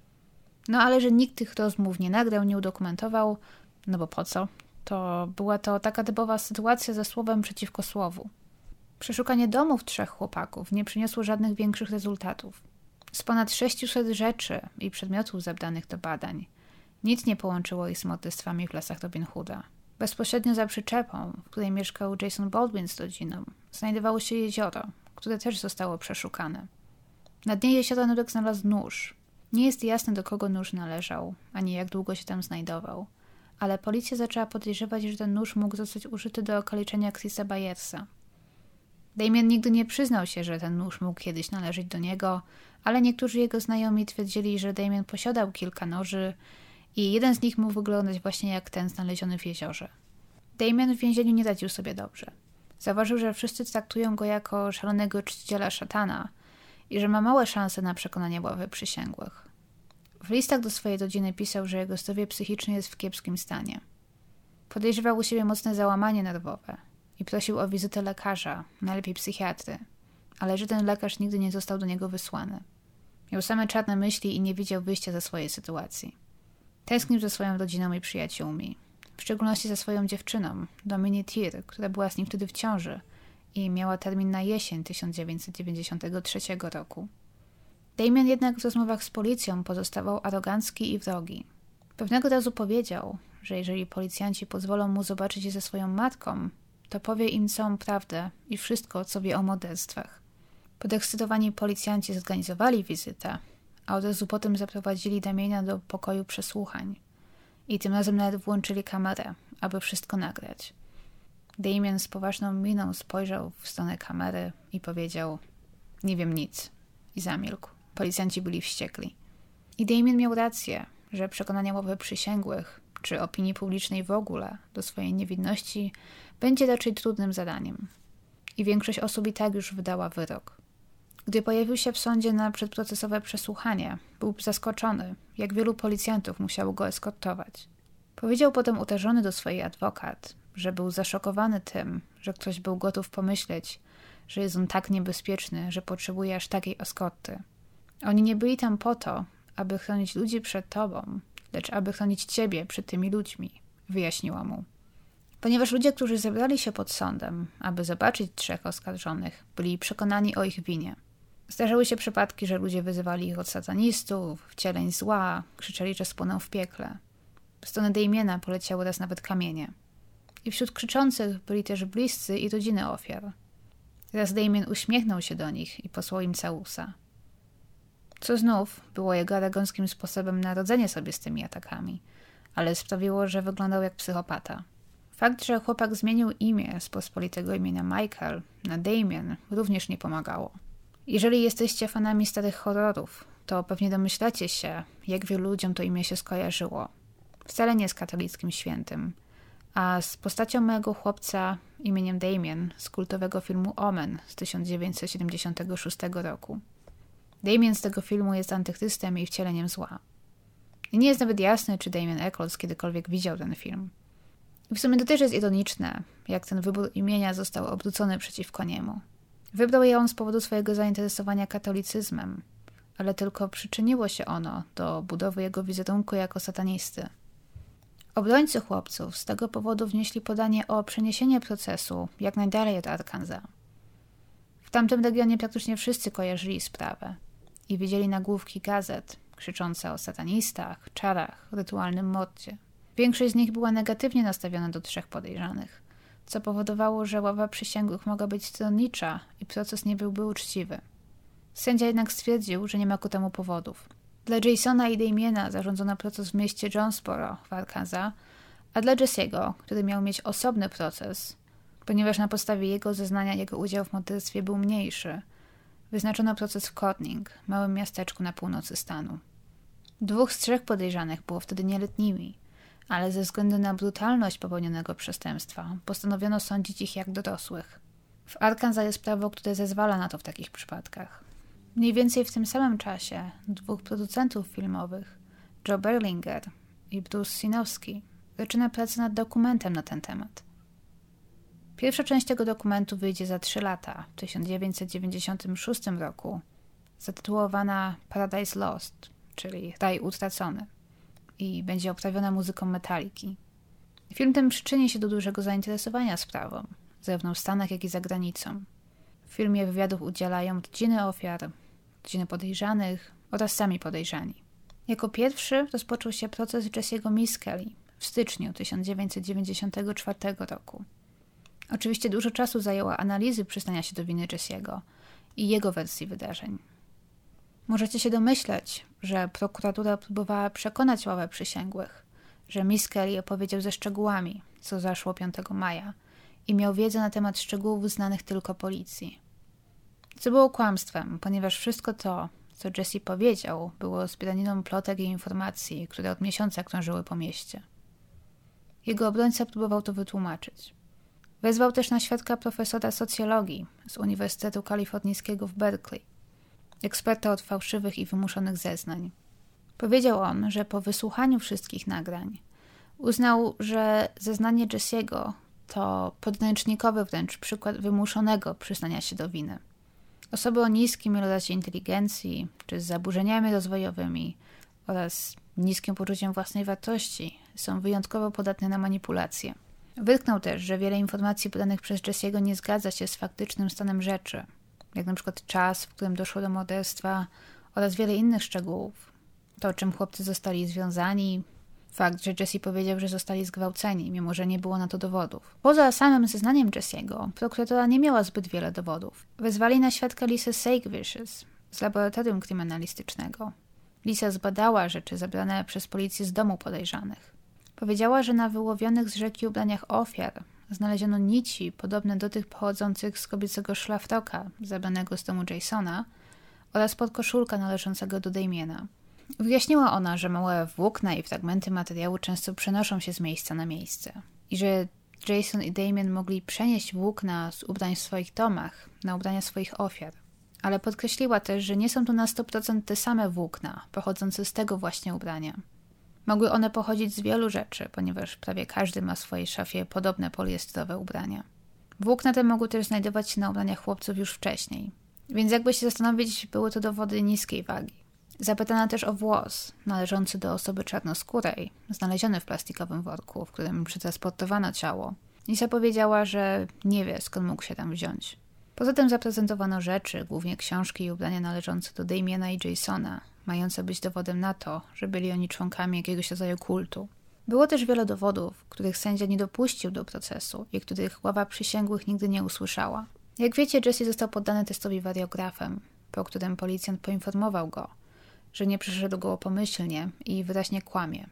No ale że nikt tych rozmów nie nagrał, nie udokumentował, no bo po co? Była to taka typowa sytuacja ze słowem przeciwko słowu. Przeszukanie domów 3 chłopaków nie przyniosło żadnych większych rezultatów. Z ponad 600 rzeczy i przedmiotów zebranych do badań nic nie połączyło ich z morderstwami w lasach Robin Hooda. Bezpośrednio za przyczepą, w której mieszkał Jason Baldwin z rodziną, znajdowało się jezioro, które też zostało przeszukane. Na dnie jeziora Nurek znalazł nóż. Nie jest jasne, do kogo nóż należał, ani jak długo się tam znajdował, ale policja zaczęła podejrzewać, że ten nóż mógł zostać użyty do okaliczenia Chrisa Byersa. Damien nigdy nie przyznał się, że ten nóż mógł kiedyś należeć do niego, ale niektórzy jego znajomi twierdzili, że Damien posiadał kilka noży i jeden z nich mógł wyglądać właśnie jak ten znaleziony w jeziorze. Damien w więzieniu nie radził sobie dobrze. Zauważył, że wszyscy traktują go jako szalonego czciciela szatana i że ma małe szanse na przekonanie ławy przysięgłych. W listach do swojej rodziny pisał, że jego zdrowie psychiczne jest w kiepskim stanie. Podejrzewał u siebie mocne załamanie nerwowe i prosił o wizytę lekarza, najlepiej psychiatry, ale żaden lekarz nigdy nie został do niego wysłany. Miał same czarne myśli i nie widział wyjścia ze swojej sytuacji. Tęsknił za swoją rodziną i przyjaciółmi, w szczególności za swoją dziewczyną, Dominique Tir, która była z nim wtedy w ciąży i miała termin na jesień 1993 roku. Damien jednak w rozmowach z policją pozostawał arogancki i wrogi. Pewnego razu powiedział, że jeżeli policjanci pozwolą mu zobaczyć się ze swoją matką, to powie im całą prawdę i wszystko, co wie o morderstwach. Podekscytowani policjanci zorganizowali wizytę, a od razu potem zaprowadzili Damiena do pokoju przesłuchań. I tym razem nawet włączyli kamerę, aby wszystko nagrać. Damien z poważną miną spojrzał w stronę kamery i powiedział: nie wiem nic. I zamilkł. Policjanci byli wściekli. I Damien miał rację, że przekonanie ławy przysięgłych, czy opinii publicznej w ogóle, do swojej niewinności będzie raczej trudnym zadaniem. I większość osób i tak już wydała wyrok. Gdy pojawił się w sądzie na przedprocesowe przesłuchanie, był zaskoczony, jak wielu policjantów musiało go eskortować. Powiedział potem utażony do swojej adwokat, że był zaszokowany tym, że ktoś był gotów pomyśleć, że jest on tak niebezpieczny, że potrzebuje aż takiej eskorty. Oni nie byli tam po to, aby chronić ludzi przed tobą, lecz aby chronić ciebie przed tymi ludźmi, wyjaśniła mu. Ponieważ ludzie, którzy zebrali się pod sądem, aby zobaczyć 3 oskarżonych, byli przekonani o ich winie. Zdarzały się przypadki, że ludzie wyzywali ich od satanistów, wcieleń zła, krzyczeli, że spłoną w piekle. W stronę Damiena poleciały raz nawet kamienie. I wśród krzyczących byli też bliscy i rodziny ofiar. Raz Damien uśmiechnął się do nich i posłał im całusa. Co znów było jego aragonskim sposobem na radzenie sobie z tymi atakami, ale sprawiło, że wyglądał jak psychopata. Fakt, że chłopak zmienił imię z pospolitego imienia Michael na Damien, również nie pomagało. Jeżeli jesteście fanami starych horrorów, to pewnie domyślacie się, jak wielu ludziom to imię się skojarzyło. Wcale nie z katolickim świętym, a z postacią małego chłopca imieniem Damien z kultowego filmu Omen z 1976 roku. Damien z tego filmu jest antychrystem i wcieleniem zła. I nie jest nawet jasne, czy Damien Eccles kiedykolwiek widział ten film. I w sumie to też jest ironiczne, jak ten wybór imienia został obrócony przeciwko niemu. Wybrał je on z powodu swojego zainteresowania katolicyzmem, ale tylko przyczyniło się ono do budowy jego wizerunku jako satanisty. Obrońcy chłopców z tego powodu wnieśli podanie o przeniesienie procesu jak najdalej od Arkansas. W tamtym regionie praktycznie wszyscy kojarzyli sprawę i widzieli nagłówki gazet krzyczące o satanistach, czarach, rytualnym mordzie. Większość z nich była negatywnie nastawiona do 3 podejrzanych, co powodowało, że ława przysięgłych mogła być stronnicza i proces nie byłby uczciwy. Sędzia jednak stwierdził, że nie ma ku temu powodów. Dla Jasona i Damiena zarządzono proces w mieście Jonesboro w Arkansas, a dla Jesse'ego, który miał mieć osobny proces, ponieważ na podstawie jego zeznania jego udział w morderstwie był mniejszy, wyznaczono proces w Corning, małym miasteczku na północy stanu. 2 z 3 podejrzanych było wtedy nieletnimi, ale ze względu na brutalność popełnionego przestępstwa postanowiono sądzić ich jak dorosłych. W Arkansas jest prawo, które zezwala na to w takich przypadkach. Mniej więcej w tym samym czasie 2 producentów filmowych, Joe Berlinger i Bruce Sinowski, zaczyna pracę nad dokumentem na ten temat. Pierwsza część tego dokumentu wyjdzie za 3 lata, w 1996 roku, zatytułowana Paradise Lost, czyli Raj Utracony, i będzie obtrawiona muzyką Metaliki. Film ten przyczyni się do dużego zainteresowania sprawą, zarówno w Stanach, jak i za granicą. W filmie wywiadów udzielają rodziny ofiar, rodziny podejrzanych oraz sami podejrzani. Jako pierwszy rozpoczął się proces Jesse'ego Miskelly w styczniu 1994 roku. Oczywiście dużo czasu zajęła analizy przyznania się do winy Jesse'ego i jego wersji wydarzeń. Możecie się domyśleć, że prokuratura próbowała przekonać ławę przysięgłych, że Miskelly opowiedział ze szczegółami, co zaszło 5 maja i miał wiedzę na temat szczegółów znanych tylko policji. Co było kłamstwem, ponieważ wszystko to, co Jesse powiedział, było zbieraniną plotek i informacji, które od miesiąca krążyły po mieście. Jego obrońca próbował to wytłumaczyć. Wezwał też na świadka profesora socjologii z Uniwersytetu Kalifornijskiego w Berkeley, eksperta od fałszywych i wymuszonych zeznań. Powiedział on, że po wysłuchaniu wszystkich nagrań uznał, że zeznanie Jesse'ego to podręcznikowy wręcz przykład wymuszonego przyznania się do winy. Osoby o niskim ilorazie inteligencji czy z zaburzeniami rozwojowymi oraz niskim poczuciem własnej wartości są wyjątkowo podatne na manipulacje. Wytknął też, że wiele informacji podanych przez Jesse'ego nie zgadza się z faktycznym stanem rzeczy, jak na przykład czas, w którym doszło do morderstwa oraz wiele innych szczegółów. To, czym chłopcy zostali związani, fakt, że Jesse powiedział, że zostali zgwałceni, mimo że nie było na to dowodów. Poza samym zeznaniem Jesse'ego, prokuratura nie miała zbyt wiele dowodów. Wezwali na świadka Lisę Seigvicius z laboratorium kryminalistycznego. Lisa zbadała rzeczy zabrane przez policję z domu podejrzanych. Powiedziała, że na wyłowionych z rzeki ubraniach ofiar znaleziono nici podobne do tych pochodzących z kobiecego szlafroka zabranego z domu Jasona oraz podkoszulka należącego do Damiena. Wyjaśniła ona, że małe włókna i fragmenty materiału często przenoszą się z miejsca na miejsce i że Jason i Damien mogli przenieść włókna z ubrań w swoich domach na ubrania swoich ofiar. Ale podkreśliła też, że nie są to na 100% te same włókna pochodzące z tego właśnie ubrania. Mogły one pochodzić z wielu rzeczy, ponieważ prawie każdy ma w swojej szafie podobne poliestrowe ubrania. Włókna te mogły też znajdować się na ubraniach chłopców już wcześniej, więc jakby się zastanowić, były to dowody niskiej wagi. Zapytana też o włos należący do osoby czarnoskórej, znaleziony w plastikowym worku, w którym przetransportowano ciało. Lisa powiedziała, że nie wie, skąd mógł się tam wziąć. Poza tym zaprezentowano rzeczy, głównie książki i ubrania należące do Damiena i Jasona, mające być dowodem na to, że byli oni członkami jakiegoś rodzaju kultu. Było też wiele dowodów, których sędzia nie dopuścił do procesu i których ława przysięgłych nigdy nie usłyszała. Jak wiecie, Jesse został poddany testowi wariografem, po którym policjant poinformował go, że nie przeszedł go pomyślnie i wyraźnie kłamie.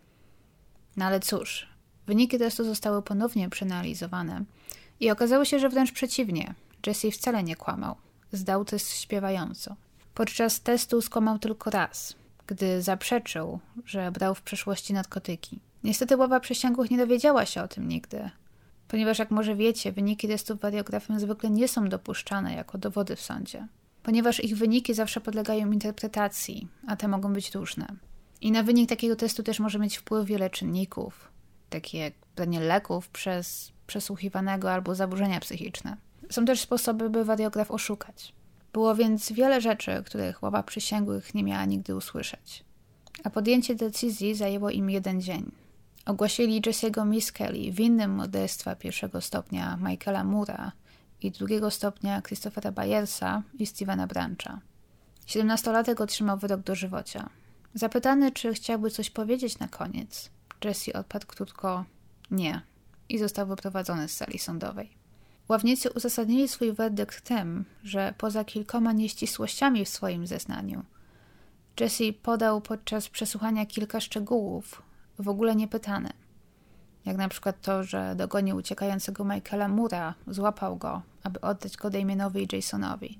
No ale cóż, wyniki testu zostały ponownie przeanalizowane i okazało się, że wręcz przeciwnie, Jesse wcale nie kłamał. Zdał test śpiewająco. Podczas testu skłamał tylko raz, gdy zaprzeczył, że brał w przeszłości narkotyki. Niestety ława przysięgłych nie dowiedziała się o tym nigdy, ponieważ jak może wiecie, wyniki testów wariografem zwykle nie są dopuszczane jako dowody w sądzie, ponieważ ich wyniki zawsze podlegają interpretacji, a te mogą być różne. I na wynik takiego testu też może mieć wpływ wiele czynników, takie jak branie leków przez przesłuchiwanego albo zaburzenia psychiczne. Są też sposoby, by wariograf oszukać. Było więc wiele rzeczy, których ława przysięgłych nie miała nigdy usłyszeć. A podjęcie decyzji zajęło im 1 dzień. Ogłosili Jesse'ego Misskelley winnym morderstwa 1. stopnia Michaela Moore'a i 2. stopnia Christophera Byersa i Stevena Brancha. 17-latek otrzymał wyrok dożywocia. Zapytany, czy chciałby coś powiedzieć na koniec, Jesse odparł krótko nie i został wyprowadzony z sali sądowej. Ławnicy uzasadnili swój werdykt tym, że poza kilkoma nieścisłościami w swoim zeznaniu, Jesse podał podczas przesłuchania kilka szczegółów, w ogóle niepytane. Jak na przykład to, że dogonił uciekającego Michaela Moore'a, złapał go, aby oddać go Damienowi i Jasonowi,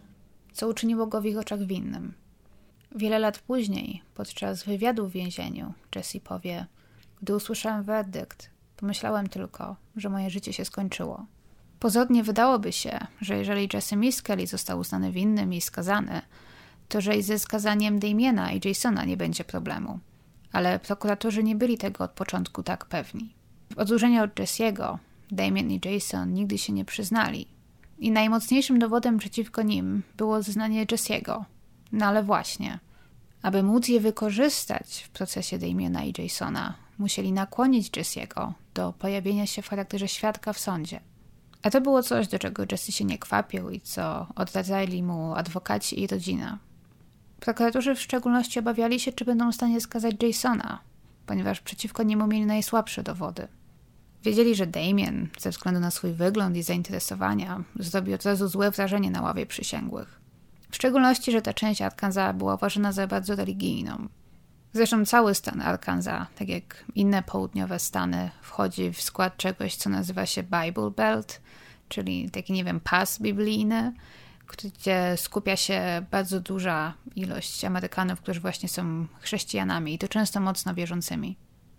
co uczyniło go w ich oczach winnym. Wiele lat później, podczas wywiadu w więzieniu, Jesse powie: gdy usłyszałem werdykt, pomyślałem tylko, że moje życie się skończyło. Pozornie wydałoby się, że jeżeli Jesse Misskelley został uznany winnym i skazany, to że i ze skazaniem Damiena i Jasona nie będzie problemu. Ale prokuratorzy nie byli tego od początku tak pewni. W odróżnieniu od Jesse'ego, Damien i Jason nigdy się nie przyznali. I najmocniejszym dowodem przeciwko nim było zeznanie Jesse'ego. No ale właśnie, aby móc je wykorzystać w procesie Damiena i Jasona, musieli nakłonić Jesse'ego do pojawienia się w charakterze świadka w sądzie. A to było coś, do czego Jesse się nie kwapił i co odradzali mu adwokaci i rodzina. Prokuratorzy w szczególności obawiali się, czy będą w stanie skazać Jasona, ponieważ przeciwko niemu mieli najsłabsze dowody. Wiedzieli, że Damien, ze względu na swój wygląd i zainteresowania, zrobi od razu złe wrażenie na ławie przysięgłych. W szczególności, że ta część Arkansas była uważana za bardzo religijną. Zresztą cały stan Arkansas, tak jak inne południowe stany, wchodzi w skład czegoś, co nazywa się Bible Belt, czyli taki, pas biblijny, gdzie skupia się bardzo duża ilość Amerykanów, którzy właśnie są chrześcijanami i to często mocno wierzącymi.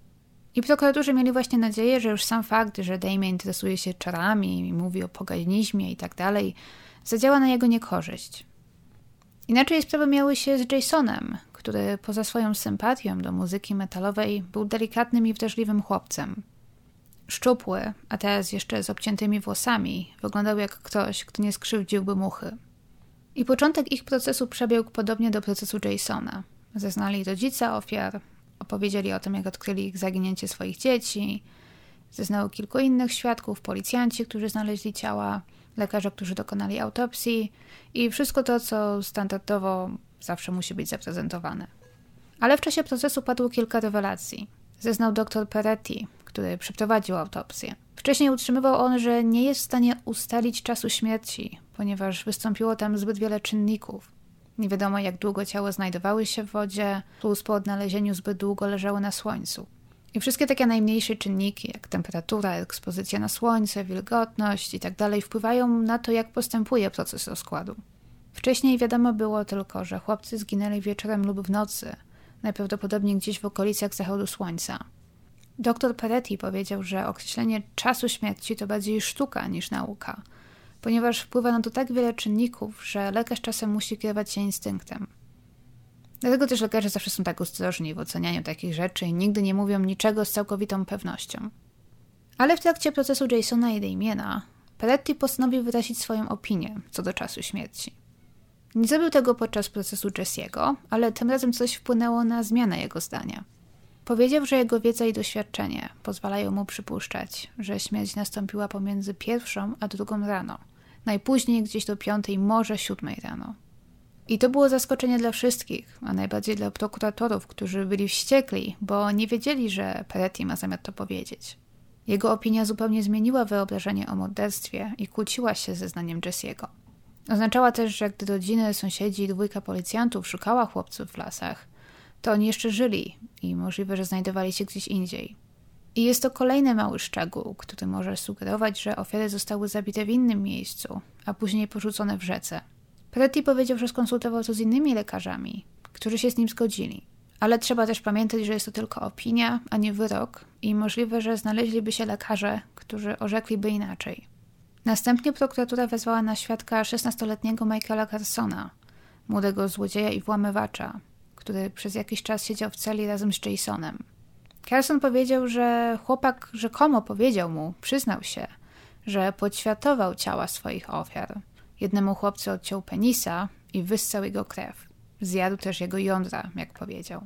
I prokuratorzy mieli właśnie nadzieję, że już sam fakt, że Damien interesuje się czarami i mówi o poganizmie i tak dalej, zadziała na jego niekorzyść. Inaczej sprawy miały się z Jasonem, który poza swoją sympatią do muzyki metalowej był delikatnym i wrażliwym chłopcem. Szczupły, a teraz jeszcze z obciętymi włosami, wyglądał jak ktoś, kto nie skrzywdziłby muchy. I początek ich procesu przebiegł podobnie do procesu Jasona. Zeznali rodzice ofiar, opowiedzieli o tym, jak odkryli ich zaginięcie swoich dzieci, zeznało kilku innych świadków, policjanci, którzy znaleźli ciała, lekarze, którzy dokonali autopsji i wszystko to, co standardowo zawsze musi być zaprezentowane. Ale w czasie procesu padło kilka rewelacji. Zeznał dr Peretti, który przeprowadził autopsję. Wcześniej utrzymywał on, że nie jest w stanie ustalić czasu śmierci, ponieważ wystąpiło tam zbyt wiele czynników. Nie wiadomo, jak długo ciała znajdowały się w wodzie, plus po odnalezieniu zbyt długo leżały na słońcu. I wszystkie takie najmniejsze czynniki, jak temperatura, ekspozycja na słońce, wilgotność itd. wpływają na to, jak postępuje proces rozkładu. Wcześniej wiadomo było tylko, że chłopcy zginęli wieczorem lub w nocy, najprawdopodobniej gdzieś w okolicach zachodu słońca. Dr Peretti powiedział, że określenie czasu śmierci to bardziej sztuka niż nauka, ponieważ wpływa na to tak wiele czynników, że lekarz czasem musi kierować się instynktem. Dlatego też lekarze zawsze są tak ostrożni w ocenianiu takich rzeczy i nigdy nie mówią niczego z całkowitą pewnością. Ale w trakcie procesu Jasona i Damiena Peretti postanowił wyrazić swoją opinię co do czasu śmierci. Nie zrobił tego podczas procesu Jesse'ego, ale tym razem coś wpłynęło na zmianę jego zdania. Powiedział, że jego wiedza i doświadczenie pozwalają mu przypuszczać, że śmierć nastąpiła pomiędzy 1 a 2 rano, najpóźniej gdzieś do 5, może 7 rano. I to było zaskoczenie dla wszystkich, a najbardziej dla prokuratorów, którzy byli wściekli, bo nie wiedzieli, że Peretti ma zamiar to powiedzieć. Jego opinia zupełnie zmieniła wyobrażenie o morderstwie i kłóciła się ze znaniem Jesse'ego. Oznaczała też, że gdy rodziny, sąsiedzi i 2 policjantów szukała chłopców w lasach, to oni jeszcze żyli i możliwe, że znajdowali się gdzieś indziej. I jest to kolejny mały szczegół, który może sugerować, że ofiary zostały zabite w innym miejscu, a później porzucone w rzece. Peretti powiedział, że skonsultował to z innymi lekarzami, którzy się z nim zgodzili. Ale trzeba też pamiętać, że jest to tylko opinia, a nie wyrok i możliwe, że znaleźliby się lekarze, którzy orzekliby inaczej. Następnie prokuratura wezwała na świadka 16-letniego Michaela Carsona, młodego złodzieja i włamywacza, który przez jakiś czas siedział w celi razem z Jasonem. Carson powiedział, że chłopak rzekomo powiedział mu, przyznał się, że podświatował ciała swoich ofiar. Jednemu chłopcu odciął penisa i wyssał jego krew. Zjadł też jego jądra, jak powiedział.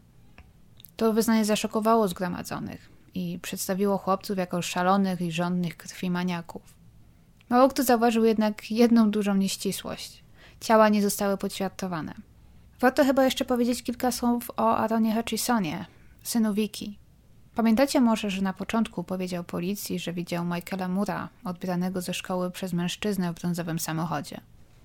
To wyznanie zaszokowało zgromadzonych i przedstawiło chłopców jako szalonych i żądnych krwi maniaków. Mało kto zauważył jednak jedną dużą nieścisłość. Ciała nie zostały podświadkowane. Warto chyba jeszcze powiedzieć kilka słów o Aaronie Hutchisonie, synu Vicky. Pamiętacie może, że na początku powiedział policji, że widział Michaela Moore'a, odbieranego ze szkoły przez mężczyznę w brązowym samochodzie.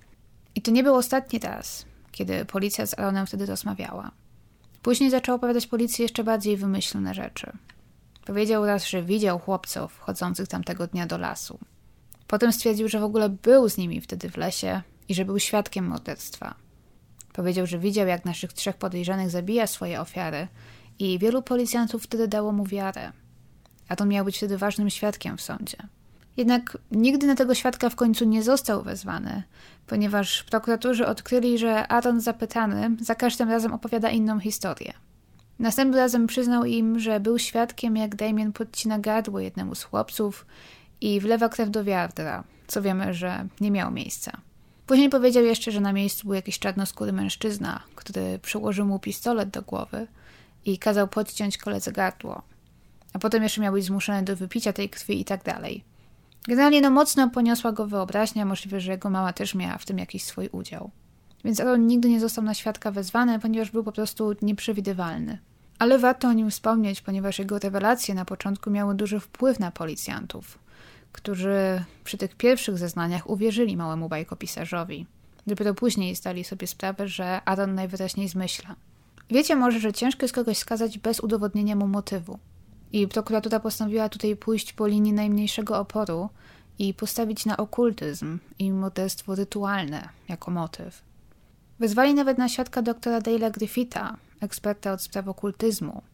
I to nie był ostatni raz, kiedy policja z Aaronem wtedy rozmawiała. Później zaczął opowiadać policji jeszcze bardziej wymyślne rzeczy. Powiedział raz, że widział chłopców chodzących tamtego dnia do lasu. Potem stwierdził, że w ogóle był z nimi wtedy w lesie i że był świadkiem morderstwa. Powiedział, że widział, jak naszych 3 podejrzanych zabija swoje ofiary i wielu policjantów wtedy dało mu wiarę. Aaron miał być wtedy ważnym świadkiem w sądzie. Jednak nigdy na tego świadka w końcu nie został wezwany, ponieważ prokuratorzy odkryli, że Aaron zapytany za każdym razem opowiada inną historię. Następnym razem przyznał im, że był świadkiem, jak Damien podcina gardło jednemu z chłopców i wlewa krew do wiadra, co wiemy, że nie miało miejsca. Później powiedział jeszcze, że na miejscu był jakiś czarnoskóry mężczyzna, który przyłożył mu pistolet do głowy i kazał podciąć koledze gardło. A potem jeszcze miał być zmuszony do wypicia tej krwi i tak dalej. Generalnie mocno poniosła go wyobraźnia, możliwe, że jego mama też miała w tym jakiś swój udział. Więc Aaron nigdy nie został na świadka wezwany, ponieważ był po prostu nieprzewidywalny. Ale warto o nim wspomnieć, ponieważ jego rewelacje na początku miały duży wpływ na policjantów, którzy przy tych pierwszych zeznaniach uwierzyli małemu bajkopisarzowi. Dopiero później zdali sobie sprawę, że Aaron najwyraźniej zmyśla. Wiecie może, że ciężko jest kogoś skazać bez udowodnienia mu motywu. I prokuratura postanowiła tutaj pójść po linii najmniejszego oporu i postawić na okultyzm i morderstwo rytualne jako motyw. Wezwali nawet na świadka doktora Dale'a Griffitha, eksperta od spraw okultyzmu.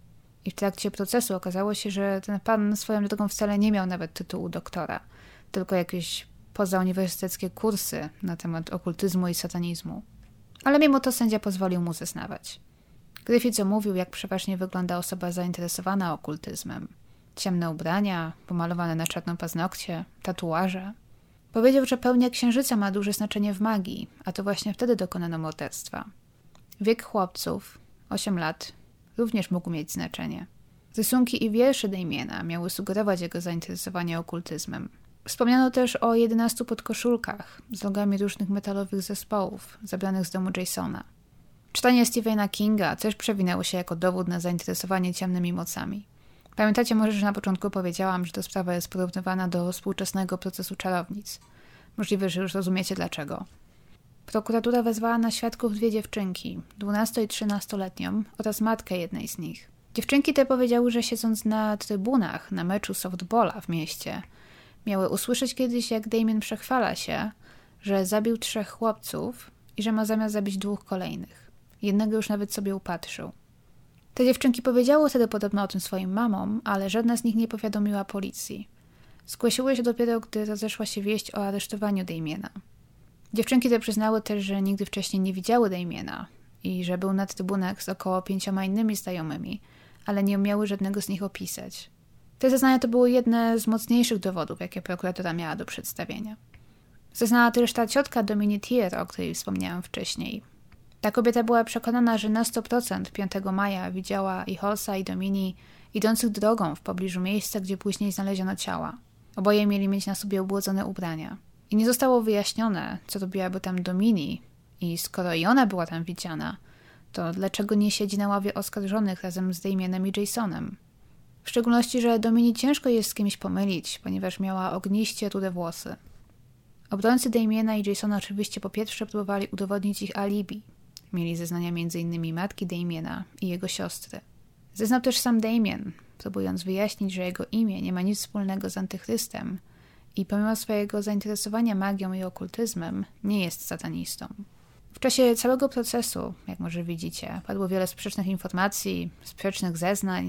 I w trakcie procesu okazało się, że ten pan swoją drogą wcale nie miał nawet tytułu doktora, tylko jakieś pozauniwersyteckie kursy na temat okultyzmu i satanizmu. Ale mimo to sędzia pozwolił mu zeznawać. Griffiths omówił, jak przeważnie wygląda osoba zainteresowana okultyzmem. Ciemne ubrania, pomalowane na czarno paznokcie, tatuaże. Powiedział, że pełnia księżyca ma duże znaczenie w magii, a to właśnie wtedy dokonano morderstwa. Wiek chłopców, 8 lat, również mógł mieć znaczenie. Rysunki i wiersze Damiena miały sugerować jego zainteresowanie okultyzmem. Wspomniano też o 11 podkoszulkach z logami różnych metalowych zespołów zabranych z domu Jasona. Czytanie Stephena Kinga też przewinęło się jako dowód na zainteresowanie ciemnymi mocami. Pamiętacie może, że na początku powiedziałam, że ta sprawa jest porównywana do współczesnego procesu czarownic. Możliwe, że już rozumiecie dlaczego. Prokuratura wezwała na świadków 2 dziewczynki, 12- i 13-letnią oraz matkę jednej z nich. Dziewczynki te powiedziały, że siedząc na trybunach na meczu softballa w mieście, miały usłyszeć kiedyś, jak Damien przechwala się, że zabił 3 chłopców i że ma zamiar zabić 2 kolejnych. Jednego już nawet sobie upatrzył. Te dziewczynki powiedziały wtedy podobno o tym swoim mamom, ale żadna z nich nie powiadomiła policji. Zgłosiły się dopiero, gdy rozeszła się wieść o aresztowaniu Damiena. Dziewczynki te przyznały też, że nigdy wcześniej nie widziały Damiena i że był na trybunach z około 5 innymi znajomymi, ale nie umiały żadnego z nich opisać. Te zeznania to były jedne z mocniejszych dowodów, jakie prokuratura miała do przedstawienia. Zeznała też ta ciotka Domini Thier, o której wspomniałam wcześniej. Ta kobieta była przekonana, że na 100% 5 maja widziała i Holsa, i Domini idących drogą w pobliżu miejsca, gdzie później znaleziono ciała. Oboje mieli mieć na sobie ubłodzone ubrania. I nie zostało wyjaśnione, co robiłaby tam Domini i skoro i ona była tam widziana, to dlaczego nie siedzi na ławie oskarżonych razem z Damienem i Jasonem? W szczególności, że Domini ciężko jest z kimś pomylić, ponieważ miała ogniście rude włosy. Obrońcy Damiena i Jasona oczywiście po pierwsze próbowali udowodnić ich alibi. Mieli zeznania m.in. matki Damiena i jego siostry. Zeznał też sam Damien, próbując wyjaśnić, że jego imię nie ma nic wspólnego z antychrystem i pomimo swojego zainteresowania magią i okultyzmem nie jest satanistą. W czasie całego procesu, jak może widzicie, padło wiele sprzecznych informacji, sprzecznych zeznań,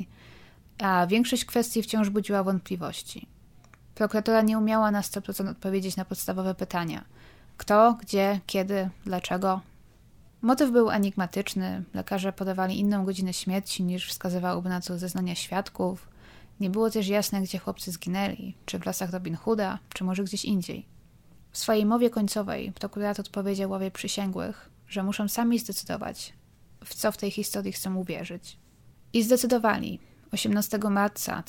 a większość kwestii wciąż budziła wątpliwości. Prokuratura nie umiała na 100% odpowiedzieć na podstawowe pytania. Kto, gdzie, kiedy, dlaczego? Motyw był enigmatyczny, lekarze podawali inną godzinę śmierci niż wskazywałyby na to zeznania świadków. Nie było też jasne, gdzie chłopcy zginęli, czy w lasach Robin Hooda, czy może gdzieś indziej. W swojej mowie końcowej prokurator powiedział ławie przysięgłych, że muszą sami zdecydować, w co w tej historii chcą uwierzyć. I zdecydowali. 18 marca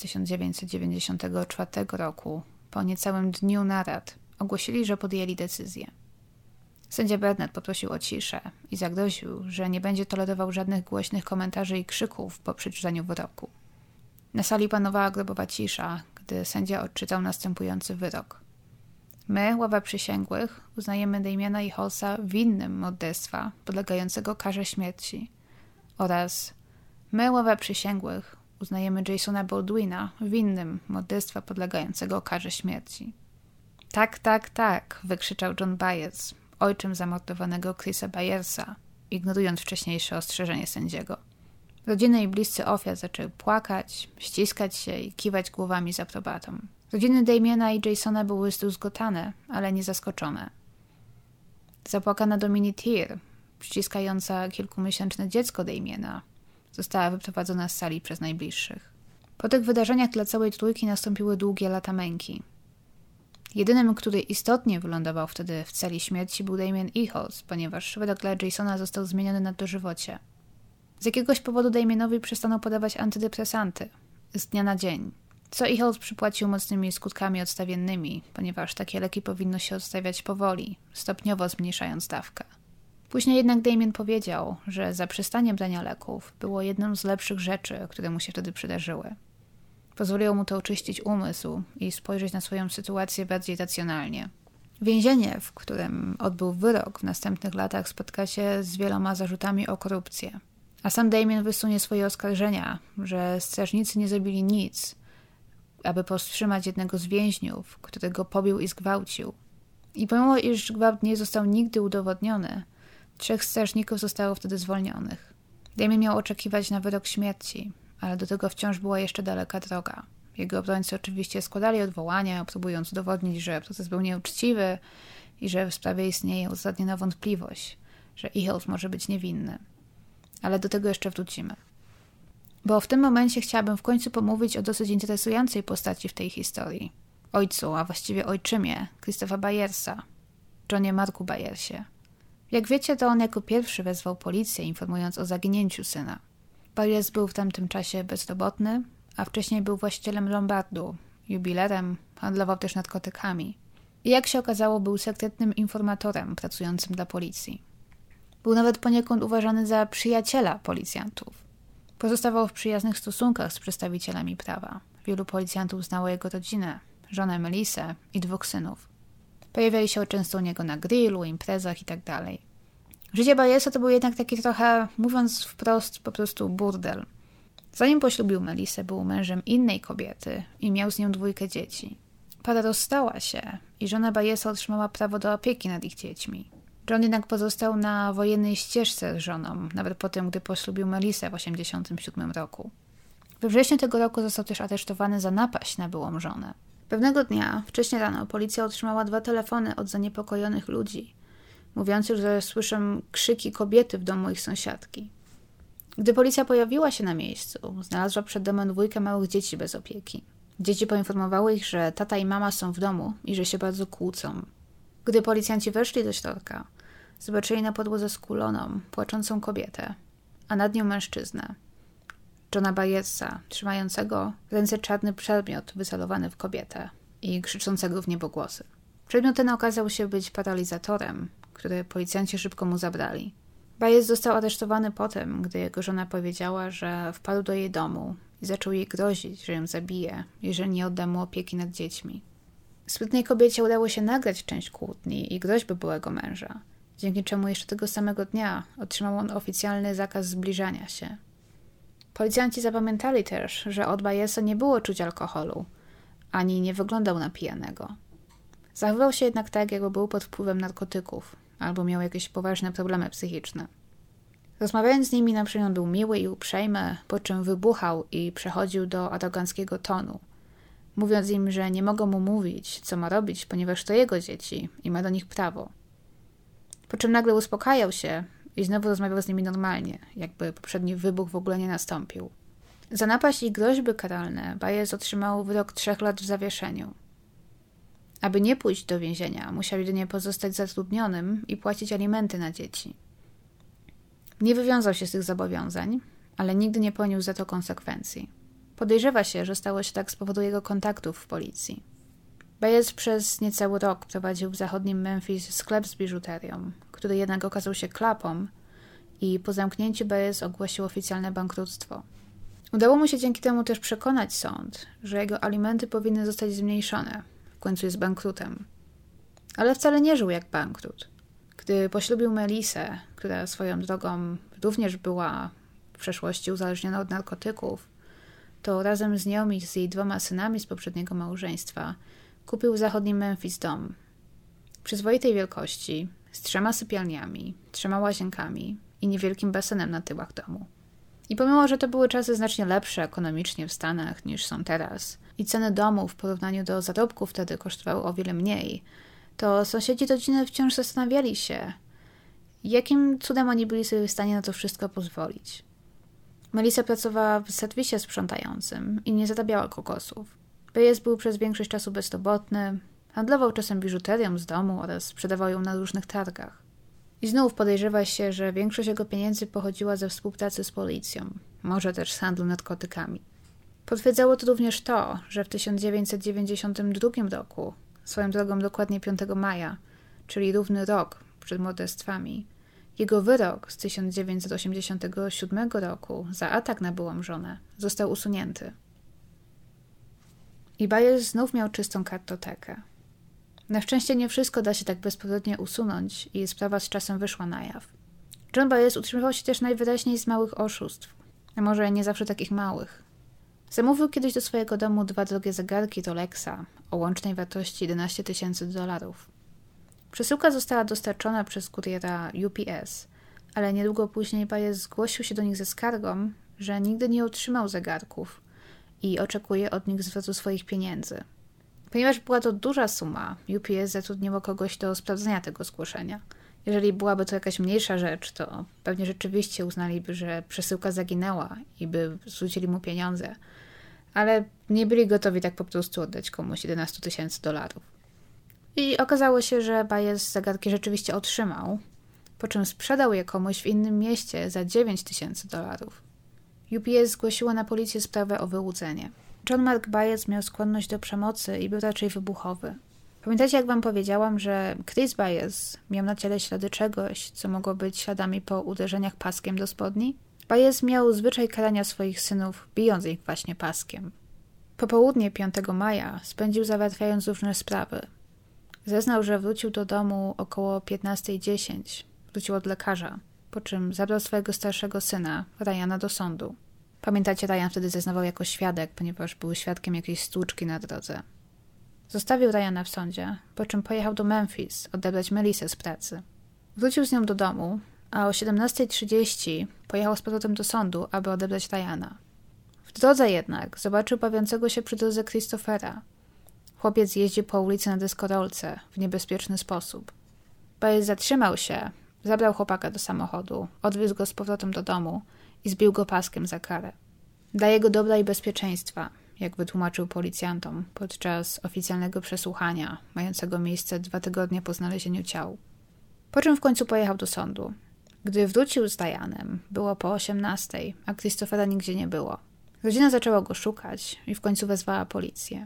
1994 roku, po niecałym dniu narad, ogłosili, że podjęli decyzję. Sędzia Burnett poprosił o ciszę i zagroził, że nie będzie tolerował żadnych głośnych komentarzy i krzyków po przeczytaniu wyroku. Na sali panowała grobowa cisza, gdy sędzia odczytał następujący wyrok. My, ława przysięgłych, uznajemy Damiena i Holsa winnym morderstwa podlegającego karze śmierci oraz my, ława przysięgłych, uznajemy Jasona Baldwina winnym morderstwa podlegającego karze śmierci. Tak, tak, tak, wykrzyczał John Byers, ojczym zamordowanego Chrisa Byersa, ignorując wcześniejsze ostrzeżenie sędziego. Rodziny i bliscy ofiar zaczęły płakać, ściskać się i kiwać głowami z aprobatą. Rodziny Damiena i Jasona były zdruzgotane, ale nie zaskoczone. Zapłakana Domini Thier, ściskająca kilkumiesięczne dziecko Damiena, została wyprowadzona z sali przez najbliższych. Po tych wydarzeniach dla całej trójki nastąpiły długie lata męki. Jedynym, który istotnie wylądował wtedy w celi śmierci, był Damien Echols, ponieważ wyrok dla Jasona został zmieniony na dożywocie. Z jakiegoś powodu Damienowi przestano podawać antydepresanty z dnia na dzień, co Echols przypłacił mocnymi skutkami odstawiennymi, ponieważ takie leki powinno się odstawiać powoli, stopniowo zmniejszając dawkę. Później jednak Damien powiedział, że zaprzestanie brania leków było jedną z lepszych rzeczy, które mu się wtedy przydarzyły. Pozwoliło mu to oczyścić umysł i spojrzeć na swoją sytuację bardziej racjonalnie. Więzienie, w którym odbył wyrok, w następnych latach spotka się z wieloma zarzutami o korupcję. A sam Damien wysunie swoje oskarżenia, że strażnicy nie zrobili nic, aby powstrzymać jednego z więźniów, który go pobił i zgwałcił. I pomimo, iż gwałt nie został nigdy udowodniony, 3 strażników zostało wtedy zwolnionych. Damien miał oczekiwać na wyrok śmierci, ale do tego wciąż była jeszcze daleka droga. Jego obrońcy oczywiście składali odwołania, próbując udowodnić, że proces był nieuczciwy i że w sprawie istnieje uzasadniona wątpliwość, że Echols może być niewinny. Ale do tego jeszcze wrócimy. Bo w tym momencie chciałabym w końcu pomówić o dosyć interesującej postaci w tej historii. Ojcu, a właściwie ojczymie Christopha Byersa, Johnie Marku Byersie. Jak wiecie, to on jako pierwszy wezwał policję, informując o zaginięciu syna. Byers był w tamtym czasie bezrobotny, a wcześniej był właścicielem lombardu, jubilerem, handlował też narkotykami. I jak się okazało, był sekretnym informatorem pracującym dla policji. Był nawet poniekąd uważany za przyjaciela policjantów. Pozostawał w przyjaznych stosunkach z przedstawicielami prawa. Wielu policjantów znało jego rodzinę, żonę Melisę i 2 synów. Pojawiali się często u niego na grillu, imprezach itd. Życie Byersa to był jednak taki trochę, mówiąc wprost, po prostu burdel. Zanim poślubił Melisę, był mężem innej kobiety i miał z nią 2 dzieci. Para rozstała się i żona Byersa otrzymała prawo do opieki nad ich dziećmi. John jednak pozostał na wojennej ścieżce z żoną, nawet po tym, gdy poślubił Melisę w 1987 roku. We wrześniu tego roku został też aresztowany za napaść na byłą żonę. Pewnego dnia, wcześnie rano, policja otrzymała 2 telefony od zaniepokojonych ludzi, mówiących, że słyszą krzyki kobiety w domu ich sąsiadki. Gdy policja pojawiła się na miejscu, znalazła przed domem 2 małych dzieci bez opieki. Dzieci poinformowały ich, że tata i mama są w domu i że się bardzo kłócą. Gdy policjanci weszli do środka, zobaczyli na podłodze skuloną, płaczącą kobietę, a nad nią mężczyznę, Johna Byersa, trzymającego w ręce czarny przedmiot wycelowany w kobietę i krzyczącego w niebogłosy. Przedmiot ten okazał się być paralizatorem, który policjanci szybko mu zabrali. Byers został aresztowany potem, gdy jego żona powiedziała, że wpadł do jej domu i zaczął jej grozić, że ją zabije, jeżeli nie odda mu opieki nad dziećmi. Sprytnej kobiecie udało się nagrać część kłótni i groźby byłego męża, dzięki czemu jeszcze tego samego dnia otrzymał on oficjalny zakaz zbliżania się. Policjanci zapamiętali też, że od Byersa nie było czuć alkoholu, ani nie wyglądał na pijanego. Zachowywał się jednak tak, jakby był pod wpływem narkotyków, albo miał jakieś poważne problemy psychiczne. Rozmawiając z nimi, na przykład był miły i uprzejmy, po czym wybuchał i przechodził do aroganckiego tonu, mówiąc im, że nie mogą mu mówić, co ma robić, ponieważ to jego dzieci i ma do nich prawo. Po czym nagle uspokajał się i znowu rozmawiał z nimi normalnie, jakby poprzedni wybuch w ogóle nie nastąpił. Za napaść i groźby karalne Byers otrzymał wyrok 3 lat w zawieszeniu. Aby nie pójść do więzienia, musiał jedynie pozostać zatrudnionym i płacić alimenty na dzieci. Nie wywiązał się z tych zobowiązań, ale nigdy nie poniósł za to konsekwencji. Podejrzewa się, że stało się tak z powodu jego kontaktów w policji. Byers przez niecały rok prowadził w zachodnim Memphis sklep z biżuterią, który jednak okazał się klapą i po zamknięciu Byers ogłosił oficjalne bankructwo. Udało mu się dzięki temu też przekonać sąd, że jego alimenty powinny zostać zmniejszone. W końcu jest bankrutem. Ale wcale nie żył jak bankrut. Gdy poślubił Melisę, która swoją drogą również była w przeszłości uzależniona od narkotyków, to razem z nią i z jej 2 synami z poprzedniego małżeństwa kupił w zachodnim Memphis dom. Przyzwoitej wielkości, z 3 sypialniami, 3 łazienkami i niewielkim basenem na tyłach domu. I pomimo, że to były czasy znacznie lepsze ekonomicznie w Stanach niż są teraz i ceny domów w porównaniu do zarobków wtedy kosztowały o wiele mniej, to sąsiedzi rodziny wciąż zastanawiali się, jakim cudem oni byli sobie w stanie na to wszystko pozwolić. Melisa pracowała w serwisie sprzątającym i nie zarabiała kokosów. Byers był przez większość czasu bezrobotny, handlował czasem biżuterią z domu oraz sprzedawał ją na różnych targach. I znów podejrzewa się, że większość jego pieniędzy pochodziła ze współpracy z policją, może też z handlu narkotykami. Potwierdzało to również to, że w 1992 roku, swoją drogą dokładnie 5 maja, czyli równy rok przed morderstwami, jego wyrok z 1987 roku za atak na byłą żonę został usunięty. I Byers znów miał czystą kartotekę. Na szczęście nie wszystko da się tak bezpowrotnie usunąć i sprawa z czasem wyszła na jaw. John Byers utrzymywał się też najwyraźniej z małych oszustw, a może nie zawsze takich małych. Zamówił kiedyś do swojego domu 2 drogie zegarki Rolexa o łącznej wartości $11,000. Przesyłka została dostarczona przez kuriera UPS, ale niedługo później Byers zgłosił się do nich ze skargą, że nigdy nie otrzymał zegarków i oczekuje od nich zwrotu swoich pieniędzy. Ponieważ była to duża suma, UPS zatrudniło kogoś do sprawdzenia tego zgłoszenia. Jeżeli byłaby to jakaś mniejsza rzecz, to pewnie rzeczywiście uznaliby, że przesyłka zaginęła i by zwrócili mu pieniądze. Ale nie byli gotowi tak po prostu oddać komuś $11,000. I okazało się, że Baez zegarki rzeczywiście otrzymał, po czym sprzedał je komuś w innym mieście za $9,000. UPS zgłosiło na policję sprawę o wyłudzenie. John Mark Baez miał skłonność do przemocy i był raczej wybuchowy. Pamiętacie, jak wam powiedziałam, że Chris Baez miał na ciele ślady czegoś, co mogło być śladami po uderzeniach paskiem do spodni? Baez miał zwyczaj karania swoich synów, bijąc ich właśnie paskiem. Popołudnie 5 maja spędził załatwiając różne sprawy. Zeznał, że wrócił do domu około 15:10. Wrócił od lekarza, po czym zabrał swojego starszego syna, Ryana, do sądu. Pamiętacie, Ryan wtedy zeznawał jako świadek, ponieważ był świadkiem jakiejś stłuczki na drodze. Zostawił Ryana w sądzie, po czym pojechał do Memphis odebrać Melisę z pracy. Wrócił z nią do domu, a o 17:30 pojechał z powrotem do sądu, aby odebrać Ryana. W drodze jednak zobaczył bawiącego się przy drodze Christophera. Chłopiec jeździł po ulicy na deskorolce w niebezpieczny sposób. Baez zatrzymał się, zabrał chłopaka do samochodu, odwiózł go z powrotem do domu i zbił go paskiem za karę. Dla jego dobra i bezpieczeństwa, jak wytłumaczył policjantom podczas oficjalnego przesłuchania, mającego miejsce 2 tygodnie po znalezieniu ciał. Po czym w końcu pojechał do sądu. Gdy wrócił z Dianem, było po 18:00, a Christophera nigdzie nie było. Rodzina zaczęła go szukać i w końcu wezwała policję.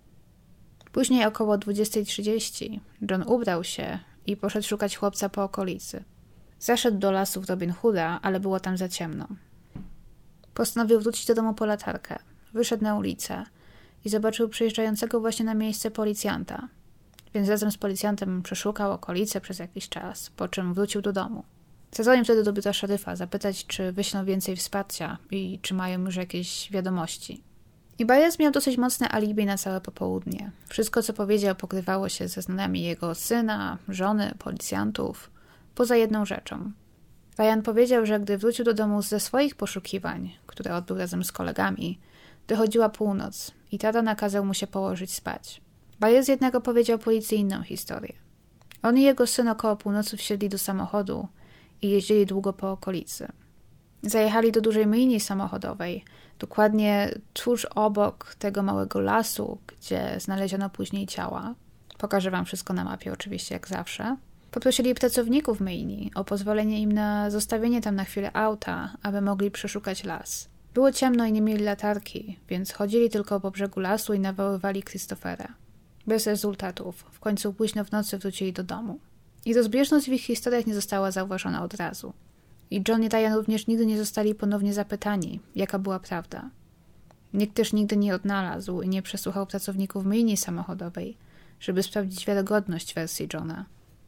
Później około 20:30 John ubrał się i poszedł szukać chłopca po okolicy. Zaszedł do lasów Robin Hooda, ale było tam za ciemno. Postanowił wrócić do domu po latarkę. Wyszedł na ulicę i zobaczył przyjeżdżającego właśnie na miejsce policjanta. Więc razem z policjantem przeszukał okolice przez jakiś czas, po czym wrócił do domu. Zadzwonił wtedy do biura szeryfa zapytać, czy wyślą więcej wsparcia i czy mają już jakieś wiadomości. I Baez miał dosyć mocne alibi na całe popołudnie. Wszystko, co powiedział, pokrywało się ze znaniami jego syna, żony, policjantów, poza jedną rzeczą. Ryan powiedział, że gdy wrócił do domu ze swoich poszukiwań, które odbył razem z kolegami, dochodziła północ i tata nakazał mu się położyć spać. Baez jednak opowiedział policji inną historię. On i jego syn około północy wsiedli do samochodu i jeździli długo po okolicy. Zajechali do dużej myjni samochodowej, dokładnie tuż obok tego małego lasu, gdzie znaleziono później ciała. Pokażę wam wszystko na mapie, oczywiście, jak zawsze. Poprosili pracowników myjni o pozwolenie im na zostawienie tam na chwilę auta, aby mogli przeszukać las. Było ciemno i nie mieli latarki, więc chodzili tylko po brzegu lasu i nawoływali Christophera. Bez rezultatów. W końcu późno w nocy wrócili do domu. I rozbieżność w ich historiach nie została zauważona od razu. I John i Ryan również nigdy nie zostali ponownie zapytani, jaka była prawda. Nikt też nigdy nie odnalazł i nie przesłuchał pracowników myjni samochodowej, żeby sprawdzić wiarygodność wersji Johna.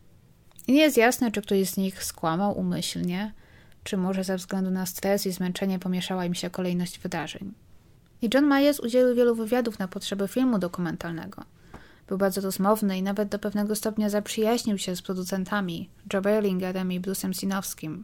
I nie jest jasne, czy ktoś z nich skłamał umyślnie, czy może ze względu na stres i zmęczenie pomieszała im się kolejność wydarzeń. I John Myers udzielił wielu wywiadów na potrzeby filmu dokumentalnego. Był bardzo rozmowny i nawet do pewnego stopnia zaprzyjaźnił się z producentami Joe Berlingerem i Bruce'em Sinowskim.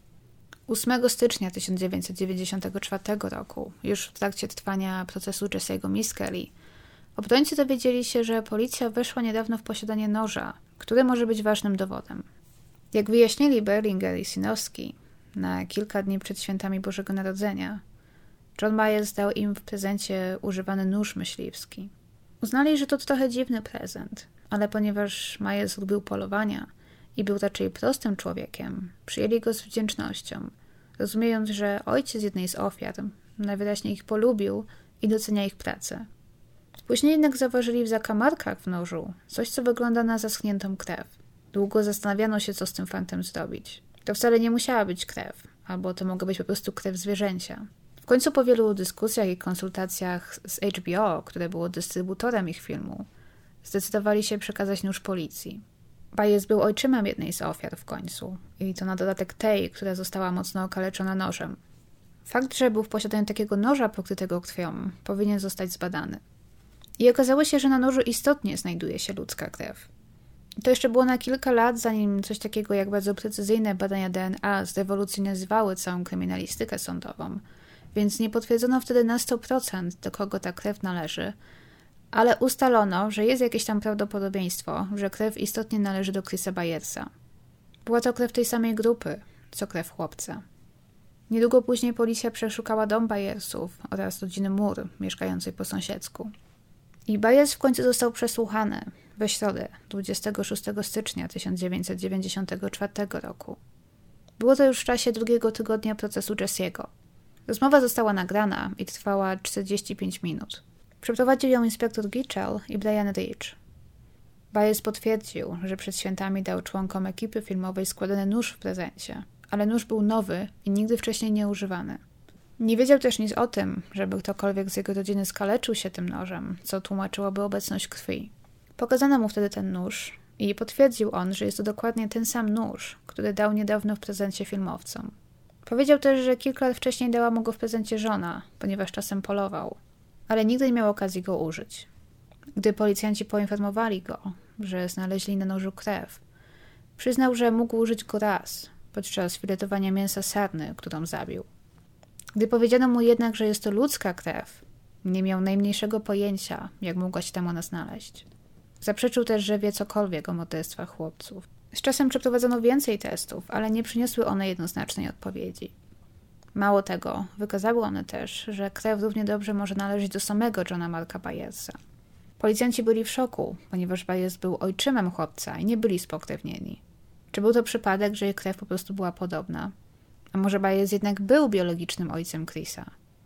8 stycznia 1994 roku, już w trakcie trwania procesu Jesse'ego Misskelley, obrońcy dowiedzieli się, że policja weszła niedawno w posiadanie noża, który może być ważnym dowodem. Jak wyjaśnili Berlinger i Sinowski, na kilka dni przed świętami Bożego Narodzenia, John Myers dał im w prezencie używany nóż myśliwski. Uznali, że to trochę dziwny prezent, ale ponieważ Myers lubił polowania i był raczej prostym człowiekiem, przyjęli go z wdzięcznością, rozumiejąc, że ojciec jednej z ofiar najwyraźniej ich polubił i docenia ich pracę. Później jednak zauważyli w zakamarkach w nożu coś, co wygląda na zaschniętą krew. Długo zastanawiano się, co z tym fantem zrobić. To wcale nie musiała być krew, albo to mogła być po prostu krew zwierzęcia. W końcu po wielu dyskusjach i konsultacjach z HBO, które było dystrybutorem ich filmu, zdecydowali się przekazać nóż policji. Baez był ojczymem jednej z ofiar w końcu i to na dodatek tej, która została mocno okaleczona nożem. Fakt, że był w posiadaniu takiego noża pokrytego krwią, powinien zostać zbadany. I okazało się, że na nożu istotnie znajduje się ludzka krew. To jeszcze było na kilka lat, zanim coś takiego jak bardzo precyzyjne badania DNA zrewolucjonizowały całą kryminalistykę sądową, więc nie potwierdzono wtedy na 100%, do kogo ta krew należy, ale ustalono, że jest jakieś tam prawdopodobieństwo, że krew istotnie należy do Chrisa Byersa. Była to krew tej samej grupy, co krew chłopca. Niedługo później policja przeszukała dom Byersów oraz rodziny Moore, mieszkającej po sąsiedzku. I Byers w końcu został przesłuchany we środę, 26 stycznia 1994 roku. Było to już w czasie drugiego tygodnia procesu Jesse'ego. Rozmowa została nagrana i trwała 45 minut. Przeprowadził ją inspektor Gitchell i Brian Rich. Byers potwierdził, że przed świętami dał członkom ekipy filmowej składany nóż w prezencie, ale nóż był nowy i nigdy wcześniej nie używany. Nie wiedział też nic o tym, żeby ktokolwiek z jego rodziny skaleczył się tym nożem, co tłumaczyłoby obecność krwi. Pokazano mu wtedy ten nóż i potwierdził on, że jest to dokładnie ten sam nóż, który dał niedawno w prezencie filmowcom. Powiedział też, że kilka lat wcześniej dała mu go w prezencie żona, ponieważ czasem polował, ale nigdy nie miał okazji go użyć. Gdy policjanci poinformowali go, że znaleźli na nożu krew, przyznał, że mógł użyć go raz, podczas filetowania mięsa sarny, którą zabił. Gdy powiedziano mu jednak, że jest to ludzka krew, nie miał najmniejszego pojęcia, jak mogła się tam ona znaleźć. Zaprzeczył też, że wie cokolwiek o morderstwach chłopców. Z czasem przeprowadzono więcej testów, ale nie przyniosły one jednoznacznej odpowiedzi. Mało tego, wykazały one też, że krew równie dobrze może należeć do samego Johna Marka Byersa. Policjanci byli w szoku, ponieważ Byers był ojczymem chłopca i nie byli spokrewnieni. Czy był to przypadek, że ich krew po prostu była podobna? A może Byers jednak był biologicznym ojcem Chrisa?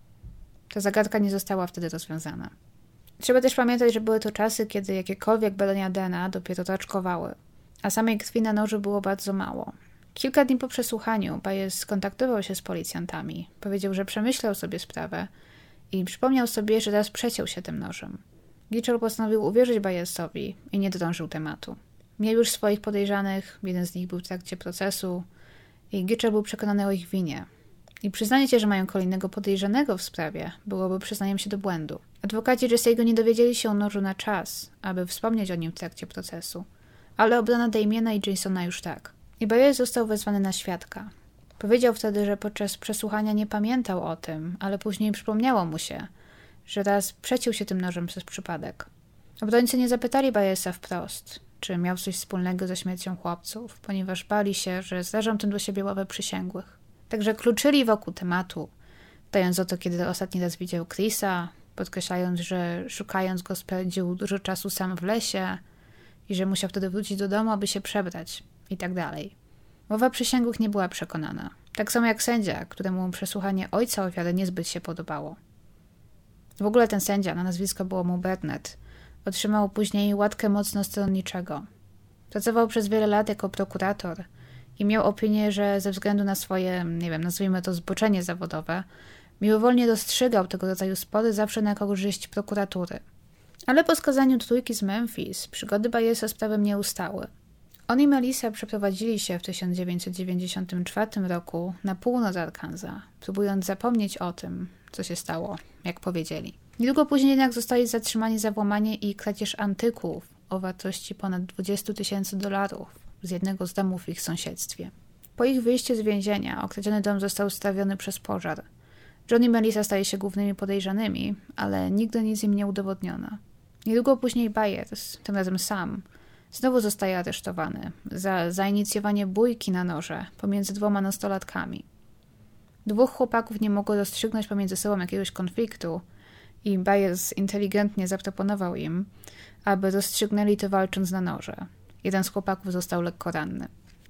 Ta zagadka nie została wtedy rozwiązana. Trzeba też pamiętać, że były to czasy, kiedy jakiekolwiek badania DNA dopiero raczkowały, a samej krwi na nożu było bardzo mało. Kilka dni po przesłuchaniu Byers skontaktował się z policjantami, powiedział, że przemyślał sobie sprawę i przypomniał sobie, że raz przeciął się tym nożem. Gitchell postanowił uwierzyć Byersowi i nie drążył tematu. Miał już swoich podejrzanych, jeden z nich był w trakcie procesu i Gitchell był przekonany o ich winie. I przyznanie się, że mają kolejnego podejrzanego w sprawie, byłoby przyznaniem się do błędu. Adwokaci Jesse'ego nie dowiedzieli się o nożu na czas, aby wspomnieć o nim w trakcie procesu, ale obrona Damiena i Jasona już tak. I Byers został wezwany na świadka. Powiedział wtedy, że podczas przesłuchania nie pamiętał o tym, ale później przypomniało mu się, że raz przeciął się tym nożem przez przypadek. Obrońcy nie zapytali Byersa wprost, czy miał coś wspólnego ze śmiercią chłopców, ponieważ bali się, że zdarzą tym do siebie ławę przysięgłych. Także kluczyli wokół tematu, pytając o to, kiedy ostatni raz widział Chrisa, podkreślając, że szukając go spędził dużo czasu sam w lesie i że musiał wtedy wrócić do domu, aby się przebrać i tak dalej. Ława przysięgłych nie była przekonana. Tak samo jak sędzia, któremu przesłuchanie ojca ofiary niezbyt się podobało. W ogóle ten sędzia, na nazwisko było mu Burnett, otrzymał później łatkę mocno stronniczego. Pracował przez wiele lat jako prokurator i miał opinię, że ze względu na swoje, nazwijmy to zboczenie zawodowe, miłowolnie rozstrzygał tego rodzaju spory zawsze na korzyść prokuratury. Ale po skazaniu trójki z Memphis przygody Byersa z prawem nie ustały. On i Melissa przeprowadzili się w 1994 roku na północ Arkansas, próbując zapomnieć o tym, co się stało, jak powiedzieli. Niedługo później jednak zostali zatrzymani za włamanie i kradzież antyków o wartości ponad $20,000 z jednego z domów w ich sąsiedztwie. Po ich wyjściu z więzienia okradziony dom został strawiony przez pożar. John i Melissa stali się głównymi podejrzanymi, ale nigdy nic im nie udowodniono. Niedługo później Byers, tym razem sam, znowu zostaje aresztowany za zainicjowanie bójki na noże pomiędzy dwoma nastolatkami. Dwóch chłopaków nie mogło rozstrzygnąć pomiędzy sobą jakiegoś konfliktu i Byers inteligentnie zaproponował im, aby rozstrzygnęli to walcząc na noże. Jeden z chłopaków został lekko ranny.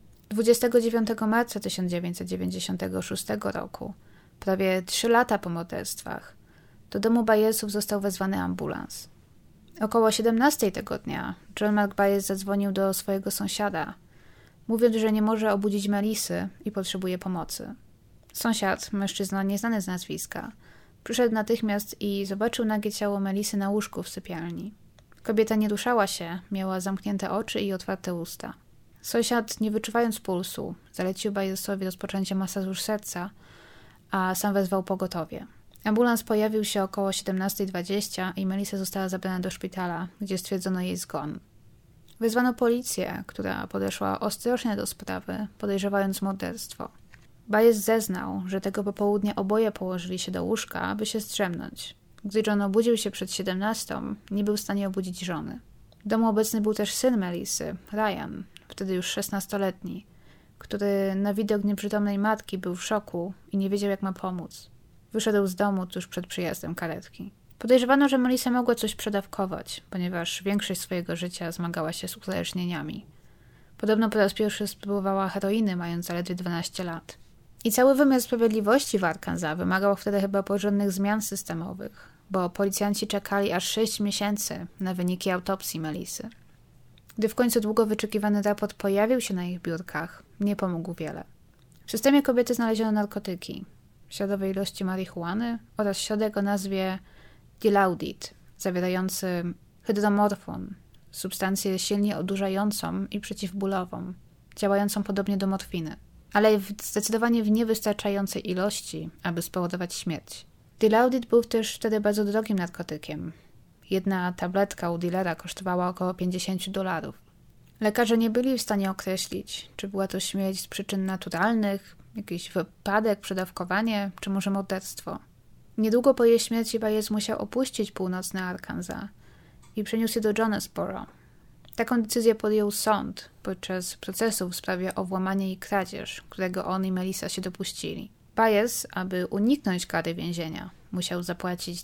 29 marca 1996 roku, prawie 3 lata po morderstwach, do domu Byersów został wezwany ambulans. Około 17 tego dnia John Mark Byers zadzwonił do swojego sąsiada, mówiąc, że nie może obudzić Melissy i potrzebuje pomocy. Sąsiad, mężczyzna nieznany z nazwiska, przyszedł natychmiast i zobaczył nagie ciało Melissy na łóżku w sypialni. Kobieta nie ruszała się, miała zamknięte oczy i otwarte usta. Sąsiad, nie wyczuwając pulsu, zalecił Byersowi rozpoczęcie masażu serca, a sam wezwał pogotowie. Ambulans pojawił się około 17:20 i Melissa została zabrana do szpitala, gdzie stwierdzono jej zgon. Wezwano policję, która podeszła ostrożnie do sprawy, podejrzewając morderstwo. Baez zeznał, że tego popołudnia oboje położyli się do łóżka, aby się strzemnąć. Gdy John obudził się przed 17, nie był w stanie obudzić żony. W domu obecny był też syn Melisy, Ryan, wtedy już 16-letni, który na widok nieprzytomnej matki był w szoku i nie wiedział, jak ma pomóc. Wyszedł z domu tuż przed przyjazdem karetki. Podejrzewano, że Melissa mogła coś przedawkować, ponieważ większość swojego życia zmagała się z uzależnieniami. Podobno po raz pierwszy spróbowała heroiny, mając zaledwie 12 lat. I cały wymiar sprawiedliwości w Arkansas wymagał wtedy chyba porządnych zmian systemowych, bo policjanci czekali aż 6 miesięcy na wyniki autopsji Melissy. Gdy w końcu długo wyczekiwany raport pojawił się na ich biurkach, nie pomógł wiele. W systemie kobiety znaleziono narkotyki, śladowe ilości marihuany oraz środek o nazwie Dilaudid, zawierający hydromorfon, substancję silnie odurzającą i przeciwbólową, działającą podobnie do morfiny, ale zdecydowanie w niewystarczającej ilości, aby spowodować śmierć. Dilaudid był też wtedy bardzo drogim narkotykiem. Jedna tabletka u dealera kosztowała około $50. Lekarze nie byli w stanie określić, czy była to śmierć z przyczyn naturalnych, jakiś wypadek, przedawkowanie, czy może morderstwo. Niedługo po jej śmierci Baez musiał opuścić północny Arkansas i przeniósł się do Jonesboro. Taką decyzję podjął sąd podczas procesu w sprawie o włamanie i kradzież, którego on i Melissa się dopuścili. Baez, aby uniknąć kary więzienia, musiał zapłacić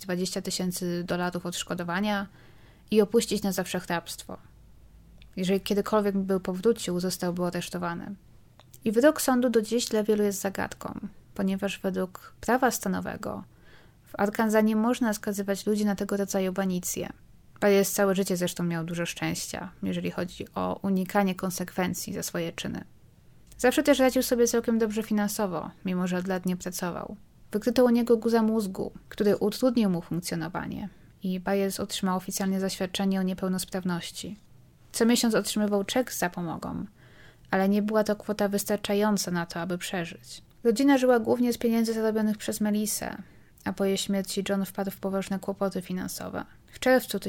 $20,000 odszkodowania i opuścić na zawsze hrabstwo. Jeżeli kiedykolwiek by powrócił, zostałby aresztowany. I wyrok sądu do dziś dla wielu jest zagadką, ponieważ według prawa stanowego w Arkansas nie można skazywać ludzi na tego rodzaju banicje. Baez całe życie zresztą miał dużo szczęścia, jeżeli chodzi o unikanie konsekwencji za swoje czyny. Zawsze też radził sobie całkiem dobrze finansowo, mimo że od lat nie pracował. Wykryto u niego guza mózgu, który utrudnił mu funkcjonowanie i Baez otrzymał oficjalnie zaświadczenie o niepełnosprawności. Co miesiąc otrzymywał czek z zapomogą, ale nie była to kwota wystarczająca na to, aby przeżyć. Rodzina żyła głównie z pieniędzy zarobionych przez Melissę, a po jej śmierci John wpadł w poważne kłopoty finansowe. W czerwcu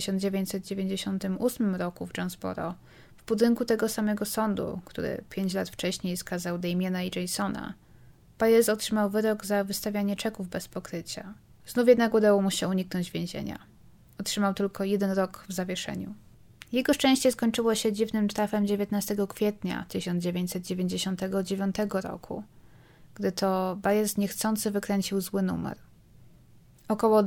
1998 roku w Jonesboro, w budynku tego samego sądu, który 5 lat wcześniej skazał Damiena i Jasona, Baez otrzymał wyrok za wystawianie czeków bez pokrycia. Znów jednak udało mu się uniknąć więzienia. Otrzymał tylko 1 rok w zawieszeniu. Jego szczęście skończyło się dziwnym trafem 19 kwietnia 1999 roku, gdy to Baez niechcący wykręcił zły numer. Około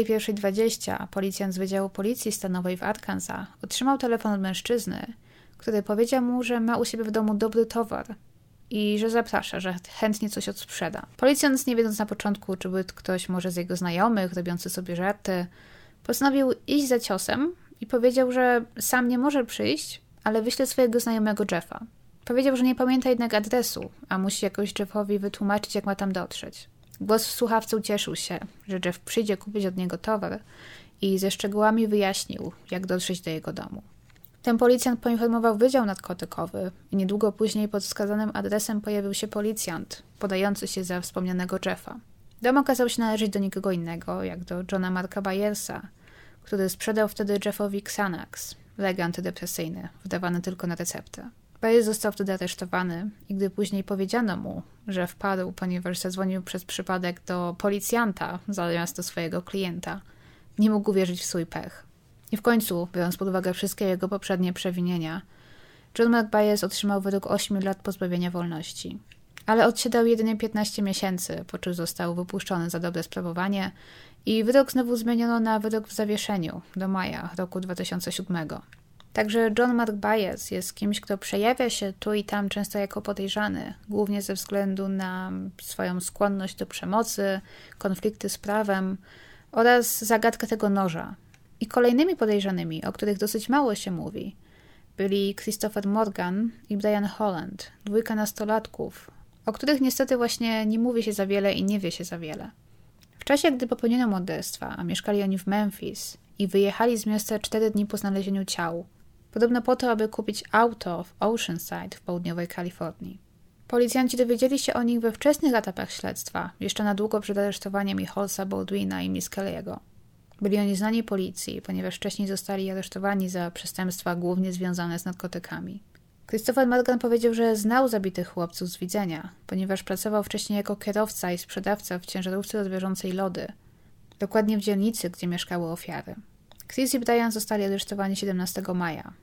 21:20 policjant z Wydziału Policji Stanowej w Arkansas otrzymał telefon od mężczyzny, który powiedział mu, że ma u siebie w domu dobry towar i że zaprasza, że chętnie coś odsprzeda. Policjant, nie wiedząc na początku, czy był ktoś może z jego znajomych, robiący sobie żarty, postanowił iść za ciosem i powiedział, że sam nie może przyjść, ale wyśle swojego znajomego Jeffa. Powiedział, że nie pamięta jednak adresu, a musi jakoś Jeffowi wytłumaczyć, jak ma tam dotrzeć. Głos w słuchawce ucieszył się, że Jeff przyjdzie kupić od niego towar i ze szczegółami wyjaśnił, jak dotrzeć do jego domu. Ten policjant poinformował Wydział Narkotykowy i niedługo później pod wskazanym adresem pojawił się policjant, podający się za wspomnianego Jeffa. Dom okazał się należeć do nikogo innego, jak do Johna Marka Bayersa, który sprzedał wtedy Jeffowi Xanax, lek antydepresyjny, wydawany tylko na receptę. Bayers został wtedy aresztowany i gdy później powiedziano mu, że wpadł, ponieważ zadzwonił przez przypadek do policjanta zamiast do swojego klienta, nie mógł uwierzyć w swój pech. I w końcu, biorąc pod uwagę wszystkie jego poprzednie przewinienia, John Mark Bayers otrzymał wyrok 8 lat pozbawienia wolności. Ale odsiadał jedynie 15 miesięcy, po czym został wypuszczony za dobre sprawowanie i wyrok znowu zmieniono na wyrok w zawieszeniu do maja roku 2007. Także John Mark Bayers jest kimś, kto przejawia się tu i tam często jako podejrzany, głównie ze względu na swoją skłonność do przemocy, konflikty z prawem oraz zagadkę tego noża. I kolejnymi podejrzanymi, o których dosyć mało się mówi, byli Christopher Morgan i Brian Holland, 2 nastolatków, o których niestety właśnie nie mówi się za wiele i nie wie się za wiele. W czasie, gdy popełniono morderstwa, a mieszkali oni w Memphis i wyjechali z miasta 4 dni po znalezieniu ciał, podobno po to, aby kupić auto w Oceanside w południowej Kalifornii. Policjanci dowiedzieli się o nich we wczesnych etapach śledztwa, jeszcze na długo przed aresztowaniem Holsa Baldwina i Miss Kelly'ego. Byli oni znani policji, ponieważ wcześniej zostali aresztowani za przestępstwa głównie związane z narkotykami. Christopher Morgan powiedział, że znał zabitych chłopców z widzenia, ponieważ pracował wcześniej jako kierowca i sprzedawca w ciężarówce rozwiążącej lody, dokładnie w dzielnicy, gdzie mieszkały ofiary. Chris i Brian zostali aresztowani 17 maja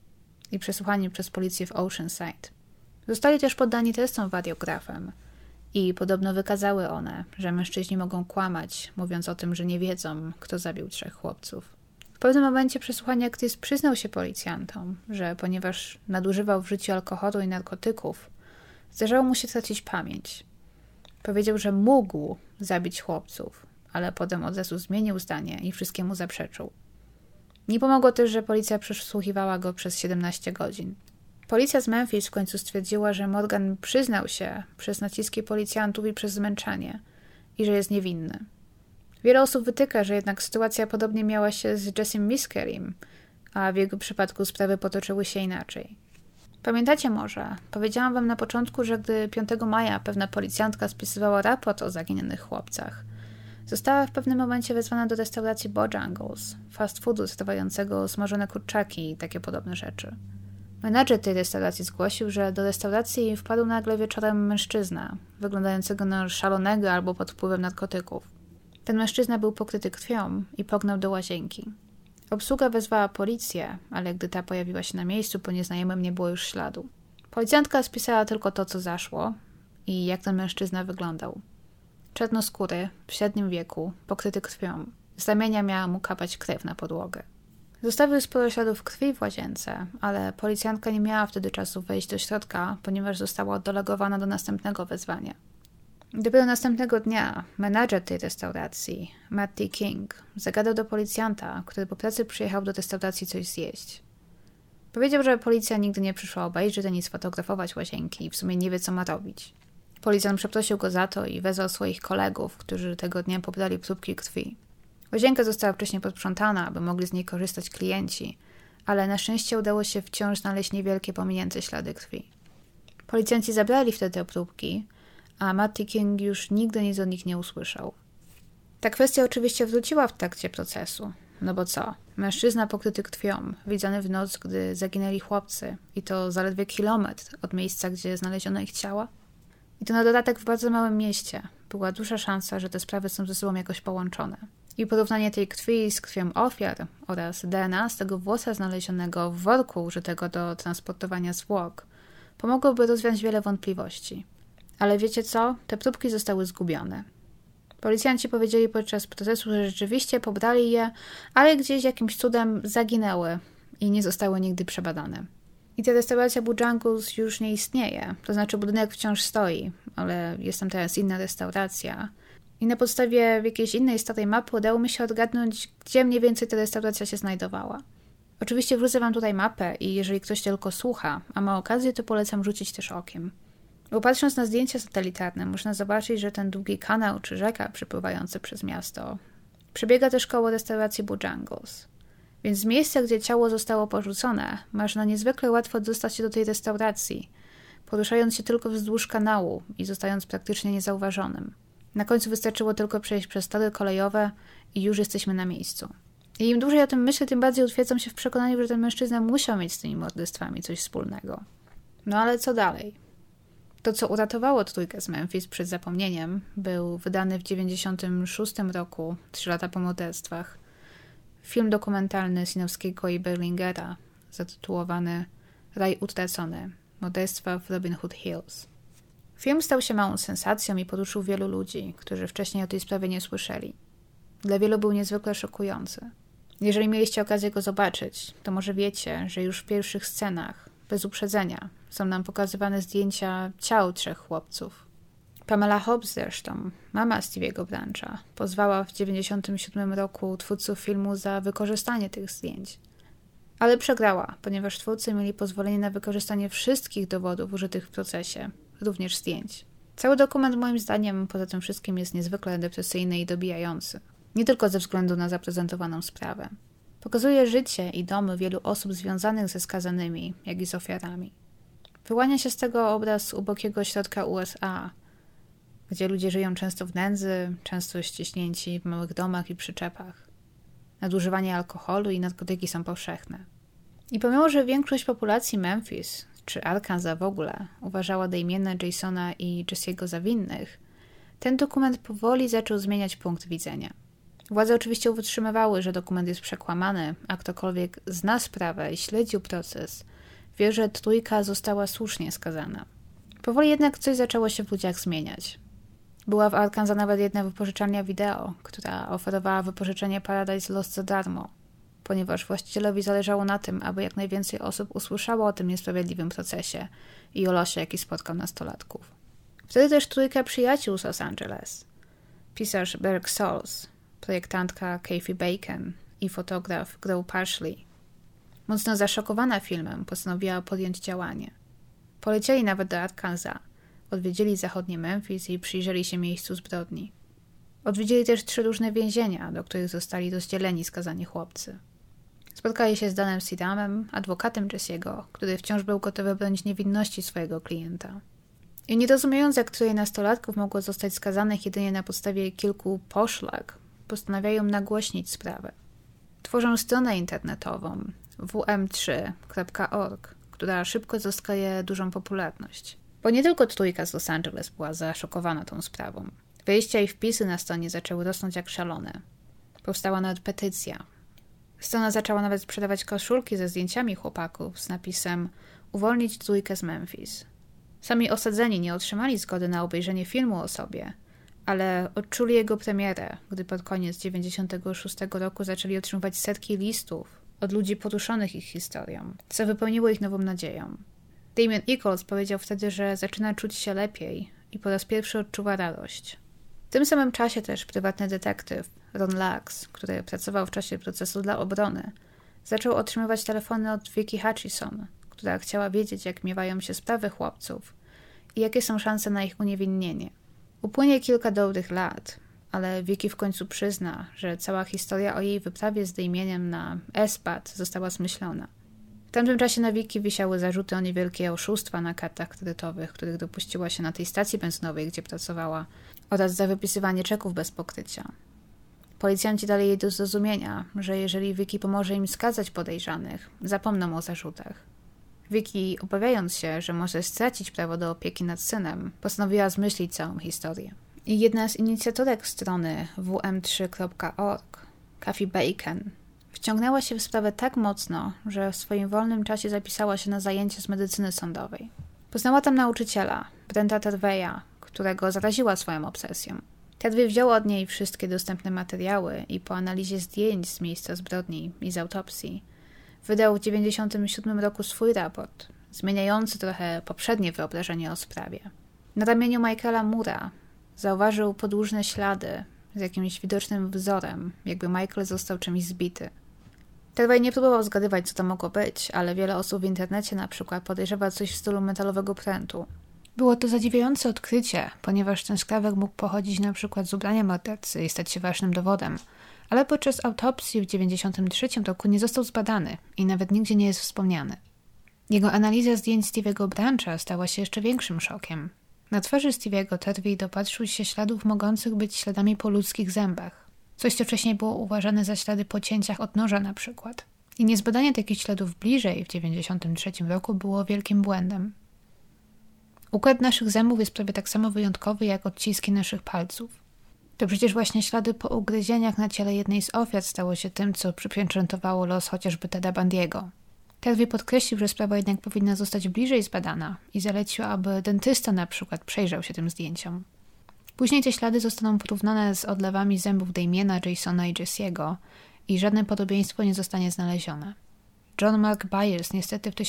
i przesłuchani przez policję w Oceanside. Zostali też poddani testom wariografem i podobno wykazały one, że mężczyźni mogą kłamać, mówiąc o tym, że nie wiedzą, kto zabił 3 chłopców. W pewnym momencie przesłuchania Chris przyznał się policjantom, że ponieważ nadużywał w życiu alkoholu i narkotyków, zdarzało mu się tracić pamięć. Powiedział, że mógł zabić chłopców, ale potem od razu zmienił zdanie i wszystkiemu zaprzeczył. Nie pomogło też, że policja przesłuchiwała go przez 17 godzin. Policja z Memphis w końcu stwierdziła, że Morgan przyznał się przez naciski policjantów i przez zmęczenie i że jest niewinny. Wiele osób wytyka, że jednak sytuacja podobnie miała się z Jessim Miskerem, a w jego przypadku sprawy potoczyły się inaczej. Pamiętacie może, powiedziałam wam na początku, że gdy 5 maja pewna policjantka spisywała raport o zaginionych chłopcach, została w pewnym momencie wezwana do restauracji Bojangles, fast foodu sprzedającego smażone kurczaki i takie podobne rzeczy. Menadżer tej restauracji zgłosił, że do restauracji wpadł nagle wieczorem mężczyzna, wyglądającego na szalonego albo pod wpływem narkotyków. Ten mężczyzna był pokryty krwią i pognał do łazienki. Obsługa wezwała policję, ale gdy ta pojawiła się na miejscu, po nieznajomym nie było już śladu. Policjantka spisała tylko to, co zaszło i jak ten mężczyzna wyglądał. Czarnoskóry, w średnim wieku, pokryty krwią. Z ramienia miała mu kapać krew na podłogę. Zostawił sporo śladów krwi w łazience, ale policjantka nie miała wtedy czasu wejść do środka, ponieważ została oddelegowana do następnego wezwania. Dopiero następnego dnia menadżer tej restauracji, Matty King, zagadał do policjanta, który po pracy przyjechał do restauracji coś zjeść. Powiedział, że policja nigdy nie przyszła obejrzeć ani sfotografować łazienki i w sumie nie wie, co ma robić. Policjant przeprosił go za to i wezwał swoich kolegów, którzy tego dnia pobrali próbki krwi. Łazienka została wcześniej posprzątana, aby mogli z niej korzystać klienci, ale na szczęście udało się wciąż znaleźć niewielkie pominięte ślady krwi. Policjanci zabrali wtedy te próbki, a Matty King już nigdy nic od nich nie usłyszał. Ta kwestia oczywiście wróciła w trakcie procesu. No bo co? Mężczyzna pokryty krwią, widziany w noc, gdy zaginęli chłopcy i to zaledwie kilometr od miejsca, gdzie znaleziono ich ciała. I to na dodatek w bardzo małym mieście. Była duża szansa, że te sprawy są ze sobą jakoś połączone. I porównanie tej krwi z krwią ofiar oraz DNA z tego włosa znalezionego w worku użytego do transportowania zwłok pomogłoby rozwiać wiele wątpliwości. Ale wiecie co? Te próbki zostały zgubione. Policjanci powiedzieli podczas procesu, że rzeczywiście pobrali je, ale gdzieś jakimś cudem zaginęły i nie zostały nigdy przebadane. I ta restauracja Bojangles już nie istnieje. To znaczy budynek wciąż stoi, ale jest tam teraz inna restauracja. I na podstawie jakiejś innej starej mapy udało mi się odgadnąć, gdzie mniej więcej ta restauracja się znajdowała. Oczywiście wrzucę wam tutaj mapę i jeżeli ktoś tylko słucha, a ma okazję, to polecam rzucić też okiem. Bo patrząc na zdjęcia satelitarne, można zobaczyć, że ten długi kanał czy rzeka przepływający przez miasto przebiega też koło restauracji Bojangles. Więc z miejsca, gdzie ciało zostało porzucone, można niezwykle łatwo dostać się do tej restauracji, poruszając się tylko wzdłuż kanału i zostając praktycznie niezauważonym. Na końcu wystarczyło tylko przejść przez tory kolejowe i już jesteśmy na miejscu. I im dłużej o tym myślę, tym bardziej utwierdzam się w przekonaniu, że ten mężczyzna musiał mieć z tymi morderstwami coś wspólnego. No ale co dalej? To, co uratowało trójkę z Memphis przed zapomnieniem, był wydany w 1996 roku, 3 lata po morderstwach, film dokumentalny Sinowskiego i Berlingera, zatytułowany Raj utracony. Morderstwa w Robin Hood Hills. Film stał się małą sensacją i poruszył wielu ludzi, którzy wcześniej o tej sprawie nie słyszeli. Dla wielu był niezwykle szokujący. Jeżeli mieliście okazję go zobaczyć, to może wiecie, że już w pierwszych scenach, bez uprzedzenia, są nam pokazywane zdjęcia ciał 3 chłopców. Pamela Hobbs zresztą, mama Stevie'ego Brancha, pozwała w 1997 roku twórców filmu za wykorzystanie tych zdjęć. Ale przegrała, ponieważ twórcy mieli pozwolenie na wykorzystanie wszystkich dowodów użytych w procesie, również zdjęć. Cały dokument moim zdaniem poza tym wszystkim jest niezwykle depresyjny i dobijający. Nie tylko ze względu na zaprezentowaną sprawę. Pokazuje życie i domy wielu osób związanych ze skazanymi, jak i z ofiarami. Wyłania się z tego obraz ubogiego ośrodka USA, gdzie ludzie żyją często w nędzy, często ściśnięci w małych domach i przyczepach. Nadużywanie alkoholu i narkotyki są powszechne. I pomimo, że większość populacji Memphis czy Arkansas w ogóle uważała Damiena, Jasona i Jesse'ego za winnych, ten dokument powoli zaczął zmieniać punkt widzenia. Władze oczywiście utrzymywały, że dokument jest przekłamany, a ktokolwiek zna sprawę i śledził proces, wie, że trójka została słusznie skazana. Powoli jednak coś zaczęło się w ludziach zmieniać. Była w Arkansas nawet jedna wypożyczalnia wideo, która oferowała wypożyczenie Paradise Lost za darmo, ponieważ właścicielowi zależało na tym, aby jak najwięcej osób usłyszało o tym niesprawiedliwym procesie i o losie, jaki spotkał nastolatków. Wtedy też trójka przyjaciół z Los Angeles, pisarz Berg Sauls, projektantka Kathy Bacon i fotograf Grove Parsley, mocno zaszokowana filmem, postanowiła podjąć działanie. Polecieli nawet do Arkansas, odwiedzili zachodnie Memphis i przyjrzeli się miejscu zbrodni. Odwiedzili też 3 różne więzienia, do których zostali rozdzieleni skazani chłopcy. Spotkali się z Danem Sidamem, adwokatem Jesse'ego, który wciąż był gotowy bronić niewinności swojego klienta. I nie rozumiejąc, jak troje nastolatków mogło zostać skazanych jedynie na podstawie kilku poszlak, postanawiają nagłośnić sprawę. Tworzą stronę internetową wm3.org, która szybko zyskaje dużą popularność. Bo nie tylko trójka z Los Angeles była zaszokowana tą sprawą. Wejścia i wpisy na stronie zaczęły rosnąć jak szalone. Powstała nawet petycja. Strona zaczęła nawet sprzedawać koszulki ze zdjęciami chłopaków z napisem „Uwolnić trójkę z Memphis”. Sami osadzeni nie otrzymali zgody na obejrzenie filmu o sobie, ale odczuli jego premierę, gdy pod koniec 1996 roku zaczęli otrzymywać setki listów od ludzi poruszonych ich historią, co wypełniło ich nową nadzieją. Damien Echols powiedział wtedy, że zaczyna czuć się lepiej i po raz pierwszy odczuwa radość. W tym samym czasie też prywatny detektyw Ron Lux, który pracował w czasie procesu dla obrony, zaczął otrzymywać telefony od Vicky Hutchison, która chciała wiedzieć, jak miewają się sprawy chłopców i jakie są szanse na ich uniewinnienie. Upłynie kilka dobrych lat, ale Vicky w końcu przyzna, że cała historia o jej wyprawie z Damieniem na Espat została zmyślona. W tamtym czasie na Vicky wisiały zarzuty o niewielkie oszustwa na kartach kredytowych, których dopuściła się na tej stacji benzynowej, gdzie pracowała, oraz za wypisywanie czeków bez pokrycia. Policjanci dali jej do zrozumienia, że jeżeli Vicky pomoże im skazać podejrzanych, zapomną o zarzutach. Vicky, obawiając się, że może stracić prawo do opieki nad synem, postanowiła zmyślić całą historię. I jedna z inicjatorek strony wm3.org, Kathy Bacon, wciągnęła się w sprawę tak mocno, że w swoim wolnym czasie zapisała się na zajęcia z medycyny sądowej. Poznała tam nauczyciela, Brenta Terveya, którego zaraziła swoją obsesją. Tervey wziął od niej wszystkie dostępne materiały i po analizie zdjęć z miejsca zbrodni i z autopsji wydał w 1997 roku swój raport, zmieniający trochę poprzednie wyobrażenie o sprawie. Na ramieniu Michaela Moore'a zauważył podłużne ślady z jakimś widocznym wzorem, jakby Michael został czymś zbity. Tervey nie próbował zgadywać, co to mogło być, ale wiele osób w internecie na przykład podejrzewa coś w stylu metalowego prętu. Było to zadziwiające odkrycie, ponieważ ten skrawek mógł pochodzić na przykład z ubrania mordercy i stać się ważnym dowodem, ale podczas autopsji w 1993 roku nie został zbadany i nawet nigdzie nie jest wspomniany. Jego analiza zdjęć Stevie'ego Brancha stała się jeszcze większym szokiem. Na twarzy Stevie'ego Tervey dopatrzył się śladów mogących być śladami po ludzkich zębach. Coś, co wcześniej było uważane za ślady po cięciach od noża na przykład. I niezbadanie takich śladów bliżej w 1993 roku było wielkim błędem. Układ naszych zębów jest prawie tak samo wyjątkowy jak odciski naszych palców. To przecież właśnie ślady po ugryzieniach na ciele jednej z ofiar stało się tym, co przypieczętowało los chociażby Teda Bundy'ego. Tervey podkreślił, że sprawa jednak powinna zostać bliżej zbadana i zalecił, aby dentysta na przykład przejrzał się tym zdjęciom. Później te ślady zostaną porównane z odlewami zębów Damiena, Jasona i Jesse'ego i żadne podobieństwo nie zostanie znalezione. John Mark Byers niestety w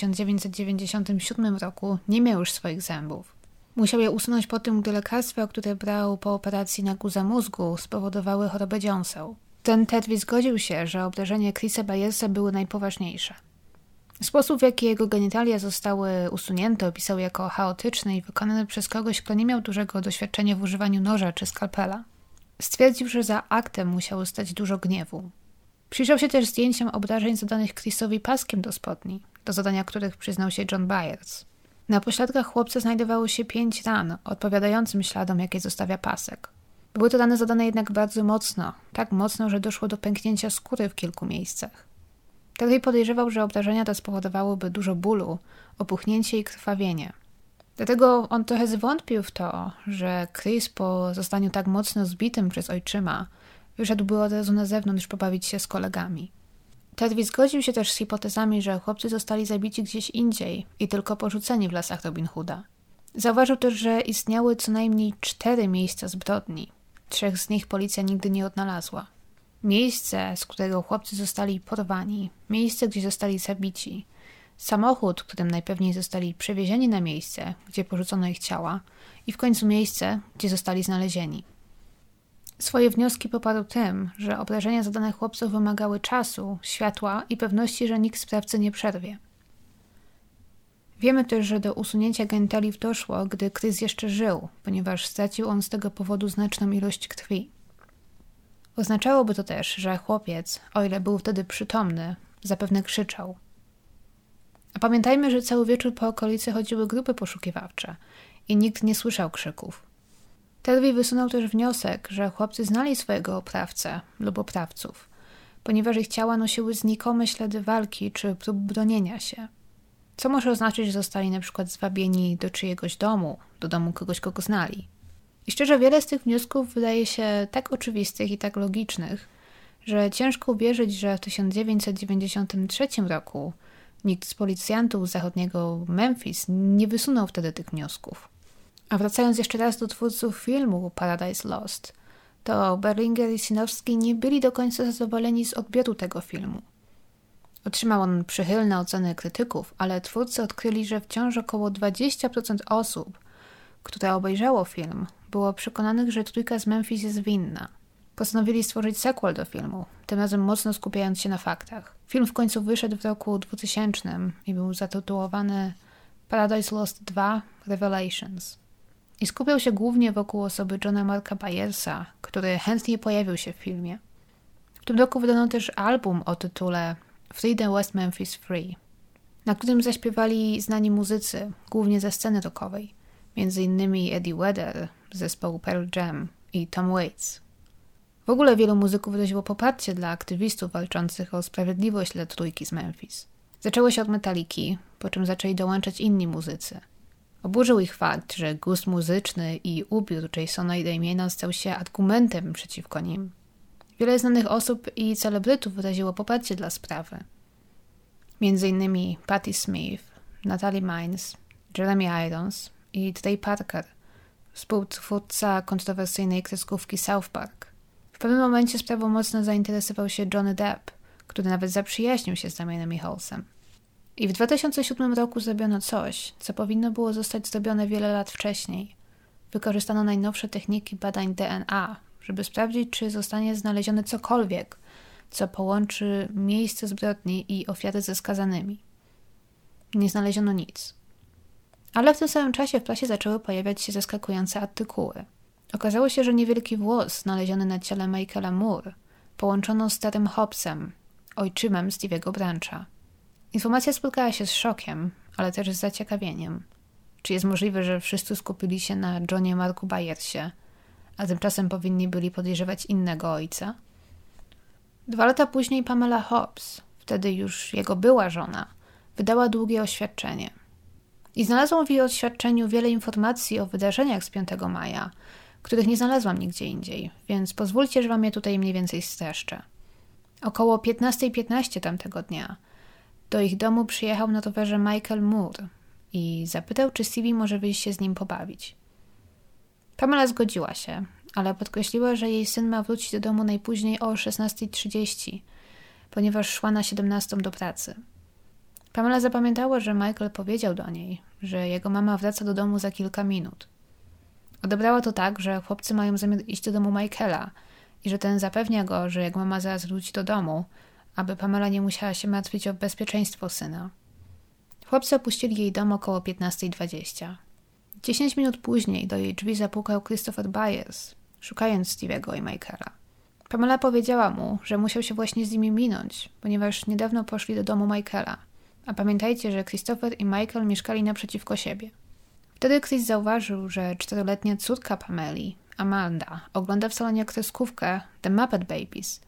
1997 roku nie miał już swoich zębów. Musiał je usunąć po tym, gdy lekarstwa, które brał po operacji na guzę mózgu, spowodowały chorobę dziąseł. Ten Tervey zgodził się, że obrażenia Chrisa Byersa były najpoważniejsze. Sposób, w jaki jego genitalia zostały usunięte, opisał jako chaotyczny i wykonany przez kogoś, kto nie miał dużego doświadczenia w używaniu noża czy skalpela. Stwierdził, że za aktem musiało stać dużo gniewu. Przyjrzał się też zdjęciom obrażeń zadanych Chrisowi paskiem do spodni, do zadania których przyznał się John Byers. Na pośladkach chłopca znajdowało się 5 ran, odpowiadającym śladom, jakie zostawia pasek. Były to rany zadane jednak bardzo mocno, tak mocno, że doszło do pęknięcia skóry w kilku miejscach. Terry podejrzewał, że obrażenia te spowodowałyby dużo bólu, opuchnięcie i krwawienie. Dlatego on trochę zwątpił w to, że Chris po zostaniu tak mocno zbitym przez ojczyma wyszedłby od razu na zewnątrz pobawić się z kolegami. Terry zgodził się też z hipotezami, że chłopcy zostali zabici gdzieś indziej i tylko porzuceni w lasach Robin Hooda. Zauważył też, że istniały co najmniej 4 miejsca zbrodni. 3 z nich policja nigdy nie odnalazła. Miejsce, z którego chłopcy zostali porwani, miejsce, gdzie zostali zabici, samochód, którym najpewniej zostali przewiezieni na miejsce, gdzie porzucono ich ciała i w końcu miejsce, gdzie zostali znalezieni. Swoje wnioski poparł tym, że obrażenia zadane chłopcom wymagały czasu, światła i pewności, że nikt sprawcy nie przerwie. Wiemy też, że do usunięcia genitaliów doszło, gdy Chris jeszcze żył, ponieważ stracił on z tego powodu znaczną ilość krwi. Oznaczałoby to też, że chłopiec, o ile był wtedy przytomny, zapewne krzyczał. A pamiętajmy, że cały wieczór po okolicy chodziły grupy poszukiwawcze i nikt nie słyszał krzyków. Terry wysunął też wniosek, że chłopcy znali swojego oprawcę lub oprawców, ponieważ ich ciała nosiły znikome ślady walki czy prób bronienia się. Co może oznaczyć, że zostali na przykład zwabieni do czyjegoś domu, do domu kogoś, kogo znali. I szczerze, wiele z tych wniosków wydaje się tak oczywistych i tak logicznych, że ciężko uwierzyć, że w 1993 roku nikt z policjantów z zachodniego Memphis nie wysunął wtedy tych wniosków. A wracając jeszcze raz do twórców filmu Paradise Lost, to Berlinger i Sinowski nie byli do końca zadowoleni z odbioru tego filmu. Otrzymał on przychylne oceny krytyków, ale twórcy odkryli, że wciąż około 20% osób, które obejrzało film, było przekonanych, że trójka z Memphis jest winna. Postanowili stworzyć sequel do filmu, tym razem mocno skupiając się na faktach. Film w końcu wyszedł w roku 2000 i był zatytułowany Paradise Lost 2 Revelations. I skupiał się głównie wokół osoby Johna Marka Byersa, który chętnie pojawił się w filmie. W tym roku wydano też album o tytule Free the West Memphis Free, na którym zaśpiewali znani muzycy, głównie ze sceny rockowej, m.in. Eddie Vedder z zespołu Pearl Jam i Tom Waits. W ogóle wielu muzyków wyraziło poparcie dla aktywistów walczących o sprawiedliwość dla trójki z Memphis. Zaczęło się od Metaliki, po czym zaczęli dołączać inni muzycy. Oburzył ich fakt, że gust muzyczny i ubiór Jasona i Damiena stał się argumentem przeciwko nim. Wiele znanych osób i celebrytów wyraziło poparcie dla sprawy. Między innymi Patti Smith, Natalie Mines, Jeremy Irons i Trey Parker, współtwórca kontrowersyjnej kreskówki South Park. W pewnym momencie sprawą mocno zainteresował się Johnny Depp, który nawet zaprzyjaźnił się z Damianem Halsem. I w 2007 roku zrobiono coś, co powinno było zostać zrobione wiele lat wcześniej. Wykorzystano najnowsze techniki badań DNA, żeby sprawdzić, czy zostanie znalezione cokolwiek, co połączy miejsce zbrodni i ofiary ze skazanymi. Nie znaleziono nic. Ale w tym samym czasie w prasie zaczęły pojawiać się zaskakujące artykuły. Okazało się, że niewielki włos znaleziony na ciele Michaela Moore połączono z starym Hobbsem, ojczymem Stevie'ego Brancha. Informacja spotkała się z szokiem, ale też z zaciekawieniem. Czy jest możliwe, że wszyscy skupili się na Johnie Marku Byersie, a tymczasem powinni byli podejrzewać innego ojca? 2 lata później Pamela Hobbs, wtedy już jego była żona, wydała długie oświadczenie. I znalazłam w jej oświadczeniu wiele informacji o wydarzeniach z 5 maja, których nie znalazłam nigdzie indziej, więc pozwólcie, że wam je tutaj mniej więcej streszczę. Około 15:15 tamtego dnia do ich domu przyjechał na rowerze Michael Moore i zapytał, czy Stevie może wyjść się z nim pobawić. Pamela zgodziła się, ale podkreśliła, że jej syn ma wrócić do domu najpóźniej o 16:30, ponieważ szła na 17 do pracy. Pamela zapamiętała, że Michael powiedział do niej, że jego mama wraca do domu za kilka minut. Odebrała to tak, że chłopcy mają zamiar iść do domu Michaela i że ten zapewnia go, że jego mama zaraz wróci do domu, aby Pamela nie musiała się martwić o bezpieczeństwo syna. Chłopcy opuścili jej dom około 15:20. 10 minut później do jej drzwi zapukał Christopher Byers, szukając Stevie'ego i Michaela. Pamela powiedziała mu, że musiał się właśnie z nimi minąć, ponieważ niedawno poszli do domu Michaela. A pamiętajcie, że Christopher i Michael mieszkali naprzeciwko siebie. Wtedy Chris zauważył, że 4-letnia córka Pameli, Amanda, ogląda w salonie kreskówkę The Muppet Babies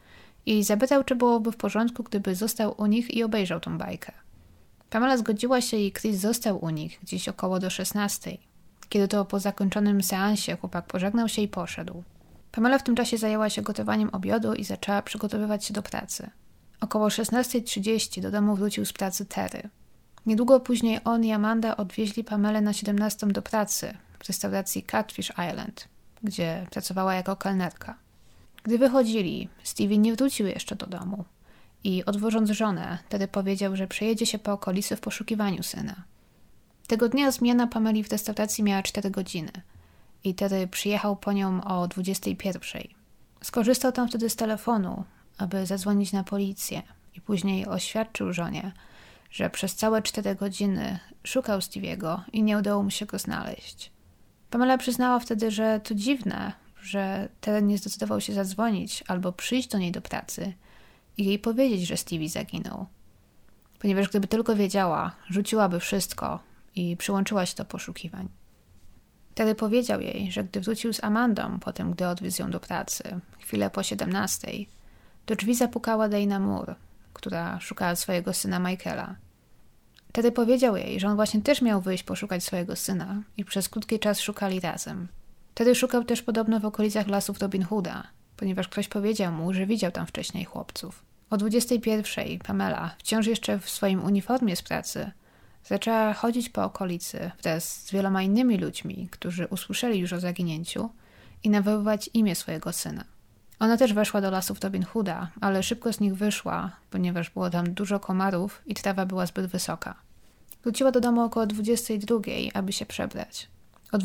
i zapytał, czy byłoby w porządku, gdyby został u nich i obejrzał tą bajkę. Pamela zgodziła się i Chris został u nich gdzieś około do 16. Kiedy to po zakończonym seansie chłopak pożegnał się i poszedł. Pamela w tym czasie zajęła się gotowaniem obiadu i zaczęła przygotowywać się do pracy. Około 16:30 do domu wrócił z pracy Terry. Niedługo później on i Amanda odwieźli Pamelę na 17 do pracy w restauracji Catfish Island, gdzie pracowała jako kelnerka. Gdy wychodzili, Stevie nie wrócił jeszcze do domu i odwożąc żonę, Terry powiedział, że przejedzie się po okolicy w poszukiwaniu syna. Tego dnia zmiana Pameli w restauracji miała 4 godziny i Terry przyjechał po nią o 21:00. Skorzystał tam wtedy z telefonu, aby zadzwonić na policję i później oświadczył żonie, że przez całe 4 godziny szukał Stevie'ego i nie udało mu się go znaleźć. Pamela przyznała wtedy, że to dziwne, że Terry nie zdecydował się zadzwonić albo przyjść do niej do pracy i jej powiedzieć, że Stevie zaginął. Ponieważ gdyby tylko wiedziała, rzuciłaby wszystko i przyłączyła się do poszukiwań. Terry powiedział jej, że gdy wrócił z Amandą, potem gdy odwiózł ją do pracy, chwilę po 17:00, do drzwi zapukała Dana Moore, która szukała swojego syna Michaela. Terry powiedział jej, że on właśnie też miał wyjść poszukać swojego syna i przez krótki czas szukali razem. Terry szukał też podobno w okolicach lasów Robin Hooda, ponieważ ktoś powiedział mu, że widział tam wcześniej chłopców. O 21:00 Pamela, wciąż jeszcze w swoim uniformie z pracy, zaczęła chodzić po okolicy wraz z wieloma innymi ludźmi, którzy usłyszeli już o zaginięciu i nawoływać imię swojego syna. Ona też weszła do lasów Robin Hooda, ale szybko z nich wyszła, ponieważ było tam dużo komarów i trawa była zbyt wysoka. Wróciła do domu około 22:00, aby się przebrać. O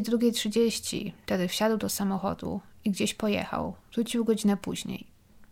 22:30 Terry wsiadł do samochodu i gdzieś pojechał. Wrócił godzinę później.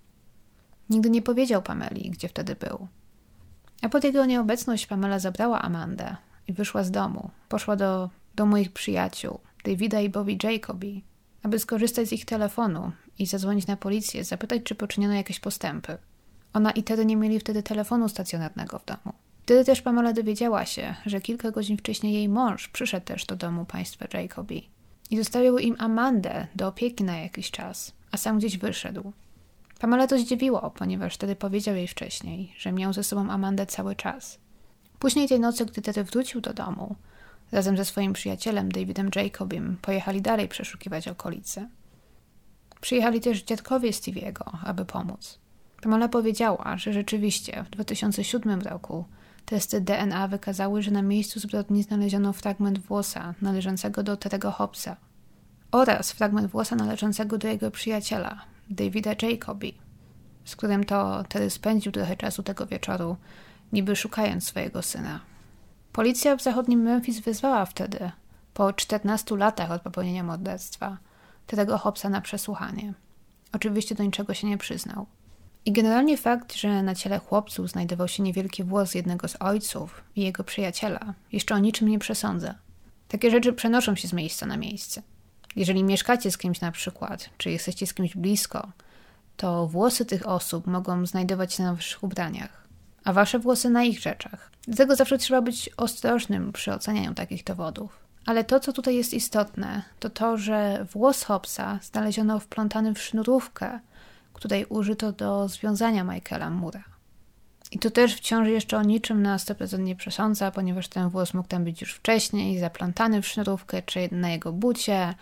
Nigdy nie powiedział Pameli, gdzie wtedy był. A pod jego nieobecność Pamela zabrała Amandę i wyszła z domu. Poszła do domu ich przyjaciół, Davida i Bobby Jacoby, aby skorzystać z ich telefonu i zadzwonić na policję, zapytać, czy poczyniono jakieś postępy. Ona i Terry nie mieli wtedy telefonu stacjonarnego w domu. Wtedy też Pamela dowiedziała się, że kilka godzin wcześniej jej mąż przyszedł też do domu państwa Jacoby i zostawił im Amandę do opieki na jakiś czas, a sam gdzieś wyszedł. Pamela to zdziwiło, ponieważ Terry powiedział jej wcześniej, że miał ze sobą Amandę cały czas. Później tej nocy, gdy Terry wrócił do domu, razem ze swoim przyjacielem Davidem Jacobim pojechali dalej przeszukiwać okolice. Przyjechali też dziadkowie Stevie'ego, aby pomóc. Pamela powiedziała, że rzeczywiście w 2007 roku testy DNA wykazały, że na miejscu zbrodni znaleziono fragment włosa należącego do Terry'ego Hobbsa oraz fragment włosa należącego do jego przyjaciela, Davida Jacoby, z którym to Terry spędził trochę czasu tego wieczoru, niby szukając swojego syna. Policja w zachodnim Memphis wezwała wtedy, po 14 latach od popełnienia morderstwa, Terry'ego Hobbsa na przesłuchanie. Oczywiście do niczego się nie przyznał. I generalnie fakt, że na ciele chłopców znajdował się niewielki włos jednego z ojców i jego przyjaciela, jeszcze o niczym nie przesądza. Takie rzeczy przenoszą się z miejsca na miejsce. Jeżeli mieszkacie z kimś na przykład, czy jesteście z kimś blisko, to włosy tych osób mogą znajdować się na waszych ubraniach, a wasze włosy na ich rzeczach. Dlatego zawsze trzeba być ostrożnym przy ocenianiu takich dowodów. Ale to, co tutaj jest istotne, to to, że włos Hobbsa znaleziono wplątany w sznurówkę, której użyto do związania Michaela Moore'a. I to też wciąż jeszcze o niczym na 100% nie przesądza, ponieważ ten włos mógł tam być już wcześniej zaplątany w sznurówkę, czy na jego bucie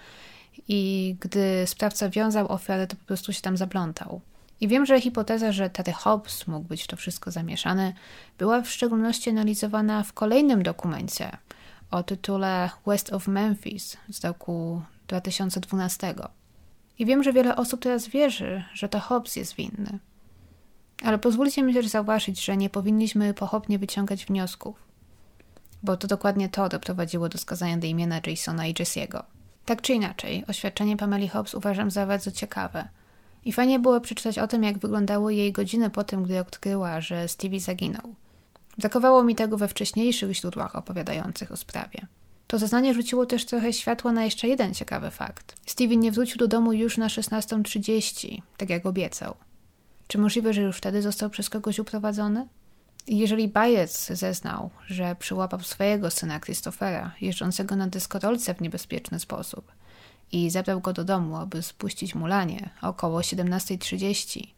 i gdy sprawca wiązał ofiarę, to po prostu się tam zaplątał. I wiem, że hipoteza, że Terry Hobbs mógł być w to wszystko zamieszany, była w szczególności analizowana w kolejnym dokumencie o tytule West of Memphis z roku 2012. I wiem, że wiele osób teraz wierzy, że to Hobbs jest winny. Ale pozwólcie mi też zauważyć, że nie powinniśmy pochopnie wyciągać wniosków, bo to dokładnie to doprowadziło do skazania Damiena, Jasona i Jesse'ego. Tak czy inaczej, oświadczenie Pameli Hobbs uważam za bardzo ciekawe. I fajnie było przeczytać o tym, jak wyglądały jej godziny po tym, gdy odkryła, że Stevie zaginął. Brakowało mi tego we wcześniejszych źródłach opowiadających o sprawie. To zeznanie rzuciło też trochę światła na jeszcze jeden ciekawy fakt. Stevie nie wrócił do domu już na 16:30, tak jak obiecał. Czy możliwe, że już wtedy został przez kogoś uprowadzony? I jeżeli Byers zeznał, że przyłapał swojego syna Christophera jeżdżącego na deskorolce w niebezpieczny sposób i zabrał go do domu, aby spuścić mu lanie około 17:30,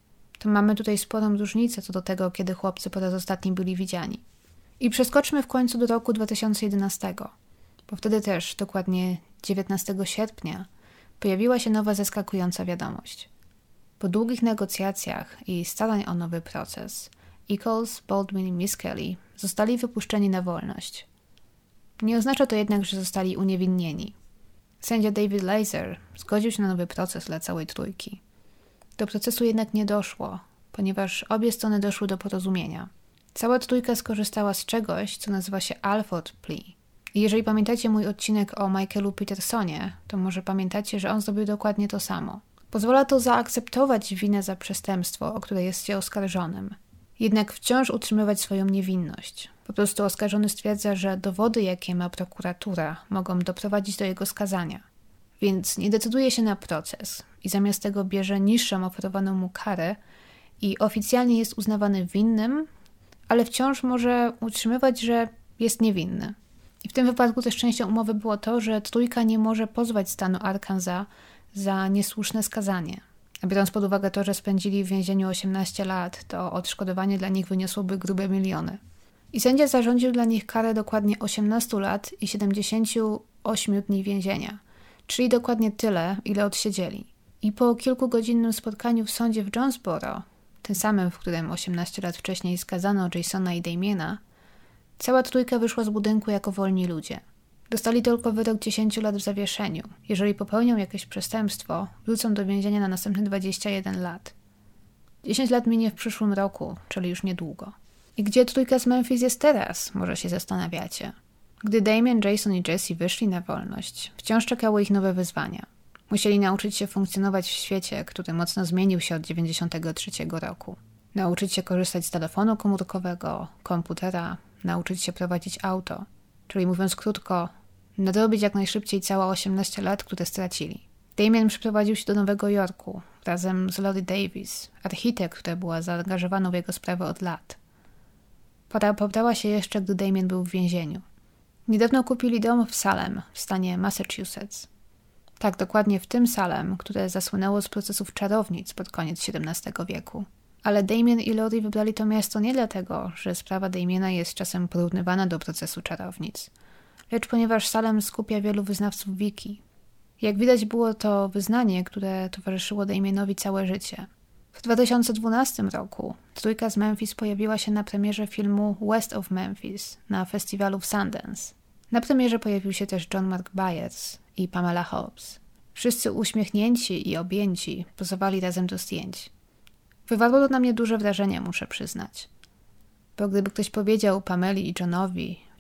to mamy tutaj sporą różnicę co do tego, kiedy chłopcy po raz ostatni byli widziani. I przeskoczmy w końcu do roku 2011, bo wtedy też, dokładnie 19 sierpnia, pojawiła się nowa zaskakująca wiadomość. Po długich negocjacjach i starań o nowy proces, Eccles, Baldwin i Miss Kelly zostali wypuszczeni na wolność. Nie oznacza to jednak, że zostali uniewinnieni. Sędzia David Laser zgodził się na nowy proces dla całej trójki. Do procesu jednak nie doszło, ponieważ obie strony doszły do porozumienia. Cała trójka skorzystała z czegoś, co nazywa się Alford Plea. I jeżeli pamiętacie mój odcinek o Michaelu Petersonie, to może pamiętacie, że on zrobił dokładnie to samo. Pozwala to zaakceptować winę za przestępstwo, o które jest się oskarżonym. Jednak wciąż utrzymywać swoją niewinność. Po prostu oskarżony stwierdza, że dowody, jakie ma prokuratura, mogą doprowadzić do jego skazania. Więc nie decyduje się na proces i zamiast tego bierze niższą oferowaną mu karę i oficjalnie jest uznawany winnym, ale wciąż może utrzymywać, że jest niewinny. I w tym wypadku też częścią umowy było to, że trójka nie może pozwać stanu Arkansas za niesłuszne skazanie. A biorąc pod uwagę to, że spędzili w więzieniu 18 lat, to odszkodowanie dla nich wyniosłoby grube miliony. I sędzia zarządził dla nich karę dokładnie 18 lat i 78 dni więzienia, czyli dokładnie tyle, ile odsiedzieli. I po kilkugodzinnym spotkaniu w sądzie w Jonesboro, tym samym, w którym 18 lat wcześniej skazano Jasona i Damiena, cała trójka wyszła z budynku jako wolni ludzie. Dostali tylko wyrok 10 lat w zawieszeniu. Jeżeli popełnią jakieś przestępstwo, wrócą do więzienia na następne 21 lat. 10 lat minie w przyszłym roku, czyli już niedługo. I gdzie trójka z Memphis jest teraz, może się zastanawiacie. Gdy Damien, Jason i Jesse wyszli na wolność, wciąż czekały ich nowe wyzwania. Musieli nauczyć się funkcjonować w świecie, który mocno zmienił się od 1993 roku. Nauczyć się korzystać z telefonu komórkowego, komputera, nauczyć się prowadzić auto. Czyli mówiąc krótko, nadrobić jak najszybciej całe 18 lat, które stracili. Damien przeprowadził się do Nowego Jorku razem z Lori Davis, architekt, która była zaangażowana w jego sprawę od lat. Para pobrała się jeszcze, gdy Damien był w więzieniu. Niedawno kupili dom w Salem, w stanie Massachusetts. Tak, dokładnie w tym Salem, które zasłynęło z procesów czarownic pod koniec XVII wieku. Ale Damien i Lori wybrali to miasto nie dlatego, że sprawa Damiena jest czasem porównywana do procesu czarownic, lecz ponieważ Salem skupia wielu wyznawców Wiki. Jak widać, było to wyznanie, które towarzyszyło Damienowi całe życie. W 2012 roku trójka z Memphis pojawiła się na premierze filmu West of Memphis na festiwalu w Sundance. Na premierze pojawił się też John Mark Byers i Pamela Hobbs. Wszyscy uśmiechnięci i objęci pozowali razem do zdjęć. Wywarło to na mnie duże wrażenie, muszę przyznać. Bo gdyby ktoś powiedział Pameli i Johnowi w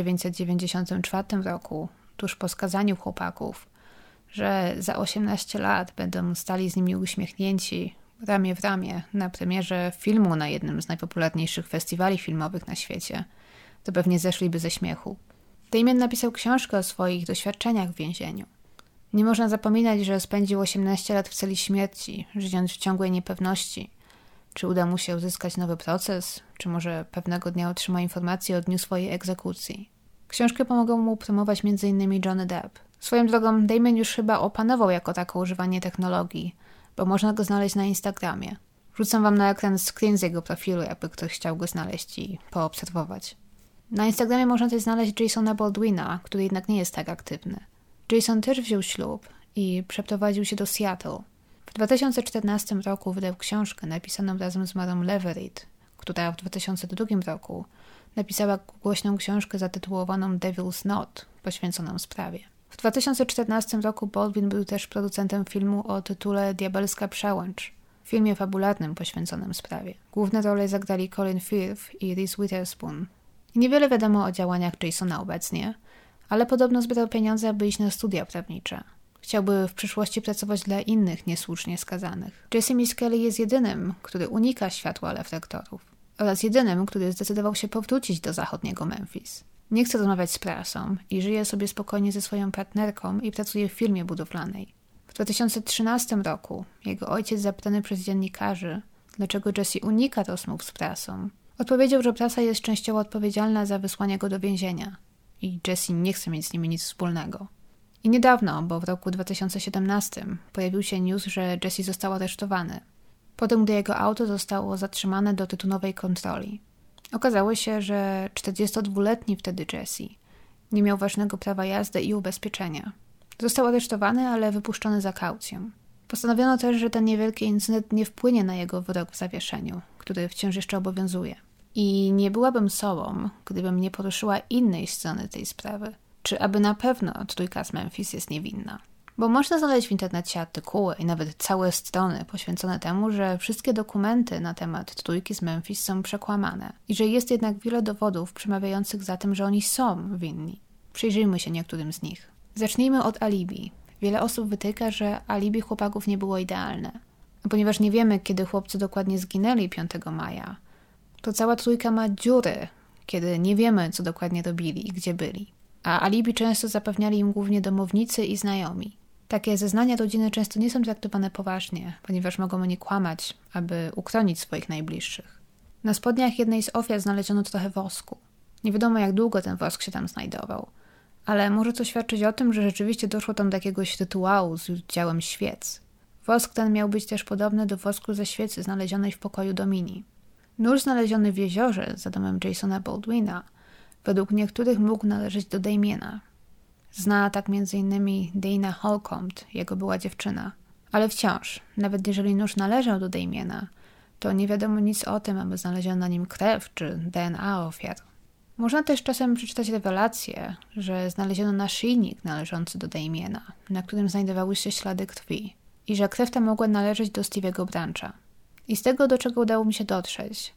1994 roku, tuż po skazaniu chłopaków, że za 18 lat będą stali z nimi uśmiechnięci, ramię w ramię, na premierze filmu na jednym z najpopularniejszych festiwali filmowych na świecie, to pewnie zeszliby ze śmiechu. Damien napisał książkę o swoich doświadczeniach w więzieniu. Nie można zapominać, że spędził 18 lat w celi śmierci, żyjąc w ciągłej niepewności. Czy uda mu się uzyskać nowy proces? Czy może pewnego dnia otrzyma informację o dniu swojej egzekucji? Książkę pomogą mu promować m.in. Johnny Depp. Swoją drogą Damien już chyba opanował jako tako używanie technologii, bo można go znaleźć na Instagramie. Wrzucam wam na ekran screen z jego profilu, jakby ktoś chciał go znaleźć i poobserwować. Na Instagramie można też znaleźć Jasona Baldwina, który jednak nie jest tak aktywny. Jason też wziął ślub i przeprowadził się do Seattle. W 2014 roku wydał książkę napisaną razem z Marą Leverett, która w 2002 roku napisała głośną książkę zatytułowaną Devil's Knot, poświęconą sprawie. W 2014 roku Baldwin był też producentem filmu o tytule Diabelska Przełęcz, filmie fabularnym poświęconym sprawie. Główne role zagrali Colin Firth i Reese Witherspoon. Niewiele wiadomo o działaniach Jasona obecnie, ale podobno zbierał pieniądze, aby iść na studia prawnicze. Chciałby w przyszłości pracować dla innych niesłusznie skazanych. Jesse Miss Kelly jest jedynym, który unika światła reflektorów oraz jedynym, który zdecydował się powrócić do zachodniego Memphis. Nie chce rozmawiać z prasą i żyje sobie spokojnie ze swoją partnerką i pracuje w firmie budowlanej. W 2013 roku jego ojciec, zapytany przez dziennikarzy, dlaczego Jesse unika rozmów z prasą, odpowiedział, że prasa jest częściowo odpowiedzialna za wysłanie go do więzienia i Jesse nie chce mieć z nimi nic wspólnego. I niedawno, bo w roku 2017, pojawił się news, że Jesse został aresztowany. potem gdy jego auto zostało zatrzymane do tytułowej kontroli. Okazało się, że 42-letni wtedy Jesse nie miał ważnego prawa jazdy i ubezpieczenia. Został aresztowany, ale wypuszczony za kaucją. Postanowiono też, że ten niewielki incydent nie wpłynie na jego wyrok w zawieszeniu, który wciąż jeszcze obowiązuje. I nie byłabym sobą, gdybym nie poruszyła innej strony tej sprawy. Czy aby na pewno trójka z Memphis jest niewinna? Bo można znaleźć w internecie artykuły i nawet całe strony poświęcone temu, że wszystkie dokumenty na temat trójki z Memphis są przekłamane i że jest jednak wiele dowodów przemawiających za tym, że oni są winni. Przyjrzyjmy się niektórym z nich. Zacznijmy od alibi. Wiele osób wytyka, że alibi chłopaków nie było idealne. A ponieważ nie wiemy, kiedy chłopcy dokładnie zginęli 5 maja, to cała trójka ma dziury, kiedy nie wiemy, co dokładnie robili i gdzie byli. A alibi często zapewniali im głównie domownicy i znajomi. Takie zeznania rodziny często nie są traktowane poważnie, ponieważ mogą oni kłamać, aby uchronić swoich najbliższych. Na spodniach jednej z ofiar znaleziono trochę wosku. Nie wiadomo, jak długo ten wosk się tam znajdował, ale może to świadczyć o tym, że rzeczywiście doszło tam do jakiegoś rytuału z udziałem świec. Wosk ten miał być też podobny do wosku ze świecy znalezionej w pokoju Domini. Nóż znaleziony w jeziorze za domem Jasona Baldwina według niektórych mógł należeć do Damiena. Zna tak m.in. Dana Holcomb, jego była dziewczyna. Ale wciąż, nawet jeżeli nóż należał do Damiena, to nie wiadomo nic o tym, aby znaleziono na nim krew czy DNA ofiar. Można też czasem przeczytać rewelację, że znaleziono naszyjnik należący do Damiena, na którym znajdowały się ślady krwi i że krew ta mogła należeć do Stevie'ego Brancha. I z tego, do czego udało mi się dotrzeć,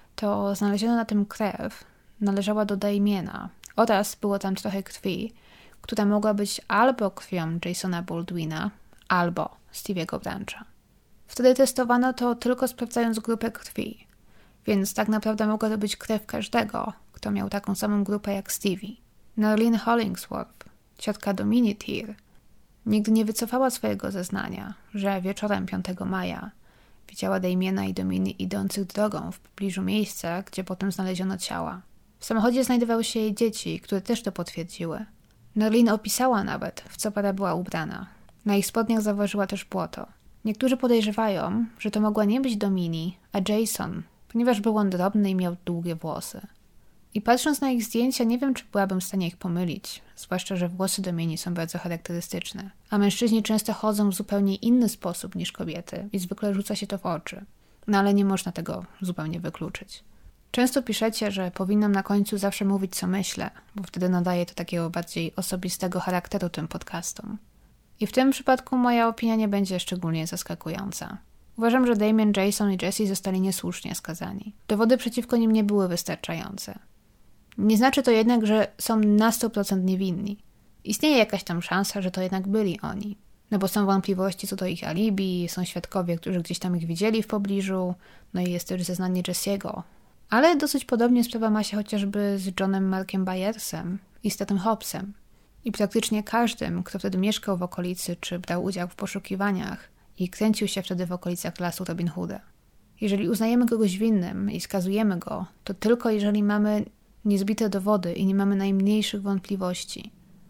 to znaleziono na tym krew należała do Damiena oraz było tam trochę krwi, która mogła być albo krwią Jasona Baldwina, albo Stevie'ego Brancha. Wtedy testowano to tylko sprawdzając grupę krwi, więc tak naprawdę mogła to być krew każdego, kto miał taką samą grupę jak Stevie. Nerlin Hollingsworth, ciotka Domini Teer, nigdy nie wycofała swojego zeznania, że wieczorem 5 maja widziała Damiena i Domini idących drogą w pobliżu miejsca, gdzie potem znaleziono ciała. W samochodzie znajdowały się jej dzieci, które też to potwierdziły. Nerlin opisała nawet, w co para była ubrana. Na ich spodniach zauważyła też błoto. Niektórzy podejrzewają, że to mogła nie być Domini, a Jason, ponieważ był on drobny i miał długie włosy. I patrząc na ich zdjęcia, nie wiem, czy byłabym w stanie ich pomylić, zwłaszcza, że włosy Domini są bardzo charakterystyczne, a mężczyźni często chodzą w zupełnie inny sposób niż kobiety i zwykle rzuca się to w oczy. No ale nie można tego zupełnie wykluczyć. Często piszecie, że powinnam na końcu zawsze mówić, co myślę, bo wtedy nadaje to takiego bardziej osobistego charakteru tym podcastom. I w tym przypadku moja opinia nie będzie szczególnie zaskakująca. Uważam, że Damien, Jason i Jesse zostali niesłusznie skazani. Dowody przeciwko nim nie były wystarczające. Nie znaczy to jednak, że są na 100% niewinni. Istnieje jakaś tam szansa, że to jednak byli oni. No bo są wątpliwości co do ich alibi, są świadkowie, którzy gdzieś tam ich widzieli w pobliżu, no i jest też zeznanie Jesse'ego. Ale dosyć podobnie sprawa ma się chociażby z Johnem Markiem Byersem i Statem Hobbsem. I praktycznie każdym, kto wtedy mieszkał w okolicy, czy brał udział w poszukiwaniach i kręcił się wtedy w okolicach lasu Robin Hooda. Jeżeli uznajemy kogoś winnym i skazujemy go, to tylko jeżeli mamy niezbite dowody i nie mamy najmniejszych wątpliwości.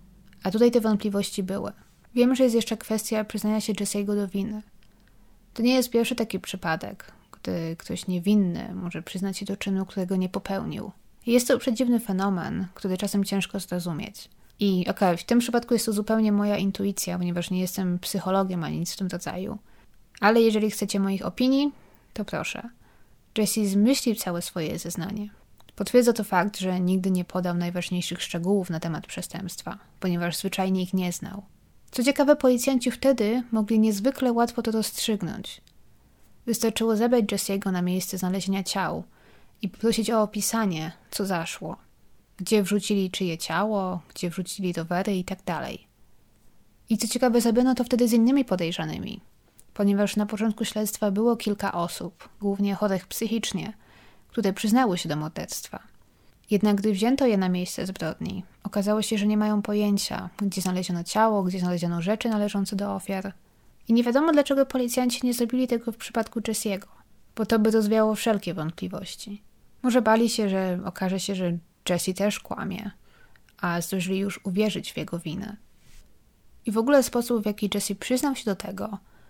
A tutaj te wątpliwości były. Wiemy, że jest jeszcze kwestia przyznania się Jesse'ego do winy. To nie jest pierwszy taki przypadek, gdy ktoś niewinny może przyznać się do czynu, którego nie popełnił. Jest to przedziwny fenomen, który czasem ciężko zrozumieć. I w tym przypadku jest to zupełnie moja intuicja, ponieważ nie jestem psychologiem ani nic w tym rodzaju. Ale jeżeli chcecie moich opinii, to proszę. Jesse zmyślił całe swoje zeznanie. Potwierdza to fakt, że nigdy nie podał najważniejszych szczegółów na temat przestępstwa, ponieważ zwyczajnie ich nie znał. Co ciekawe, policjanci wtedy mogli niezwykle łatwo to rozstrzygnąć. Wystarczyło zabrać Jesse'ego na miejsce znalezienia ciał i poprosić o opisanie, co zaszło. Gdzie wrzucili czyje ciało, gdzie wrzucili rowery i tak dalej. I co ciekawe, zrobiono to wtedy z innymi podejrzanymi, ponieważ na początku śledztwa było kilka osób, głównie chorych psychicznie, które przyznały się do morderstwa. Jednak gdy wzięto je na miejsce zbrodni, okazało się, że nie mają pojęcia, gdzie znaleziono ciało, gdzie znaleziono rzeczy należące do ofiar. I nie wiadomo, dlaczego policjanci nie zrobili tego w przypadku Jesse'ego, bo to by rozwiało wszelkie wątpliwości. Może bali się, że okaże się, że Jesse też kłamie, a zdążyli już uwierzyć w jego winę. I w ogóle sposób, w jaki Jesse przyznał się do tego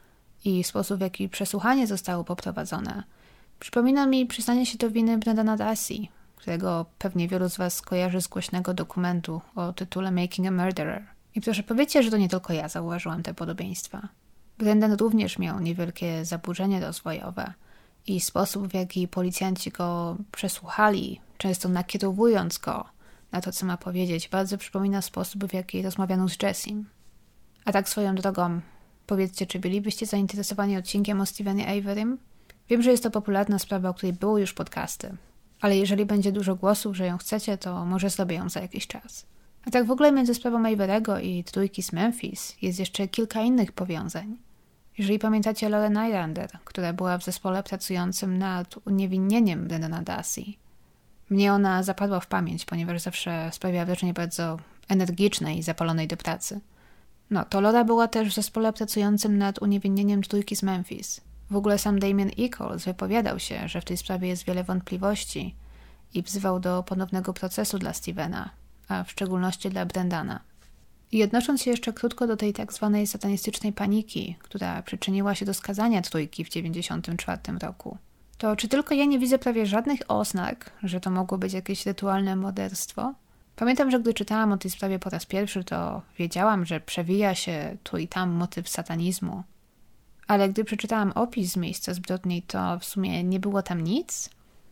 i sposób, w jaki przesłuchanie zostało poprowadzone, przypomina mi przyznanie się do winy Brendana Dassey, którego pewnie wielu z Was kojarzy z głośnego dokumentu o tytule Making a Murderer. I proszę powiedzcie, że to nie tylko ja zauważyłam te podobieństwa. Brendan również miał niewielkie zaburzenie rozwojowe i sposób, w jaki policjanci go przesłuchali, często nakierowując go na to, co ma powiedzieć, bardzo przypomina sposób, w jaki rozmawiano z Jessim. A tak swoją drogą, powiedzcie, czy bylibyście zainteresowani odcinkiem o Stevenie Averym? Wiem, że jest to popularna sprawa, o której były już podcasty, ale jeżeli będzie dużo głosów, że ją chcecie, to może zrobię ją za jakiś czas. A tak w ogóle między sprawą Avery'ego i trójki z Memphis jest jeszcze kilka innych powiązań. Jeżeli pamiętacie Lauren Nylander, która była w zespole pracującym nad uniewinnieniem Brendana Dassey, mnie ona zapadła w pamięć, ponieważ zawsze sprawiała wrażenie bardzo energicznej i zapalonej do pracy. No, to Laura była też w zespole pracującym nad uniewinnieniem trójki z Memphis. W ogóle sam Damien Echols wypowiadał się, że w tej sprawie jest wiele wątpliwości i wzywał do ponownego procesu dla Stevena, a w szczególności dla Brendana. I odnosząc się jeszcze krótko do tej tak zwanej satanistycznej paniki, która przyczyniła się do skazania trójki w 1994 roku, to czy tylko ja nie widzę prawie żadnych oznak, że to mogło być jakieś rytualne morderstwo? Pamiętam, że gdy czytałam o tej sprawie po raz pierwszy, to wiedziałam, że przewija się tu i tam motyw satanizmu. Ale gdy przeczytałam opis z miejsca zbrodni, to w sumie nie było tam nic.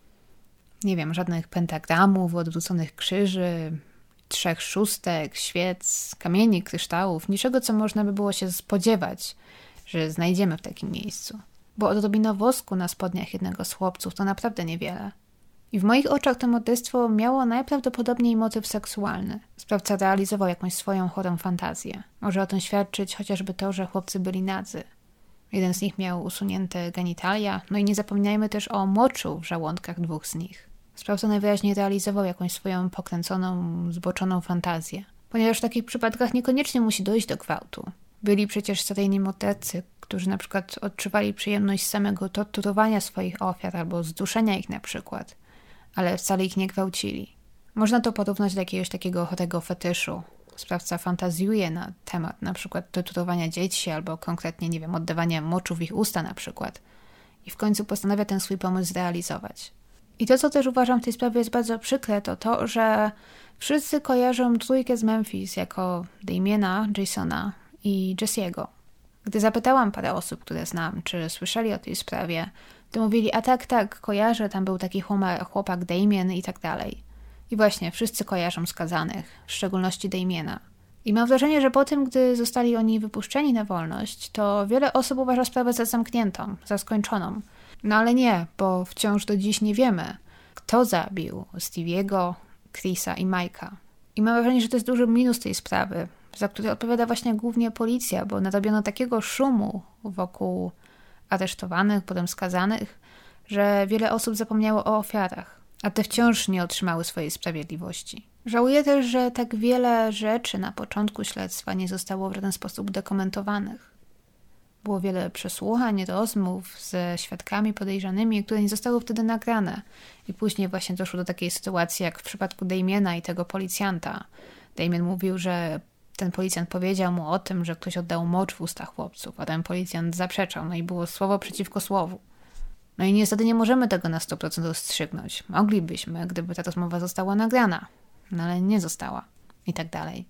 Nie wiem, żadnych pentagramów, odwróconych krzyży, 3 szóstek, świec, kamieni, kryształów, niczego, co można by było się spodziewać, że znajdziemy w takim miejscu. Bo odrobina wosku na spodniach jednego z chłopców to naprawdę niewiele. I w moich oczach to morderstwo miało najprawdopodobniej motyw seksualny. Sprawca realizował jakąś swoją chorą fantazję. Może o tym świadczyć chociażby to, że chłopcy byli nadzy. Jeden z nich miał usunięte genitalia, no i nie zapominajmy też o moczu w żołądkach 2 z nich. Sprawca najwyraźniej realizował jakąś swoją pokręconą, zboczoną fantazję. Ponieważ w takich przypadkach niekoniecznie musi dojść do gwałtu. Byli przecież seryjni mordercy, którzy na przykład odczuwali przyjemność z samego torturowania swoich ofiar albo zduszenia ich na przykład, ale wcale ich nie gwałcili. Można to porównać do jakiegoś takiego chorego fetyszu. Sprawca fantazjuje na temat na przykład torturowania dzieci albo konkretnie, nie wiem, oddawania moczu w ich usta na przykład i w końcu postanawia ten swój pomysł zrealizować. I to, co też uważam w tej sprawie jest bardzo przykre, to to, że wszyscy kojarzą trójkę z Memphis jako Damiena, Jasona i Jesse'ego. Gdy zapytałam parę osób, które znam, czy słyszeli o tej sprawie, to mówili, a tak, kojarzę, tam był taki chłopak Damien i tak dalej. I właśnie, wszyscy kojarzą skazanych, w szczególności Damiena. I mam wrażenie, że po tym, gdy zostali oni wypuszczeni na wolność, to wiele osób uważa sprawę za zamkniętą, za skończoną. No ale nie, bo wciąż do dziś nie wiemy, kto zabił Stevie'ego, Chrisa i Mike'a. I mam wrażenie, że to jest duży minus tej sprawy, za który odpowiada właśnie głównie policja, bo narobiono takiego szumu wokół aresztowanych, potem skazanych, że wiele osób zapomniało o ofiarach, a te wciąż nie otrzymały swojej sprawiedliwości. Żałuję też, że tak wiele rzeczy na początku śledztwa nie zostało w żaden sposób dokumentowanych. Było wiele przesłuchań, rozmów ze świadkami podejrzanymi, które nie zostały wtedy nagrane. I później właśnie doszło do takiej sytuacji, jak w przypadku Damiena i tego policjanta. Damien mówił, że ten policjant powiedział mu o tym, że ktoś oddał mocz w ustach chłopców, a ten policjant zaprzeczał, no i było słowo przeciwko słowu. No i niestety nie możemy tego na 100% rozstrzygnąć. Moglibyśmy, gdyby ta rozmowa została nagrana, no ale nie została. I tak dalej.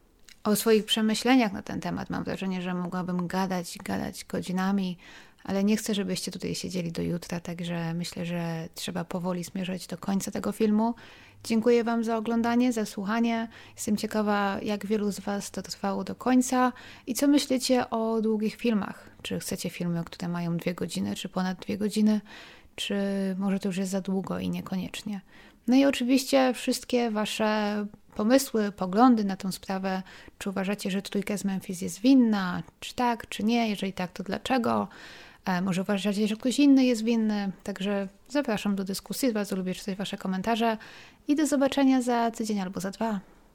O swoich przemyśleniach na ten temat mam wrażenie, że mogłabym gadać godzinami, ale nie chcę, żebyście tutaj siedzieli do jutra, także myślę, że trzeba powoli zmierzać do końca tego filmu. Dziękuję Wam za oglądanie, za słuchanie. Jestem ciekawa, jak wielu z Was to trwało do końca i co myślicie o długich filmach. Czy chcecie filmy, które mają 2 godziny, czy ponad 2 godziny, czy może to już jest za długo i niekoniecznie. No i oczywiście wszystkie Wasze pomysły, poglądy na tę sprawę. Czy uważacie, że trójka z Memphis jest winna? Czy tak, czy nie? Jeżeli tak, to dlaczego? Może uważacie, że ktoś inny jest winny? Także zapraszam do dyskusji. Bardzo lubię czytać Wasze komentarze i do zobaczenia za tydzień albo za 2.